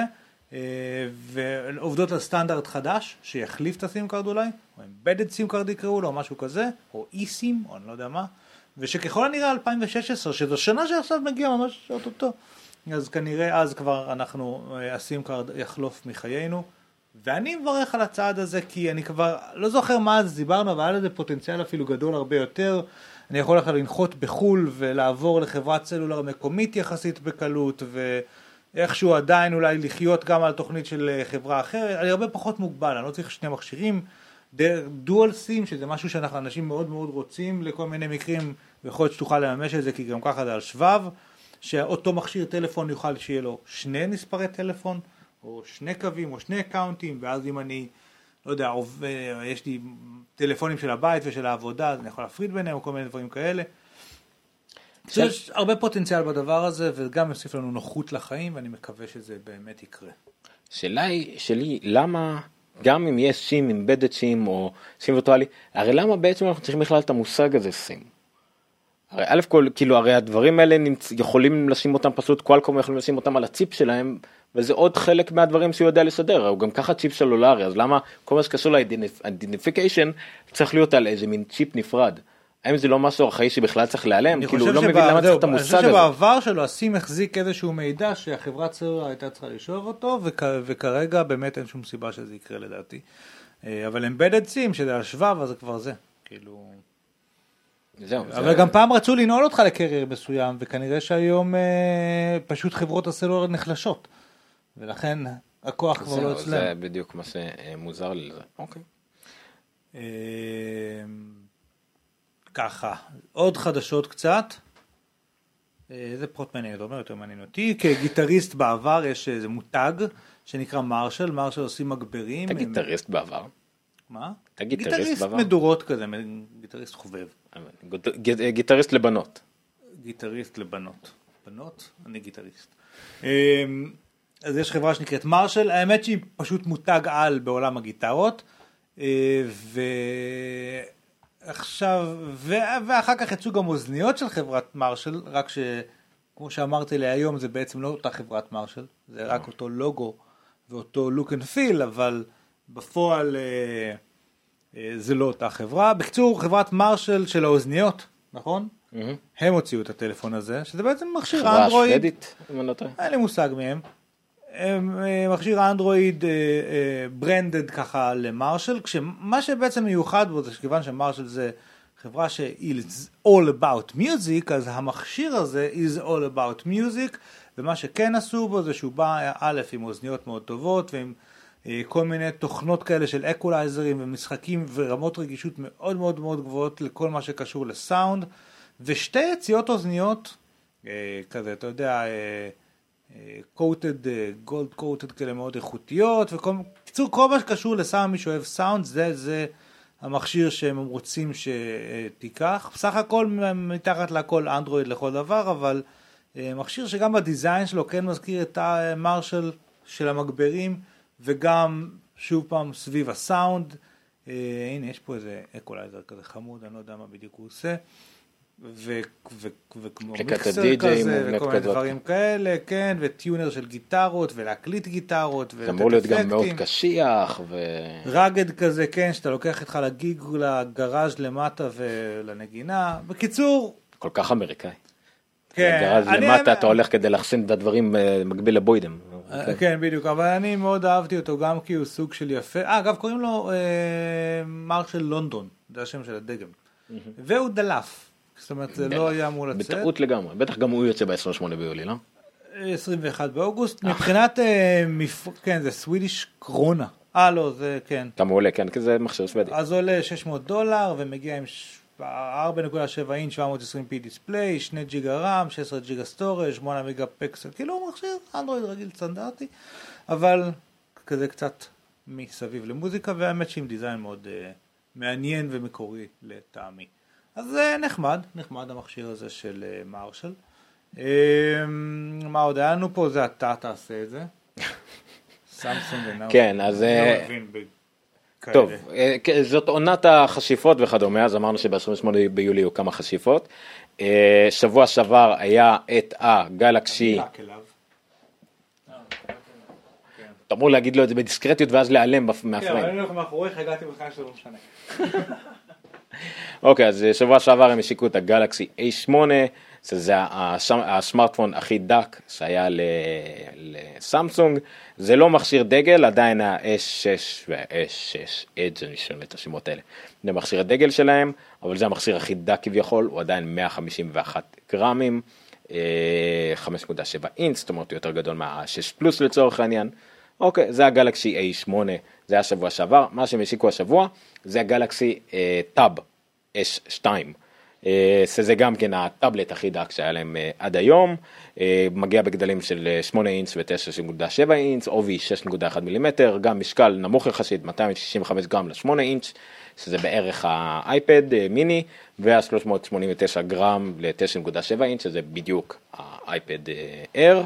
ועובדות על סטנדרט חדש שיחליף את הסים קארד אולי, או אמבדד סים קארד יקראו לו, או משהו כזה, או אי סים, או אני לא יודע מה, ושככל הנראה אלפיים ושש עשרה, שזו שנה שעכשיו מגיע ממש אותו, אז כנראה אז כבר אנחנו, הסים קארד יחלוף מחיינו, ואני מברך על הצעד הזה, כי אני כבר לא זוכר מה אז דיברנו, אבל היה לזה פוטנציאל אפילו גדול הרבה יותר. אני יכול לך לנחות בחול ולעבור לחברת סלולר מקומית יחסית בקלות, ואיכשהו עדיין אולי לחיות גם על תוכנית של חברה אחרת. אני הרבה פחות מוגבל, אני לא צריך שני מכשירים. דואל סים, שזה משהו שאנחנו אנשים מאוד מאוד רוצים לכל מיני מקרים, ויכול להיות שתוכל לממש את זה, כי גם ככה זה על שבב, שאותו מכשיר טלפון יוכל שיהיה לו שני מספרי טלפון, או שני קווים, או שני אקאונטים, ואז אם אני, לא יודע, יש לי טלפונים של הבית ושל העבודה, אז אני יכול להפריד ביניהם, או כל מיני דברים כאלה. של... יש הרבה פוטנציאל בדבר הזה, וגם יוסיף לנו נוחות לחיים, ואני מקווה שזה באמת יקרה. שאלה היא, שלי, למה, גם אם יש סים, אמבדד סים, או סים וירטואלי, הרי למה בעצם אנחנו צריכים בכלל את המושג הזה סים? הרי א' כל, כאילו, הרי הדברים האלה נמצ... יכולים לשים אותם פשוט, קואלקום יכולים לשים אותם על הציפ שלהם, וזה עוד חלק מהדברים שהוא יודע לסדר, הוא גם ככה ציפ סלולרי, אז למה כל מה שקשור ל-identification צריך להיות על איזה מין ציפ נפרד? האם זה לא משהו ארכאי שבכלל צריך להיעלם? כאילו, לא מבין למה צריך את המושג הזה. אני חושב שבעבר שלו, הסים החזיק איזשהו מידע שהחברת סלולר הייתה צריכה לשאוב אותו, וכרגע באמת אין שום סיבה שזה יקרה לדעתי. אבל embedded סים, שזה השבב, אז זה כבר זה. כאילו... זהו, אבל זה... גם פעם רצו לנעול אותך לקרייר מסוים, וכנראה שהיום פשוט חברות הסלולר נחלשות. ולכן הכוח כבר לא אצלם. זה בדיוק מה שמוזר לי לזה. אוקיי. ככה, עוד חדשות קצת. זה פחות מעניין, אתה אומר, יותר מעניין אותי. כגיטריסט בעבר יש איזה מותג שנקרא מרשל, מרשל עושים מגברים. אתה גיטריסט בעבר? מה? אתה גיטריסט בעבר? גיטריסט מדורות כזה, גיטריסט חובב. גיטריסט לבנות. גיטריסט לבנות. בנות? אני גיטריסט. אז יש חברה שנקראת מרשל, האמת שהיא פשוט מותג על בעולם הגיטרות, ועכשיו, ואחר כך יצאו גם אוזניות של חברת מרשל, רק שכמו שאמרתי לי היום, זה בעצם לא אותה חברת מרשל, זה רק אותו לוגו ואותו look and feel, אבל בפועל זה לא אותה חברה. בקצור, חברת מרשל של האוזניות, נכון? הם הוציאו את הטלפון הזה, שזה בעצם מכשיר אנדרואיד. חברה שוודית, אם אני לא טועה. אין לי מושג מהם. מכשיר אנדרואיד ברנדד ככה למרשל, כשמה שבעצם מיוחד בו זה שכיוון שמרשל זה חברה ש-is all about music, אז המכשיר הזה is all about music, ומה שכן עשו בו זה שהוא בא א' עם אוזניות מאוד טובות, ועם כל מיני תוכנות כאלה של אקולייזרים ומשחקים ורמות רגישות מאוד מאוד מאוד גבוהות לכל מה שקשור לסאונד, ושתי יציאות אוזניות, כזה, אתה יודע, קוטד, גולד קוטד כאלה מאוד איכותיות, וקיצור, כל מה שקשור לסאונד, מי שאוהב סאונד, זה, זה המכשיר שהם רוצים שתיקח. בסך הכל מתחת לכל אנדרואיד לכל דבר, אבל מכשיר שגם בדיזיין שלו כן מזכיר את המרשל של המגברים, וגם שוב פעם סביב הסאונד. הנה, יש פה איזה אקולייזר כזה חמוד, אני לא יודע מה בדיוק הוא עושה. וכמו מיקסר כזה, וכל מיני דברים כאלה, כן, וטיונר של גיטרות, ולהקליט גיטרות, זה אמור להיות גם מאוד קשיח, רגד כזה, כן, שאתה לוקח איתך לגיג, לגראז' למטה ולנגינה. בקיצור, כל כך אמריקאי. גראז' למטה, אתה הולך כדי לחסין את הדברים מקביל לבוידם. כן, בדיוק, אבל אני מאוד אהבתי אותו גם כי הוא סוג של יפה. אה, אגב, קוראים לו מרשל לונדון, זה השם של הדגם. והוא דלף. זאת אומרת, זה לא היה אמור לצאת. בטעות לגמרי. בטח גם הוא יוצא ב-עשרים ושמונה ביולי, לא? עשרים ואחד באוגוסט. מבחינת, כן, זה סווידיש קרונה. אה, לא, זה, כן. כמה עולה, כן, כי זה מכשיר שוודי. אז עולה שש מאות דולר, ומגיע עם ארבע נקודה שבע אינץ' שבע מאות ועשרים פי דיספליי, שני ג'יגה רם, שש עשרה ג'יגה סטורג', שמונה מגה פיקסל. כאילו הוא מכשיר אנדרואיד רגיל סטנדרטי, אבל כזה קצת מסביב למוזיקה, והאמת שעם דיזיין מאוד מעניין ומקורי לטעמי. אז זה נחמד, נחמד המכשיר הזה של מרשל. מה עוד היה לנו פה? זה אתה תעשה את זה. סמסונג ונאו. כן, אז... טוב, זאת עונת החשיפות וכדומה, אז אמרנו שב-עשרים ושמונה ביולי היו כמה חשיפות. שבוע שעבר היה את הגלקסי... אתה אמור להגיד לו את זה בדיסקרטיות ואז להיעלם מהפריים. כן, אבל אני לא מאחוריך, הגעתי בכלל שזה לא משנה. אוקיי, אז שבוע שעבר הם השיקו את הגלקסי איי שמונה, שזה הסמארטפון הכי דק שהיה לסמסונג. זה לא מכשיר דגל, עדיין ה-אס שש וה-אס שש אדג' אני שומע את השמות האלה. זה מכשיר הדגל שלהם, אבל זה המכשיר הכי דק כביכול, הוא עדיין מאה חמישים ואחת גרמים, חמש נקודה שבע אינץ', זאת אומרת יותר גדול מה-שש פלוס לצורך העניין. אוקיי, זה הגלקסי איי שמונה, זה היה שבוע שעבר. מה שהם השיקו השבוע, זה הגלקסי טאב אס שתיים. שזה גם כן הטאבלט הכי דק שהיה להם עד היום, מגיע בגדלים של שמונה אינץ' ו-תשע נקודה שבע אינץ', עובי שש נקודה אחת מילימטר, גם משקל נמוך יחסית, מאתיים שישים וחמש גרם ל-שמונה אינץ', שזה בערך האייפד מיני, וה-שלוש מאות שמונים ותשע גרם ל-תשע נקודה שבע אינץ', שזה בדיוק האייפד אייר.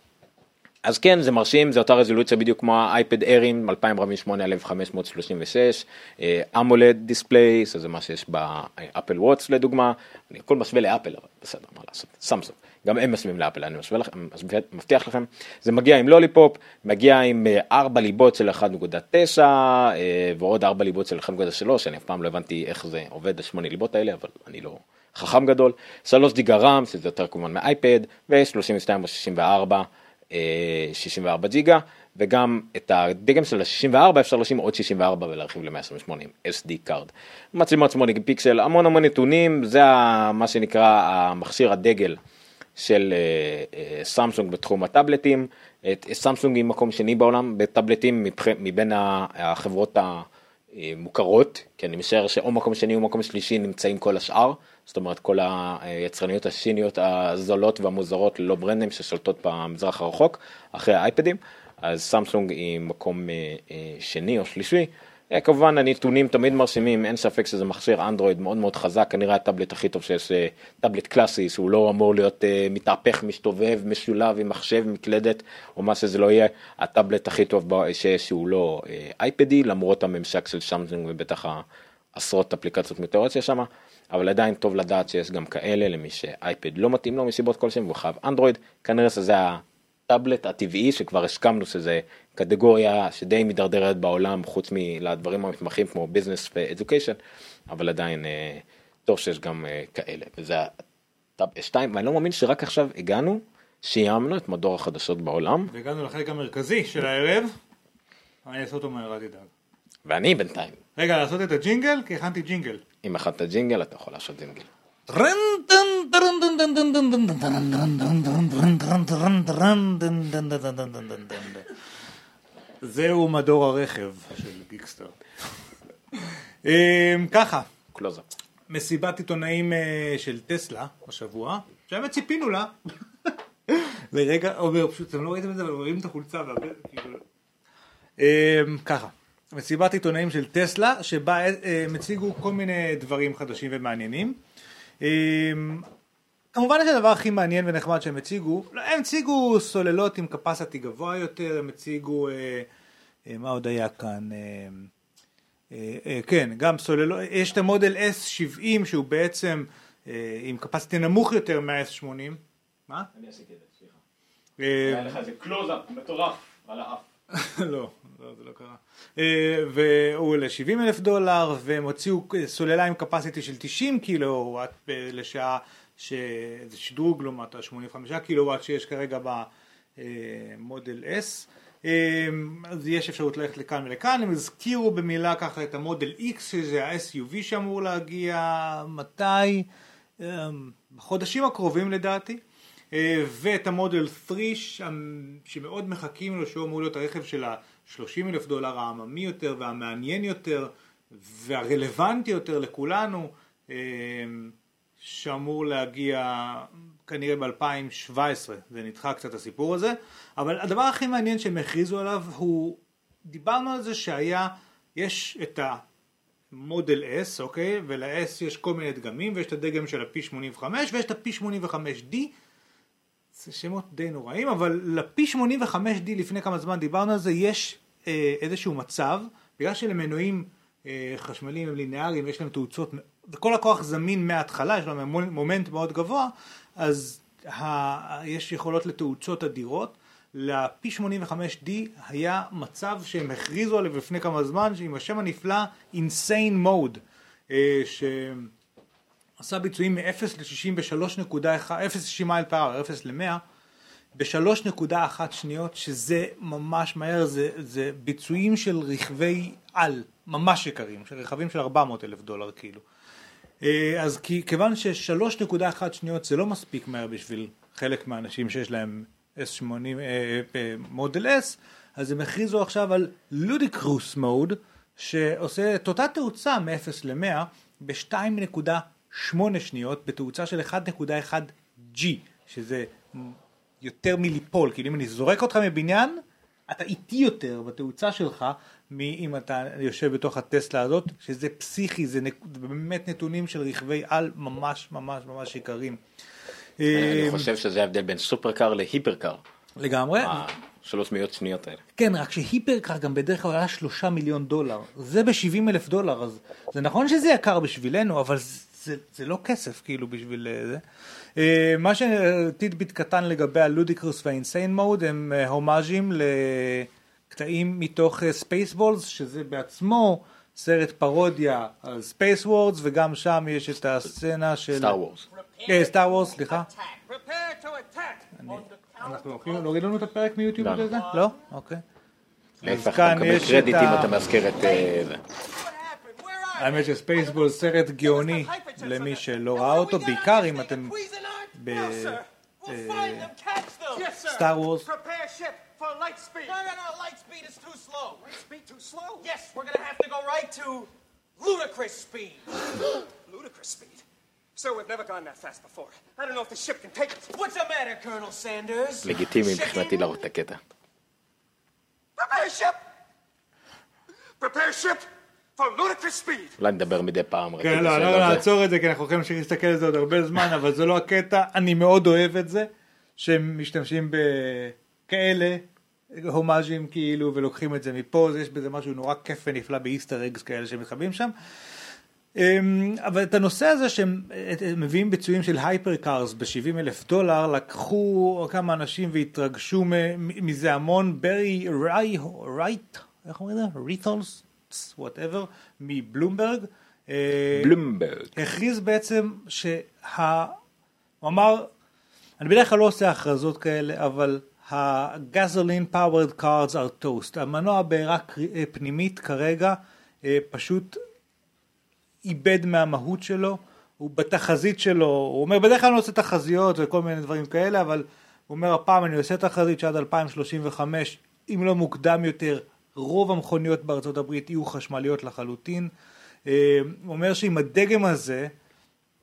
אז כן, זה מרשים, זה אותה רזולוציה בדיוק כמו האייפד אירים, אלפיים ארבעים ושמונה אלף חמש מאות שלושים ושש, אמולד דיספליי, זה מה שיש באפל וואטס לדוגמה, אני הכל משווה לאפל, אבל בסדר, מה לעשות, סמסונג, גם הם משווים לאפל, אני משווה לכם, מבטיח לכם, זה מגיע עם לוליפופ, מגיע עם ארבע ליבות של אחת נקודה תשע, ועוד ארבע ליבות של אחת נקודה שלוש, אני אף פעם לא הבנתי איך זה עובד, השמונה ליבות האלה, אבל אני לא חכם גדול, שלוש ג'יגה רם, שזה יותר כמובן מאייפד, ו-שלושים ושתיים או שישים וארבע, שישים וארבע ג'יגה, וגם את הדגם של ה-שישים וארבע אפשר לשים עוד שישים וארבע ולהרחיב ל-מאה עשרים ושמונה עם אס די קארד. מצלמות שמונה פיקסל, המון המון נתונים, זה מה שנקרא המכשיר הדגל של סמסונג בתחום הטאבלטים. סמסונג היא מקום שני בעולם בטאבלטים מבין החברות המוכרות, כי אני משער שאו מקום שני או מקום שלישי נמצאים כל השאר, זאת אומרת כל היצרניות השיניות הזולות והמוזרות ללא ברנדים ששולטות במזרח הרחוק אחרי האייפדים, אז סמסונג היא מקום שני או שלישי. כמובן הנתונים תמיד מרשימים, אין ספק שזה מכשיר אנדרואיד מאוד מאוד חזק, כנראה הטאבלט הכי טוב שיש, טאבלט קלאסי, שהוא לא אמור להיות מתהפך, משתובב, משולב עם מחשב, מקלדת, או מה שזה לא יהיה, הטאבלט הכי טוב שיש שהוא לא אייפדי, למרות הממשק של סמסונג ובטח עשרות אפליקציות מטוריות שיש שם, אבל עדיין טוב לדעת שיש גם כאלה, למי שאייפד לא מתאים לו מסיבות כלשהם, והוא חייב אנדרואיד, כנראה שזה הטאבלט הטבעי, שכבר הסכמנו שזה קטגוריה שדי מדרדרת בעולם, חוץ מלדברים המתמחים כמו ביזנס ואדוקיישן, אבל עדיין אה, טוב שיש גם אה, כאלה, וזה הטאב אס שתיים, ואני לא מאמין שרק עכשיו הגענו, שיימנו את מדור החדשות בעולם. והגענו לחלק המרכזי של הערב, אני אעשה אותו מהר, אל תדאג. ואני בינתיים. רגע, לעשות את הג'ינגל? כי הכנתי ג'ינגל. אם הכנת ג'ינגל, אתה יכול לעשות ג'ינגל. זהו מדור הרכב של גיקסטר. ככה, קלוזה. מסיבת עיתונאים של טסלה השבוע, שהאמת ציפינו לה, לרגע, אומר פשוט, אתם לא ראיתם את זה, אבל רואים את החולצה, ככה, מסיבת עיתונאים של טסלה, שבה הם הציגו כל מיני דברים חדשים ומעניינים. כמובן שהדבר הכי מעניין ונחמד שהם הציגו, הם הציגו סוללות עם capacity גבוה יותר, הם הציגו, מה עוד היה כאן, כן, גם סוללות, יש את המודל אס שבעים שהוא בעצם עם capacity נמוך יותר מה-אס שמונים. מה? אני עשיתי את זה, סליחה. היה לך איזה קלוז-אפ מטורף על האף. לא, זה לא קרה. והוא ל-שבעים אלף דולר, והם הוציאו סוללה עם capacity של תשעים קילוואט לשעה, שזה שדרוג לעומת ה-שמונים וחמישה קילוואט שיש כרגע במודל S. אז יש אפשרות ללכת לכאן ולכאן. הם הזכירו במילה ככה את המודל X, שזה ה-אס יו וי שאמור להגיע מתי? בחודשים הקרובים לדעתי. ואת המודל שלוש שמאוד מחכים לו, שהוא אמור להיות הרכב של ה-שלושים אלף דולר העממי יותר והמעניין יותר והרלוונטי יותר לכולנו, שאמור להגיע כנראה ב-אלפיים שבע עשרה. זה נדחה קצת הסיפור הזה, אבל הדבר הכי מעניין שהם הכריזו עליו הוא, דיברנו על זה שהיה, יש את המודל S, אוקיי, ול-S יש כל מיני דגמים, ויש את הדגם של ה-פי שמונים וחמש ויש את ה-פי שמונים וחמש די, זה שמות די נוראים, אבל ל-פי שמונים וחמש די לפני כמה זמן דיברנו על זה, יש אה, איזשהו מצב, בגלל שלמנועים אה, חשמליים הם לינאריים, יש להם תאוצות, כל הכוח זמין מההתחלה, יש להם מומנט מאוד גבוה, אז ה, יש יכולות לתאוצות אדירות. ל-פי שמונים וחמש די היה מצב שהם הכריזו עליו לפני כמה זמן, שעם השם הנפלא Insane Mode, אה, ש... עשה ביצועים מ-אפס ל-שישים ושלוש נקודה אחת, אפס שישים מייל פר אאואר, אפס ל-מאה, ב-שלוש נקודה אחת שניות, שזה ממש מהר, זה, זה ביצועים של רכבי על, ממש יקרים, של רכבים של ארבע מאות אלף דולר כאילו. אז כיוון ש-שלוש נקודה אחת שניות זה לא מספיק מהר בשביל חלק מהאנשים שיש להם אס שמונים, מודל S, אז הם הכריזו עכשיו על Ludicrous Mode, שעושה את אותה תאוצה מ-אפס ל-מאה, ב-שתיים נקודה שמונה שניות בתאוצה של אחת נקודה אחת ג'י, שזה יותר מליפול, כאילו אם אני זורק אותך מבניין, אתה איטי יותר בתאוצה שלך, מאם אתה יושב בתוך הטסלה הזאת, שזה פסיכי, זה באמת נתונים של רכבי על ממש ממש ממש יקרים. אני חושב שזה ההבדל בין סופרקאר להיפרקאר. לגמרי. שלוש מאות שניות האלה. כן, רק שהיפרקאר גם בדרך כלל היה שלושה מיליון דולר. זה ב-שבעים אלף דולר, אז זה נכון שזה יקר בשבילנו, אבל זה, זה לא כסף כאילו בשביל זה. מה שטידביט קטן לגבי הלודיקרוס והאינסיין מוד, הם הומאז'ים לקטעים מתוך ספייסבולס, שזה בעצמו סרט פרודיה על ספייס וורדס, וגם שם יש את הסצנה של... סטאר וורס. סטאר וורס, סליחה. אנחנו הולכים להוריד לנו את הפרק מיוטיוב הזה? לא? אוקיי. להפך, אתה מקבל קרדיט אם אתה מזכיר את זה. האמת שספייסבול סרט גאוני למי שלא ראה אותו, בעיקר אם אתם בסטאר וורס. For light speed. No, no, no, light speed is too slow. Light speed too slow? Yes, we're going to have to go right to ludicrous speed. Ludicrous speed? Sir, we've never gone that fast before. I don't know if the ship can take us. What's the matter, Colonel Sanders? לגיטימי מבחינתי להראות את הקטע. Prepare ship! Prepare ship for ludicrous speed. אולי נדבר מדי פעם. כן, לא, לא, נעצור את זה, כי אנחנו יכולים להמשיך להסתכל על זה עוד הרבה זמן, אבל זה לא הקטע. אני מאוד אוהב את זה, שהם משתמשים ב... כאלה הומאז'ים כאילו ולוקחים את זה מפה, יש בזה משהו נורא כיף ונפלא באיסטר אגס כאלה שמתחבאים שם. אבל את הנושא הזה שהם מביאים ביצועים של הייפרקארס ב-שבעים אלף דולר, לקחו כמה אנשים והתרגשו מזה המון. ברי רייט, איך אומרים את זה? ריתולס, whatever, מבלומברג. בלומברג. הכריז בעצם שה... הוא אמר, אני בדרך כלל לא עושה הכרזות כאלה, אבל ה-gasoline powered cars are toast. המנוע בעירה פנימית כרגע פשוט איבד מהמהות שלו, הוא בתחזית שלו, הוא אומר בדרך כלל אני עושה תחזיות וכל מיני דברים כאלה, אבל הוא אומר הפעם אני עושה תחזית שעד אלפיים שלושים וחמש, אם לא מוקדם יותר, רוב המכוניות בארצות הברית יהיו חשמליות לחלוטין. הוא אומר שעם הדגם הזה,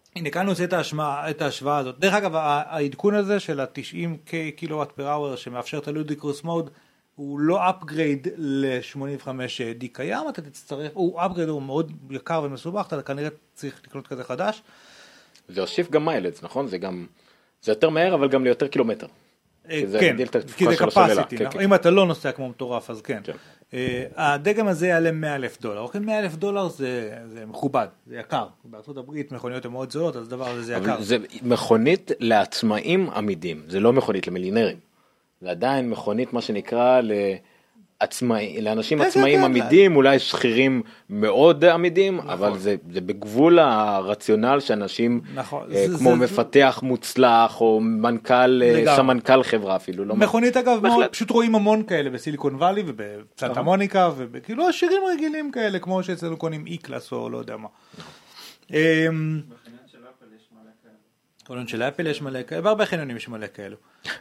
הנה, כאן עושה את ההשוואה הזאת. דרך אגב, העדכון הזה של ה-תשעים קילוואט פר אאואר שמאפשר את הלודיקרוס מוד, הוא לא אפגרייד ל-שמונים וחמש די קיים, אתה תצטרך, הוא אפגרייד, הוא מאוד יקר ומסובך, אתה כנראה צריך לקנות כזה חדש. זה הוסיף גם מיילדס, נכון? זה גם, זה יותר מהר, אבל גם ליותר קילומטר. כן, כי זה קפסיטי, אם אתה לא נוסע כמו מטורף, אז כן. הדגם הזה יעלה מאה אלף דולר, אוקיי, מאה אלף דולר זה מכובד, זה יקר. בארצות הברית מכוניות הן מאוד זולות, אז דבר הזה זה יקר. זה מכונית לעצמאים עמידים, זה לא מכונית למיליונרים. זה עדיין מכונית, מה שנקרא, לעצמאי, לאנשים עצמאים עמידים, אולי שכירים מאוד עמידים, אבל זה בגבול הרציונל שאנשים, כמו מפתח מוצלח, או מנכ"ל, סמנכ"ל חברה אפילו. מכונית אגב, פשוט רואים המון כאלה בסיליקון ואלי, ובסנטה מוניקה, וכאילו השירים רגילים כאלה, כמו שאצלנו קונים אי-קלאס, או לא יודע מה. חניון של אפל יש מלא כאלה, והרבה חניונים יש מלא כאלו.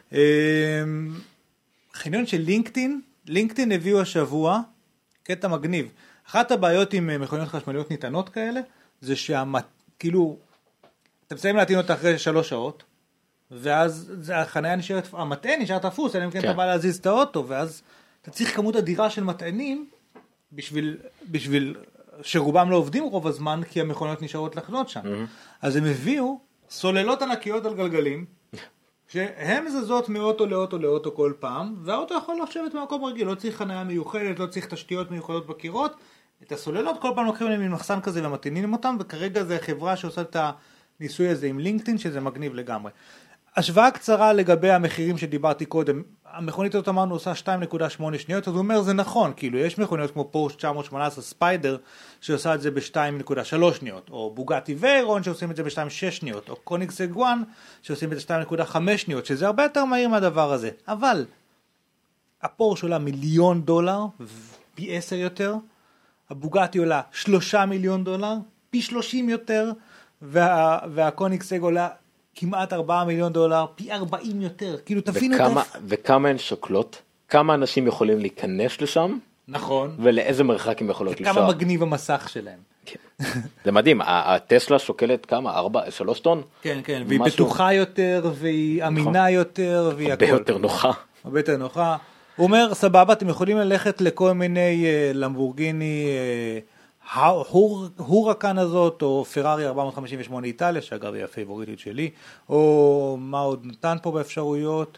חניון של לינקדאין, לינקדאין הביאו השבוע, קטע מגניב. אחת הבעיות עם מכוניות חשמליות ניתנות כאלה, זה שכאילו, אתה מסיים להטעין אותה אחרי שלוש שעות, ואז החניה נשארת, המטען נשאר תפוס, אלא אם כן אתה בא להזיז את האוטו, ואז אתה צריך כמות אדירה של מטענים, בשביל, בשביל שרובם לא עובדים רוב הזמן, כי המכוניות נשארות לחנות שם. אז הם הביאו סוללות ענקיות על גלגלים, שהן זזות מאוטו לאוטו לאוטו כל פעם, והאוטו יכול לשבת במקום רגיל, לא צריך חניה מיוחדת, לא צריך תשתיות מיוחדות בקירות, את הסוללות כל פעם לוקחים להם ממחסן כזה ומתאינים אותם, וכרגע זה חברה שעושה את הניסוי הזה עם לינקדאין, שזה מגניב לגמרי. השוואה קצרה לגבי המחירים שדיברתי קודם, המכונית הזאת אמרנו עושה שתיים נקודה שמונה שניות, אז הוא אומר זה נכון, כאילו יש מכוניות כמו פורש תשע מאות שמונה עשרה ספיידר, שעושה את זה ב-שתיים נקודה שלוש שניות, או בוגטי ויירון שעושים את זה ב-שתיים נקודה שש שניות, או קוניגסג אחת שעושים את זה ב-שתיים נקודה חמש שניות, שזה הרבה יותר מהיר מהדבר הזה. אבל הפורש עולה מיליון דולר, פי עשר יותר, הבוגטי עולה שלושה מיליון דולר, פי שלושים יותר, וה, והקוניגסג עולה כמעט ארבעה מיליון דולר, פי ארבעים יותר, כאילו תבינו וכמה, את... וכמה הן שוקלות? כמה אנשים יכולים להיכנס לשם? נכון. ולאיזה מרחק הם יכולות לנסוע? וכמה מגניב המסך שלהם. כן. זה מדהים, הטסלה שוקלת כמה? ארבע, שלוש טון? כן, כן, והיא משהו... בטוחה יותר, והיא אמינה יותר, והיא הרבה הכל. יותר נוחה. הרבה יותר נוחה. הוא אומר, סבבה, אתם יכולים ללכת לכל מיני uh, למבורגיני, uh, הורקן הזאת, או פרארי ארבע מאות חמישים ושמונה איטליה, שאגב היא הפייבוריטית שלי, או מה עוד נתן פה באפשרויות,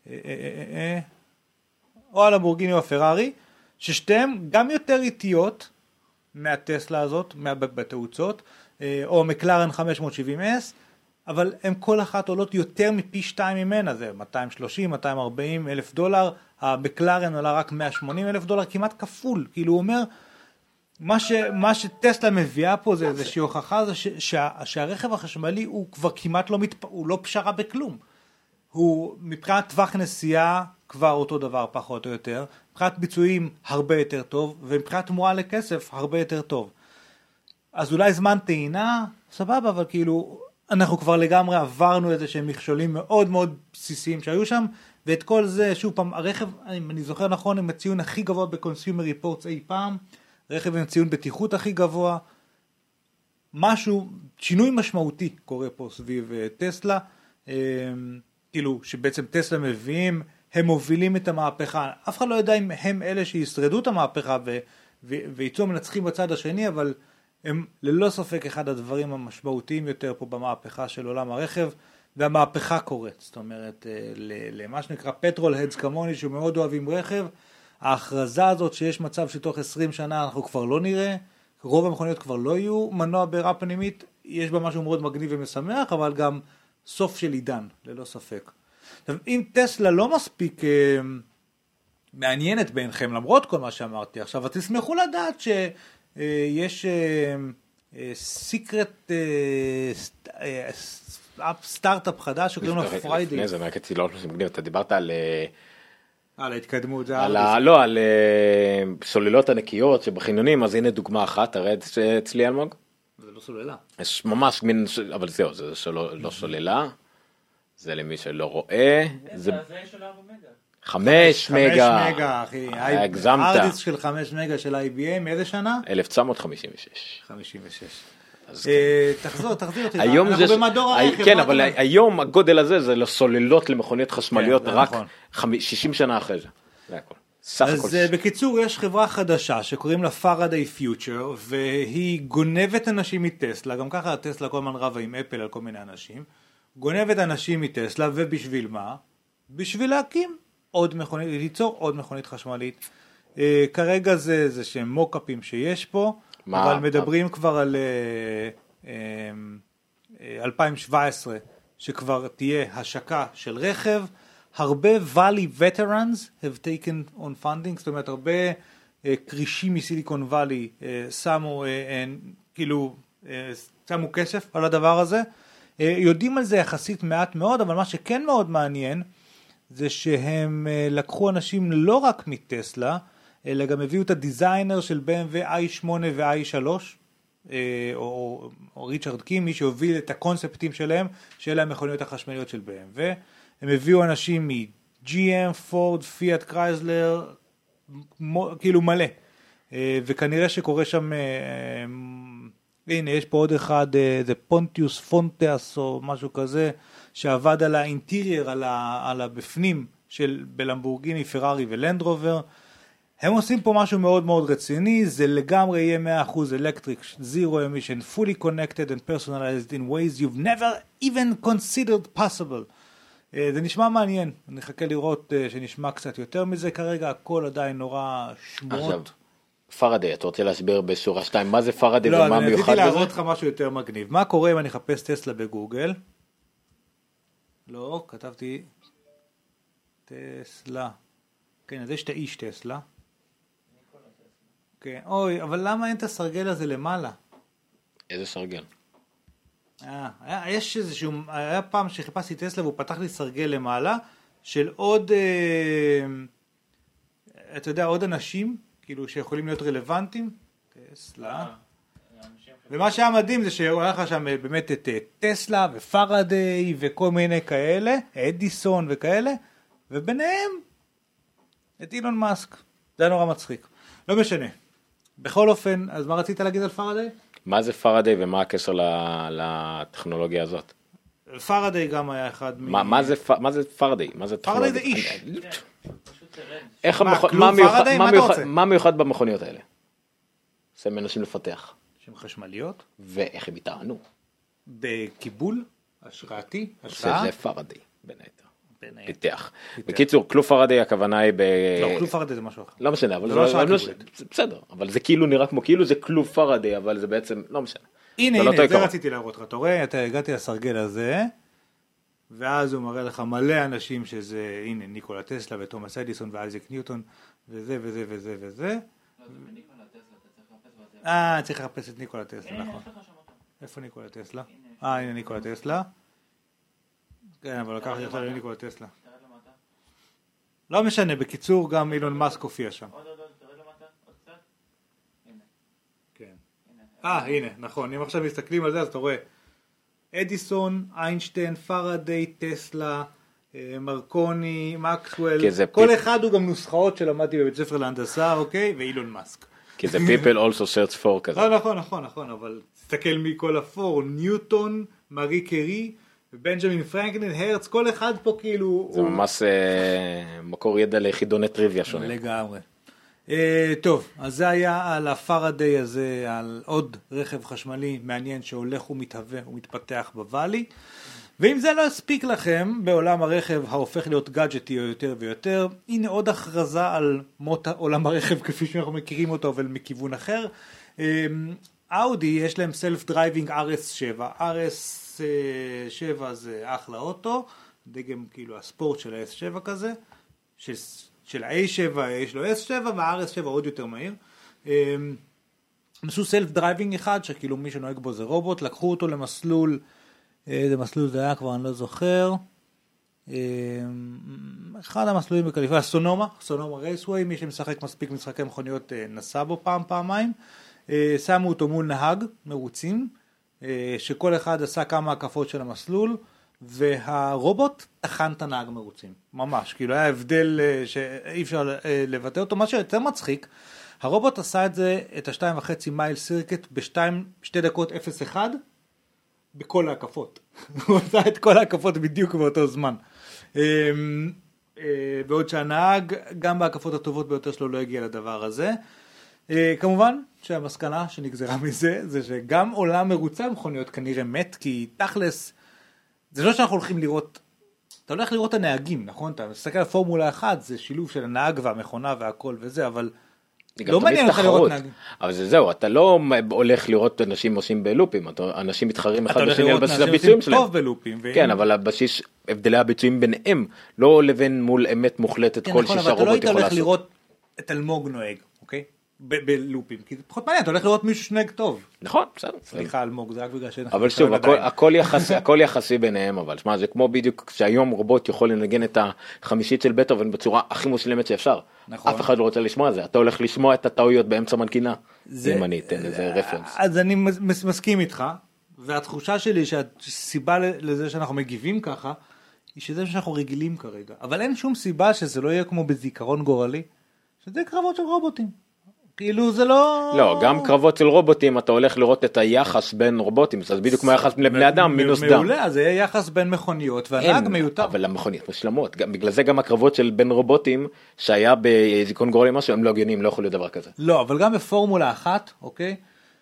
או הלמבורגיני או הפרארי, ששתיהם גם יותר איטיות מהטסלה הזאת, בתאוצות, או מקלרן חמש מאות שבעים אס, אבל הם כל אחת עולות יותר מפי שתיים ממנה, זה מאתיים שלושים, מאתיים ארבעים אלף דולר, המקלרן עולה רק מאה ושמונים אלף דולר, כמעט כפול, כאילו הוא אומר, מה, ש, מה שטסלה מביאה פה זה איזושהי הוכחה, זה ש, שה, שהרכב החשמלי הוא כבר כמעט לא, מתפ... הוא לא פשרה בכלום. הוא מבחינת טווח נסיעה כבר אותו דבר פחות או יותר, מבחינת ביצועים הרבה יותר טוב, ומבחינת תמורה לכסף הרבה יותר טוב. אז אולי זמן טעינה, סבבה, אבל כאילו אנחנו כבר לגמרי עברנו איזה שהם מכשולים מאוד מאוד בסיסיים שהיו שם, ואת כל זה, שוב פעם, הרכב, אני, אני זוכר נכון, עם הציון הכי גבוה בקונסיומר ריפורטס אי פעם, רכב עם ציון בטיחות הכי גבוה, משהו, שינוי משמעותי קורה פה סביב טסלה, כאילו שבעצם טסלה מביאים, הם מובילים את המהפכה, אף אחד לא יודע אם הם אלה שישרדו את המהפכה ויצאו מנצחים בצד השני, אבל הם ללא ספק אחד הדברים המשמעותיים יותר פה במהפכה של עולם הרכב, והמהפכה קורית, זאת אומרת, למה שנקרא פטרול הדס כמוני, שמאוד אוהבים רכב, ההכרזה הזאת שיש מצב שתוך עשרים שנה אנחנו כבר לא נראה, רוב המכוניות כבר לא יהיו מנוע בעירה פנימית, יש בה משהו מאוד מגניב ומשמח, אבל גם סוף של עידן, ללא ספק. עכשיו, אם טסלה לא מספיק אה, מעניינת בעיניכם, למרות כל מה שאמרתי עכשיו, אז תשמחו לדעת שיש אה, אה, סיקרט אה, אה, סטארט-אפ חדש, שקוראים לו פריידי. לפני זה, מהקצי לא מגניב, אתה דיברת על... על ההתקדמות, זה על ה... לא, על סוללות ענקיות שבחניונים, אז הנה דוגמה אחת, הרי אצלי אלמוג. זה לא סוללה. יש ממש מין, אבל זהו, זה לא סוללה, זה למי שלא רואה. זה של ארבע מגה. חמש מגה. חמש מגה, אחי. הגזמת. הארדיסק של חמש מגה של איי בי אם, מאיזה שנה? אלף תשע מאות חמישים ושש. חמישים ושש. תחזור, תחזיר אותי. היום אנחנו זה... במדור הרכב. כן, אבל היום הגודל הזה זה לסוללות למכוניות חשמליות רק שישים שנה אחרי זה. זה הכל. אז בקיצור, יש חברה חדשה שקוראים לה פארדיי פיוטר, והיא גונבת אנשים מטסלה, גם ככה טסלה כל הזמן רבה עם אפל על כל מיני אנשים, גונבת אנשים מטסלה, ובשביל מה? בשביל להקים עוד מכונית, ליצור עוד מכונית חשמלית. Uh, כרגע זה, זה שהם מוקאפים שיש פה, מה? אבל מדברים מה? כבר על uh, uh, uh, אלפיים שבע עשרה, שכבר תהיה השקה של רכב, הרבה Valley Veterans have taken on funding, זאת אומרת הרבה uh, קרישים מסיליקון וואלי uh, שמו, uh, uh, כאילו, uh, שמו כסף על הדבר הזה, uh, יודעים על זה יחסית מעט מאוד, אבל מה שכן מאוד מעניין, זה שהם uh, לקחו אנשים לא רק מטסלה, אלא גם הביאו את הדיזיינר של בי אם דאבליו איי שמונה ו-איי שלוש, uh, או, או, או ריצ'רד קים, מי שהוביל את הקונספטים שלהם, שאלה המכוניות החשמליות של בי אם דאבליו, הם הביאו אנשים מ-ג'י אם, פורד, פיאט, קרייזלר, כאילו מלא. וכנראה שקורה שם, הנה, יש פה עוד אחד, זה פונטיוס פונטס או משהו כזה, שעבד על האינטרייר, על הבפנים של בלמבורגיני, פרארי ולנדרובר. הם עושים פה משהו מאוד מאוד רציני, זה לגמרי יהיה מאה אחוז electric, zero emission, fully connected and personalized in ways you've never even considered possible. זה נשמע מעניין, אני אחכה לראות שנשמע קצת יותר מזה כרגע, הכל עדיין נורא שמועות. עכשיו, פארדיי, אתה רוצה להסביר בשורה שתיים, מה זה פארדיי לא, ומה מיוחד בזה? לא, אני רציתי להראות לך משהו יותר מגניב. מה קורה אם אני אחפש טסלה בגוגל? לא, כתבתי טסלה. כן, אז יש את האיש טסלה. כן, אוי, אבל למה אין את הסרגל הזה למעלה? איזה סרגל? אה, יש איזשהו, היה פעם שחיפשתי טסלה והוא פתח לי סרגל למעלה של עוד, אה, אתה יודע, עוד אנשים, כאילו שיכולים להיות רלוונטיים, טסלה, ומה שהיה מדהים זה שהולך לך שם באמת את טסלה ופארדיי וכל מיני כאלה, אדיסון וכאלה, וביניהם את אילון מאסק, זה היה נורא מצחיק, לא משנה. בכל אופן, אז מה רצית להגיד על פארדיי? מה זה פארדיי ומה הקשר לטכנולוגיה הזאת? פארדיי גם היה אחד מ... מה זה פארדיי? פארדיי זה איש. מה מיוחד במכוניות האלה? עושה מנשים לפתח. שהן חשמליות. ואיך הם יטענו? בקיבול, השראתי, השראה. זה פארדיי, בין היתר. פיתח. בקיצור, כלוב פארדיי הכוונה היא ב... לא, כלוב פארדיי זה משהו אחר. לא משנה, אבל זה בסדר, אבל זה כאילו נראה כמו, כאילו זה כלוב פארדיי, אבל זה בעצם, לא משנה. הנה, הנה, זה רציתי להראות לך, אתה רואה, אתה הגעתי לסרגל הזה, ואז הוא מראה לך מלא אנשים שזה, הנה, ניקולה טסלה ותומאס אדיסון ואייזק ניוטון, וזה וזה וזה וזה. לא, זה בניקולה טסלה, אתה צריך לחפש בזה. אה, צריך לחפש את ניקולה טסלה, נכון. איפה ניקולה טסלה? אה, הנה ניקולה טסלה. כן, אבל לקחתי עכשיו לניקולה טסלה. לא משנה, בקיצור גם אילון מאסק הופיע שם. עוד עוד עוד, תרד למטה, עוד קצת. הנה. כן. אה, הנה, נכון. אם עכשיו מסתכלים על זה, אז אתה רואה אדיסון, איינשטיין, פארדיי, טסלה, מרקוני, מקסוול. כל אחד הוא גם נוסחאות שלמדתי בבית ספר להנדסה, אוקיי? ואילון מאסק. כי זה people also search for כזה. לא, נכון, נכון, נכון, אבל תסתכל מכל הפור, ניוטון, מארי קרי, ובנג'מין פרנקלין, הרץ, כל אחד פה כאילו... זה ממש מקור ידע ליחידוני טריוויה שונים. לגמרי. טוב, אז זה היה על הפארדיי הזה, על עוד רכב חשמלי מעניין שהולך ומתהווה ומתפתח בוואלי. ואם זה לא הספיק לכם בעולם הרכב ההופך להיות גאדג'טי יותר ויותר, הנה עוד הכרזה על מות עולם הרכב כפי שאנחנו מכירים אותו, אבל מכיוון אחר. אאודי יש להם סלף דרייבינג אר אס שבע, אר אס שבע זה אחלה אוטו, דגם כאילו הספורט של ה-אס שבע כזה, של, של ה-איי שבע יש לו אס שבע וה-אר אס שבע עוד יותר מהיר. הם עשו סלף דרייבינג אחד שכאילו מי שנוהג בו זה רובוט, לקחו אותו למסלול, איזה מסלול זה היה כבר אני לא זוכר, אחד המסלולים בקליפורניה, סונומה, סונומה רייסווי, מי שמשחק מספיק משחקי מכוניות נסע בו פעם פעמיים, שמו אותו מול נהג מרוצים, שכל אחד עשה כמה הקפות של המסלול, והרובוט תחן את הנהג מרוצים, ממש, כאילו היה הבדל שאי אפשר לבטא אותו, מה שיותר מצחיק, הרובוט עשה את זה, את השתיים וחצי מייל סירקט בשתיים, שתי דקות אפס אחד, בכל ההקפות. הוא עשה את כל ההקפות בדיוק באותו זמן. בעוד שהנהג, גם בהקפות הטובות ביותר שלו, לא הגיע לדבר הזה. כמובן שהמסקנה שנגזרה מזה, זה שגם עולם מרוצה המכוניות כנראה מת, כי תכלס, זה לא שאנחנו הולכים לראות, אתה הולך לראות הנהגים, נכון? אתה מסתכל על פורמולה אחת, זה שילוב של הנהג והמכונה והכל וזה, אבל לא מעניין אותך לראות נהגים. אבל זה זהו, אתה לא הולך לראות אנשים עושים בלופים, אנשים מתחרים אחד בשני על בסיס הביצועים שלהם. טוב בלופים. כן, אבל הבסיס, הבדלי הביצועים ביניהם, לא לבין מול אמת מוחלטת כל שישה רובוט יכול לעשות. אבל אתה לא היית הולך לראות את אלמוג נוהג, אוקיי? בלופים, כי זה פחות מעניין, אתה הולך לראות מישהו שנהג טוב. נכון, בסדר. סליחה אלמוג, זה רק בגלל שאין... אבל שוב, הכל יחסי, הכל יחסי ביניהם, אבל שמה, זה כמו בדיוק שהיום רובוט יכול לנגן את החמישית של בטהובן בצורה הכי מושלמת שאפשר. נכון. אף אחד לא רוצה לשמוע את זה, אתה הולך לשמוע את הטעויות באמצע מנקינה, אם אני אתן איזה רפרנס. אז אני מסכים איתך, והתחושה שלי שהסיבה לזה שאנחנו מגיבים ככה, היא שזה שאנחנו רגילים כרגע, אבל אין שום סיבה שזה לא יהיה כמו בזיכרון גורלי, שזה קרבות של רובוטים. כאילו זה לא... לא, גם קרבות של רובוטים, אתה הולך לראות את היחס בין רובוטים, אז בדיוק כמו היחס לבני אדם, מינוס דם. מעולה, אז זה יהיה יחס בין מכוניות, והנהג מיותר. אבל המכוניות משלמות, בגלל זה גם הקרבות של בין רובוטים, שהיה בזיכרון גורלי משהו, הם לא הגיוניים, לא יכולים לדבר כזה. לא, אבל גם בפורמולה אחת, אוקיי,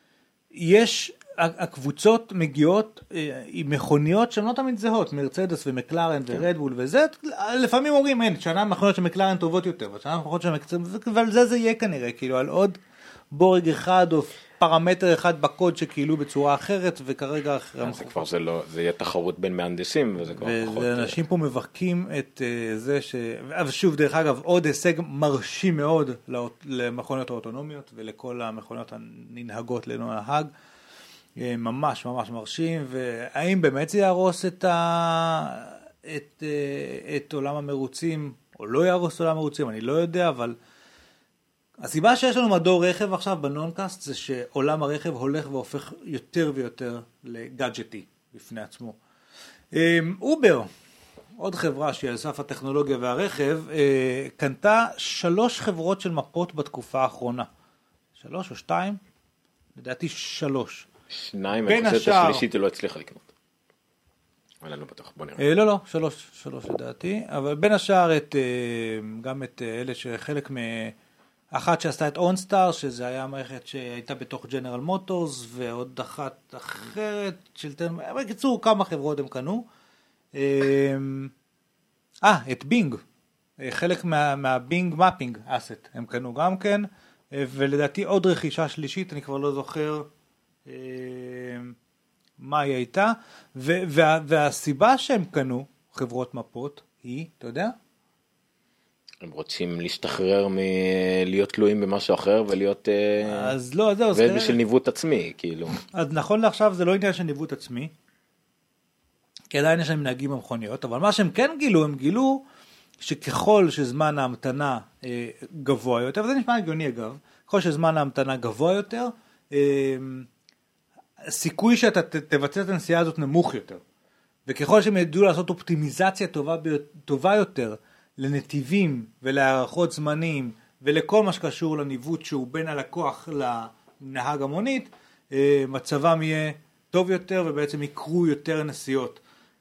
יש, הקבוצות מגיעות עם מכוניות שהן לא תמיד זהות, מרצדס ומקלרן ורדבול וזה, לפעמים אומרים, אין, שנה מכוניות של מקלרן טובות יותר, ושנה מכוניות של מקלרן, ועל זה זה יהיה כנראה, כאילו, על עוד בורג אחד או פרמטר אחד בקוד שכאילו בצורה אחרת, וכרגע אחרי... זה כבר זה לא, זה יהיה תחרות בין מהנדסים, וזה כבר פחות... ואנשים פה מבחקים את זה ש... אבל שוב, דרך אגב, עוד הישג מרשים מאוד למכוניות האוטונומיות, ולכל המכוניות הננהגות ללא נהג, ממש ממש מרשים, והאם באמת זה יהרוס את, ה... את, את עולם המרוצים, או לא יהרוס עולם המרוצים, אני לא יודע, אבל הסיבה שיש לנו מדור רכב עכשיו בנונקאסט, זה שעולם הרכב הולך והופך יותר ויותר לגאדג'טי בפני עצמו. אובר, עוד חברה שהיא על סף הטכנולוגיה והרכב, קנתה שלוש חברות של מפות בתקופה האחרונה. שלוש או שתיים? לדעתי שלוש. שניים, אני חושב את השלישית היא לא הצליחה לקנות. אבל אני לא בטוח, בוא נראה. לא, לא, שלוש, שלוש לדעתי, אבל בין השאר את, גם את אלה שחלק מאחת שעשתה את אונסטאר, שזה היה מערכת שהייתה בתוך ג'נרל מוטורס, ועוד אחת אחרת, של... בקיצור, כמה חברות הם קנו. אה, את בינג, חלק מה, מהבינג מפינג אסט, הם קנו גם כן, ולדעתי עוד רכישה שלישית, אני כבר לא זוכר, מה היא הייתה, וה, והסיבה שהם קנו חברות מפות היא, אתה יודע? הם רוצים להשתחרר מלהיות תלויים במשהו אחר ולהיות... אז לא, זהו. זה בשביל ניווט עצמי, כאילו. אז נכון לעכשיו זה לא עניין של ניווט עצמי, כי עדיין יש להם נהגים במכוניות, אבל מה שהם כן גילו, הם גילו שככל שזמן ההמתנה גבוה יותר, וזה נשמע הגיוני אגב, ככל שזמן ההמתנה גבוה יותר, הסיכוי שאתה תבצע את הנסיעה הזאת נמוך יותר. וככל שהם ידעו לעשות אופטימיזציה טובה, טובה יותר לנתיבים ולהערכות זמנים ולכל מה שקשור לניווט שהוא בין הלקוח לנהג המונית, מצבם יהיה טוב יותר ובעצם יקרו יותר נסיעות.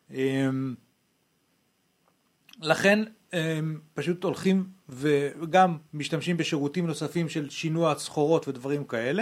לכן הם פשוט הולכים וגם משתמשים בשירותים נוספים של שינוע סחורות ודברים כאלה.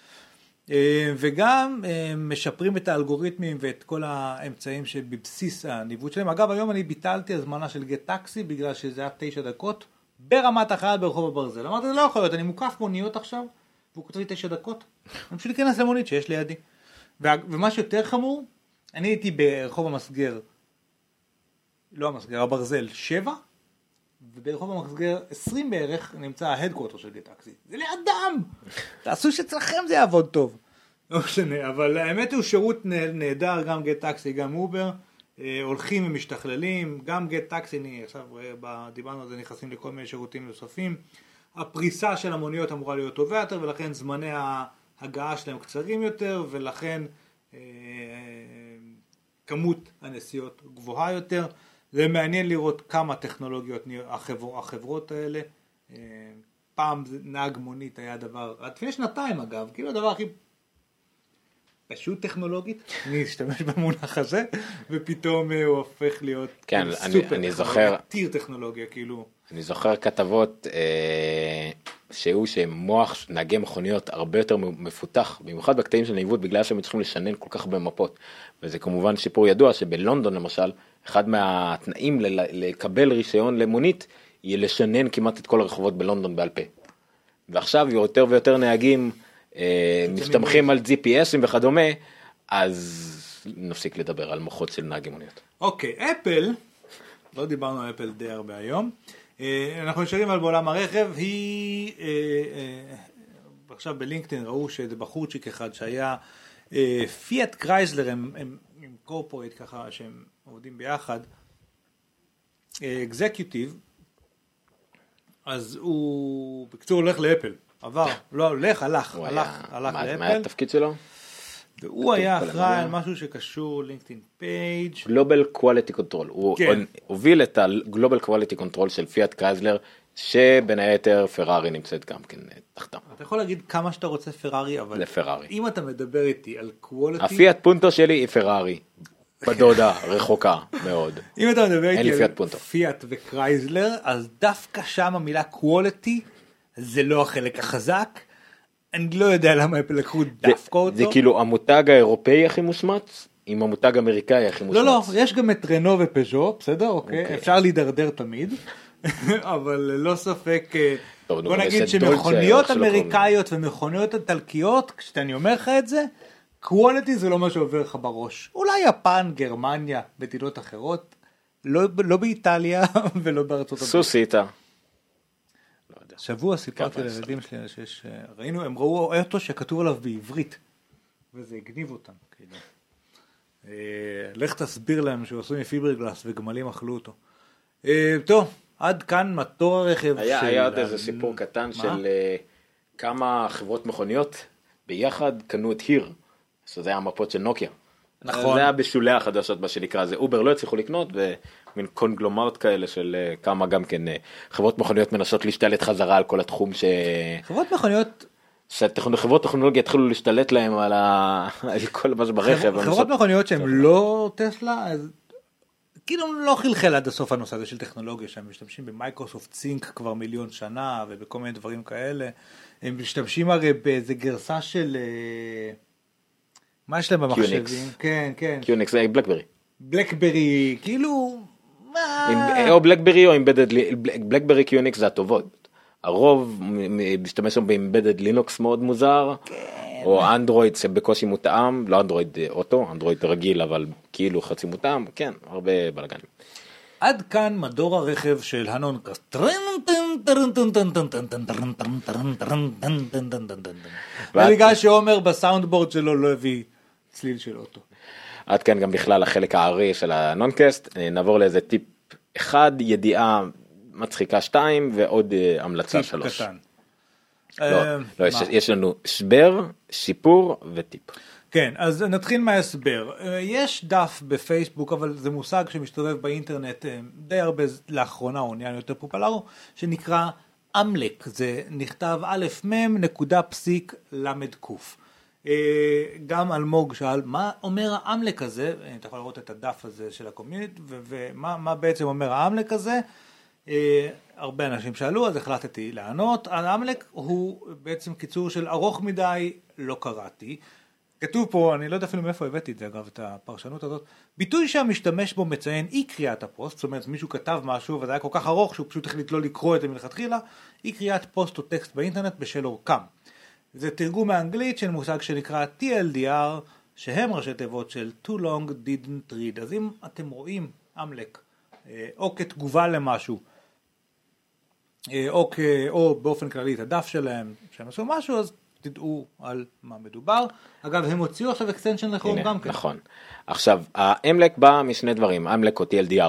וגם משפרים את האלגוריתמים ואת כל האמצעים שבבסיס הניווט שלהם. אגב, היום אני ביטלתי הזמנה של גט טקסי בגלל שזה היה תשע דקות ברמת החייל ברחוב הברזל. אמרתי, זה לא יכול להיות, אני מוקף מוניות עכשיו, והוא כותב לי תשע דקות. אני פשוט להיכנס למונית שיש לידי. ומה שיותר חמור, אני הייתי ברחוב המסגר, לא המסגר, הברזל, שבע, וברחוב המסגר עשרים בערך נמצא ההדקוורטר של גט טקסי. זה לידם! תעשו שאצלכם זה יעבוד טוב. לא משנה, אבל האמת הוא שירות נהדר, גם גט טקסי, גם אובר, הולכים ומשתכללים, גם גט טקסי, אני עכשיו בדיברנו על זה, נכנסים לכל מיני שירותים נוספים. הפריסה של המוניות אמורה להיות טובה יותר, ולכן זמני ההגעה שלהם קצרים יותר, ולכן כמות הנסיעות גבוהה יותר. זה מעניין לראות כמה טכנולוגיות החבר, החברות האלה. פעם נהג מונית היה דבר, עד לפני שנתיים אגב, כאילו הדבר הכי פשוט טכנולוגית, אני אשתמש במונח הזה, ופתאום הוא הופך להיות כן, סופר אני, טכנולוגיה, אני זוכר, עתיר טכנולוגיה, כאילו. אני זוכר כתבות אה, שהוא שמוח נהגי מכוניות הרבה יותר מפותח, במיוחד בקטעים של ניווט, בגלל שהם צריכים לשנן כל כך במפות, וזה כמובן שיפור ידוע שבלונדון למשל, אחד מהתנאים ל- לקבל רישיון למונית, יהיה לשנן כמעט את כל הרחובות בלונדון בעל פה. ועכשיו יותר ויותר נהגים אה, מסתמכים על ג'י פי אסים וכדומה, אז נפסיק לדבר על מוחות של נהגי מוניות. אוקיי, אפל, לא דיברנו על אפל די הרבה היום, אנחנו נשארים על בעולם הרכב, היא, עכשיו בלינקדאין ראו שזה בחורצ'יק אחד שהיה פיאט קרייזלר, הם, הם, הם קורפורט ככה שהם עובדים ביחד, אקזקיוטיב, אז הוא בקצור הולך לאפל, עבר, לא הולך, הלך, הלך, הלך לאפל. מה היה התפקיד שלו? והוא היה אחראי על משהו שקשור לינקדאין פייג' גלובל קואליטי קונטרול, הוא הוביל את הגלובל קואליטי קונטרול של פיאט קרייזלר, שבין היתר פרארי נמצאת גם כן תחתם. אתה יכול להגיד כמה שאתה רוצה פרארי, אבל לפרארי. אם אתה מדבר איתי על קואליטי, הפיאט פונטו שלי היא פרארי, בדודה, רחוקה מאוד. אם אתה מדבר איתי פיאט על פונטו. פיאט וקרייזלר, אז דווקא שם המילה קואליטי, זה לא החלק החזק, אני לא יודע למה אפל לקחו דווקא אותו. זה כאילו המותג האירופאי הכי מושמץ, עם המותג האמריקאי הכי מושמץ. לא, לא, יש גם את רנו ופז'ו, בסדר, אוקיי, אפשר להידרדר תמיד, אבל לא ספק, בוא נגיד שמכוניות אמריקאיות ומכוניות איטלקיות, כשאני אומר לך את זה, קואליטי זה לא מה שעובר לך בראש. אולי יפן, גרמניה, מדינות אחרות, לא באיטליה ולא בארצות הברית. סוסיטה. שבוע סיפרתי לילדים שלי שיש, ראינו, הם ראו אוטו שכתוב עליו בעברית, וזה הגניב אותם, כאילו. לך תסביר להם שהוא עשוי מפיברגלס וגמלים אכלו אותו. טוב, עד כאן מטור הרכב. היה עוד איזה סיפור קטן של כמה חברות מכוניות ביחד קנו את היר, שזה היה המפות של נוקיה. נכון. זה היה בשולי החדשות, מה שנקרא, זה אובר לא הצליחו לקנות, ומין קונגלומרט כאלה של כמה גם כן חברות מכוניות מנסות להשתלט חזרה על כל התחום ש... חברות מכוניות... שחברות טכנולוגיה התחילו להשתלט להם על, ה... על כל מה שברכב. חברות מנסות... מכוניות שהן לא טסלה, אז כאילו לא חלחל עד הסוף הנושא הזה של טכנולוגיה, שהם משתמשים במייקרוסופט סינק כבר מיליון שנה, ובכל מיני דברים כאלה. הם משתמשים הרי באיזה גרסה של... מה יש להם במחשבים? כן, כן. קיוניקס, זה בלקברי. בלקברי, כאילו... או בלקברי או בלקברי קיוניקס זה הטובות. הרוב משתמש שם באמבדד לינוקס מאוד מוזר, או אנדרואיד שבקושי מותאם, לא אנדרואיד אוטו, אנדרואיד רגיל אבל כאילו חצי מותאם, כן, הרבה בלגנים. עד כאן מדור הרכב של הנונקאסט. ובגלל שאומר בסאונדבורד שלו לא הביא צליל של אוטו. עד כאן גם בכלל החלק הערי של הנונקאסט. נעבור לאיזה טיפ אחד, ידיעה מצחיקה שתיים ועוד המלצה שלוש. טיפ קטן. לא, לא, יש לנו שבר, שיפור וטיפ. כן, אז נתחיל מההסבר. יש דף בפייסבוק, אבל זה מושג שמסתובב באינטרנט די הרבה לאחרונה, הוא נהיה יותר פופולרי, שנקרא אמלק. זה נכתב א' מ' נקודה פסיק למד קוף. גם אלמוג שאל, מה אומר האמלק הזה? אתה יכול לראות את הדף הזה של הקומיוניטי, ומה מה בעצם אומר האמלק הזה? הרבה אנשים שאלו, אז החלטתי לענות. האמלק הוא בעצם קיצור של ארוך מדי, לא קראתי. כתוב פה, אני לא יודע אפילו מאיפה הבאתי את זה, אגב, את הפרשנות הזאת, ביטוי שהמשתמש בו מציין אי קריאת הפוסט, זאת אומרת, מישהו כתב משהו, וזה היה כל כך ארוך, שהוא פשוט החליט לא לקרוא את זה מלכתחילה, אי קריאת פוסט או טקסט באינטרנט בשל אורכם. זה תרגום מאנגלית של מושג שנקרא טי אל די אר, שהם ראשי תיבות של too long didn't read. אז אם אתם רואים אמלק, או כתגובה למשהו, או, כ... או באופן כללי את הדף שלהם, שהם עשו משהו, אז תדעו על מה מדובר. אגב, הם הוציאו עכשיו אקסטנשן לכרום גם כן. נכון. עכשיו, האמלק בא משני דברים, אמלק או טי אל די אר.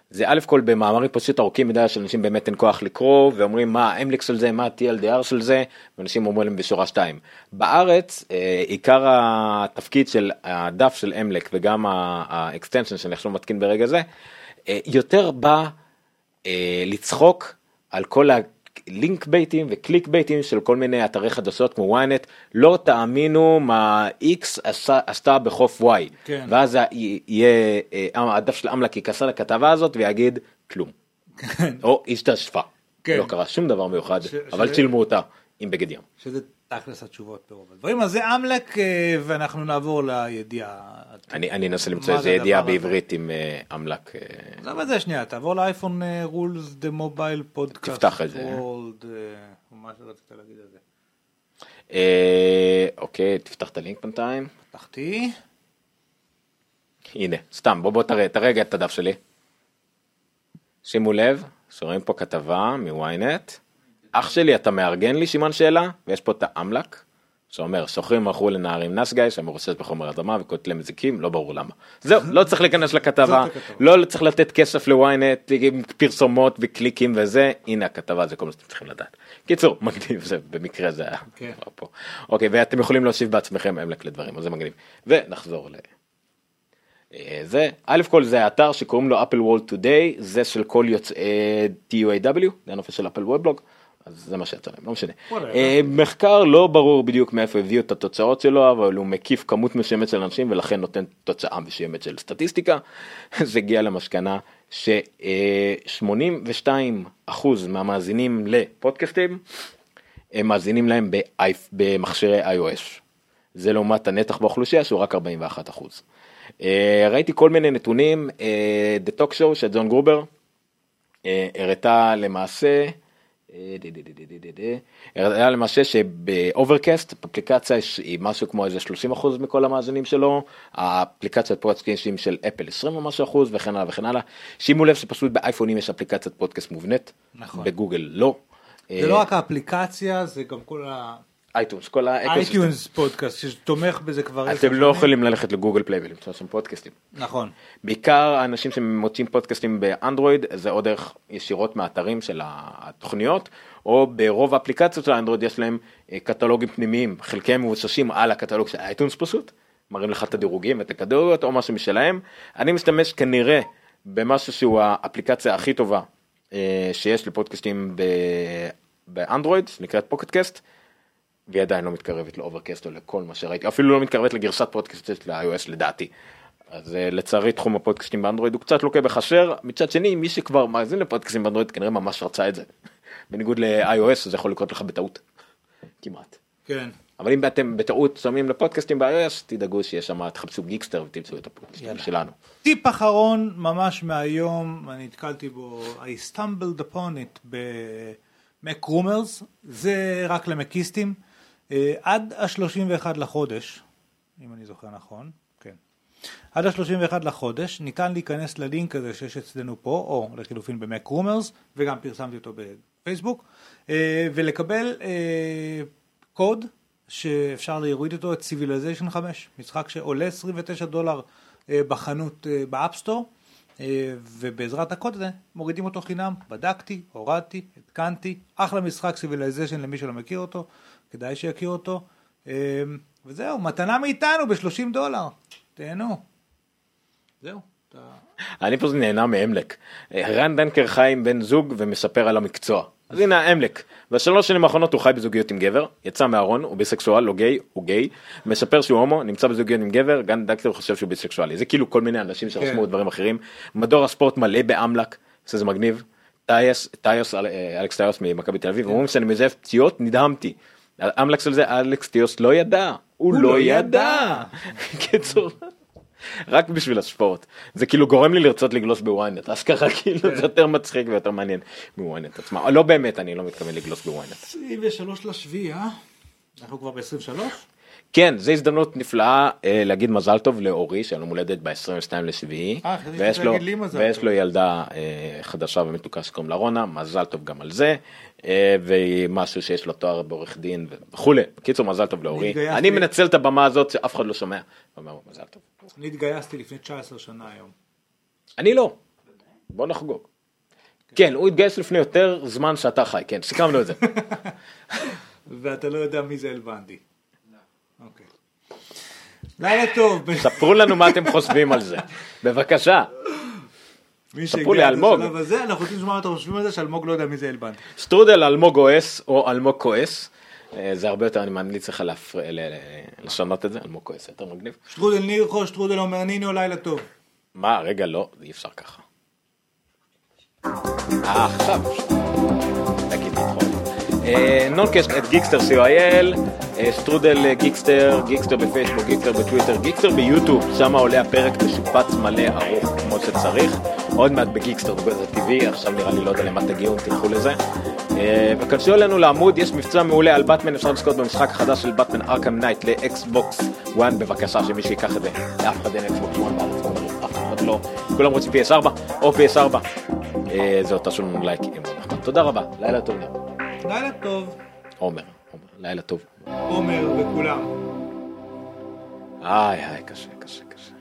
זה א' כל במאמרים פשוט ארוכים מדי שאנשים באמת אין כוח לקרוא, ואומרים מה ה-אמלק של זה, מה ה-טי אל די אר של זה, ואנשים אומרים להם בשורה שתיים. בארץ, אה, עיקר התפקיד של הדף של אמלק, וגם האקסטנשן שאני עכשיו מתקין ברגע זה, אה, יותר בא אה, לצחוק על כל הלינק בייטים וקליק בייטים של כל מיני אתרי חדשות כמו וויינט, לא תאמינו מה X עשה, עשתה בחוף Y, כן. ואז יהיה, הדף של אמלק ייכנס לכתבה הזאת ויגיד כלום, כן. או השתשפה, כן. לא קרה שום דבר מיוחד, ש- אבל ש- צילמו אותה עם בגד ים. שזה תכלס התשובות ברוב הדברים, אז זה אמלק, ואנחנו נעבור לידיעה. אני, אני אנסה למצוא איזה ידיעה בעברית עם אמלק. עזוב את זה שנייה, תעבור לאייפון רולס, דה מובייל פודקאסט. תפתח את זה. וולד, מה שרצית להגיד על זה. אוקיי, תפתח את הלינק בינתיים. פתחתי. הנה, סתם, בוא בוא תראה, תרגע את הדף שלי. שימו לב, שרואים פה כתבה מוויינט. אח שלי, אתה מארגן לי שימן שאלה, ויש פה את האמלק, שאומר, שוכרים הלכו לנערים נסגאי, שמרושש בחומר אדמה וקוטלי מזיקים, לא ברור למה. זהו, לא צריך להיכנס לכתבה, לא צריך לתת כסף לוויינט, פרסומות וקליקים וזה, הנה הכתבה, זה כל מה שאתם צריכים לדעת. קיצור, מגניב, זה במקרה זה היה פה. אוקיי, ואתם יכולים להוסיף בעצמכם אמלק לדברים, אז זה מגניב. ונחזור ל... זה, א' כל זה האתר שקוראים לו Apple World Today, זה של כל יוצאי טי יו איי דאבליו, זה הנופל של אפל וובלוג, אז זה מה שיצא להם, לא משנה. מחקר לא ברור בדיוק מאיפה הביאו את התוצאות שלו, אבל הוא מקיף כמות מסוימת של אנשים, ולכן נותן תוצאה מסוימת של סטטיסטיקה. זה הגיע למסקנה ש-שמונים ושתיים אחוז מהמאזינים לפודקאסטים, הם מאזינים להם במכשירי iOS. זה לעומת הנתח באוכלוסייה, שהוא רק ארבעים ואחד אחוז. ראיתי כל מיני נתונים, The Talk Show של ג'ון גרובר, הראתה למעשה, הראתה למעשה שבאוברקאסט, אפליקציה היא משהו כמו איזה שלושים אחוז מכל המאזינים שלו, האפליקציית פודקאסטים של אפל עשרים ומשהו אחוז וכן הלאה וכן הלאה. שימו לב שפשוט באייפונים יש אפליקציית פודקאסט מובנית, בגוגל לא. זה לא רק האפליקציה, זה גם כל ה... אייטונס, כל האקוסיסטם. אייטונס פודקאסט, שתומך בזה כבר... אתם לא יכולים ללכת לגוגל פליי ולמצוא שם פודקאסטים. נכון. בעיקר האנשים שמוצאים פודקאסטים באנדרואיד, זה או דרך ישירות מהאתרים של התוכניות, או ברוב האפליקציות של האנדרואיד יש להם קטלוגים פנימיים, חלקם מבוססים על הקטלוג של אייטונס פשוט, מראים לך את הדירוגים ואת הקטגוריות או משהו משלהם. אני משתמש כנראה במשהו שהוא האפליקציה הכי טובה שיש לפודקאסטים באנדרואיד, שנקראת פוקטקאסט, והיא עדיין לא מתקרבת לאוברקאסט או לכל מה שראיתי, אפילו לא מתקרבת לגרסת פודקאסט של iOS לדעתי. אז לצערי תחום הפודקאסטים באנדרואיד הוא קצת לוקה בחשר, מצד שני מי שכבר מאזין לפודקאסטים באנדרואיד כנראה ממש רצה את זה. בניגוד ל-iOS זה יכול לקרות לך בטעות, כמעט. כן. אבל אם אתם בטעות שמים לפודקאסטים ב-iOS, תדאגו שיש שם, תחפשו גיקסטר ותמצאו את הפודקאסטים שלנו. טיפ אחרון ממש מהיום, אני התקלתי בו, I stumbled upon it ב-Mac Rumors, זה רק למקיסטים. עד ה-שלושים ואחד לחודש, אם אני זוכר נכון, כן. עד ה-שלושים ואחד לחודש ניתן להיכנס ללינק הזה שיש אצלנו פה, או לחילופין ב-Mac Rumors, וגם פרסמתי אותו בפייסבוק, ולקבל קוד שאפשר להוריד אותו את Civilization חמש, משחק שעולה עשרים ותשעה דולר בחנות באפסטור, ובעזרת הקוד הזה מורידים אותו חינם. בדקתי, הורדתי, התקנתי, אחלה משחק Civilization למי שלא מכיר אותו, כדאי שיכיר אותו, וזהו, מתנה מאיתנו ב-שלושים דולר, תהנו. זהו. אני פשוט נהנה מאמלק. רן דנקר חי עם בן זוג ומספר על המקצוע. אז הנה האמלק. בשלוש שנים האחרונות הוא חי בזוגיות עם גבר, יצא מהארון, הוא ביסקסואל, לא גיי, הוא גיי, מספר שהוא הומו, נמצא בזוגיות עם גבר, רן דנקר חושב שהוא ביסקסואלי. זה כאילו כל מיני אנשים שרשמו דברים אחרים. מדור הספורט מלא באמלק, שזה מגניב. טייס, טייס, אלכס טייס ממכבי תל אביב, אומרים שאני מזהב פציעות, נדהמתי. אמלק של זה, אלכס טייס לא ידע, הוא לא ידע. קיצור. רק בשביל הספורט. זה כאילו גורם לי לרצות לגלוס בוויינט, אז ככה כאילו זה יותר מצחיק ויותר מעניין מוויינט עצמה. לא באמת, אני לא מתכוון לגלוס בוויינט. עשרים ושלוש לשביעי, אה? אנחנו כבר ב-עשרים ושלוש? כן, זו הזדמנות נפלאה להגיד מזל טוב לאורי, שהיה לו מולדת ב-עשרים ושתיים לשביעי, ויש לו ילדה חדשה ומתוקה שקוראים לה רונה, מזל טוב גם על זה, ומשהו שיש לו תואר בעורך דין וכו'. בקיצור, מזל טוב לאורי. אני מנצל את הבמה הזאת שאף אחד לא שומע. אומר, מזל טוב. אני התגייסתי לפני תשע עשרה שנה היום. אני לא. בוא נחגוג. כן, הוא התגייס לפני יותר זמן שאתה חי, כן, סיכמנו את זה. ואתה לא יודע מי זה אלבנדי. אוקיי. לילה טוב. ספרו לנו מה אתם חושבים על זה. בבקשה. ספרו לי, אלמוג. אנחנו רוצים לשמוע מה אתם חושבים על זה, שאלמוג לא יודע מי זה אלבנדי. שטרודל אלמוג אוס, או אלמוג כועס. זה הרבה יותר, אני ממליץ לך לשנות את זה, אלמוג כועס, יותר מגניב. שטרודל נירחו, שטרודל אומר נינו, לילה טוב. מה, רגע, לא, אי אפשר ככה. אה, עכשיו. תגיד לדחוף. נונקאסט את גיקסטר סי או איי אל, שטרודל גיקסטר, גיקסטר בפייסבוק, גיקסטר בטוויטר, גיקסטר ביוטיוב, שם עולה הפרק משופץ מלא ארוך כמו שצריך, עוד מעט בגיקסטר, זה טבעי, עכשיו נראה לי לא יודע למה תגיעו, תלכו לזה. וכנסו אלינו לעמוד, יש מבצע מעולה על באטמן, אפשר לזכות במשחק החדש של באטמן ארכם נייט לאקסבוקס אחת, בבקשה שמישהו ייקח את זה, לאף אחד אין אקסבוקס אחת בארץ, אף אחד לא, כולם רוצים פי אס ארבע או פי אס ארבע, זה אותה שום לייק, תודה רבה, לילה טוב. לילה טוב. עומר, לילה טוב. עומר וכולם. איי, איי, קשה, קשה, קשה.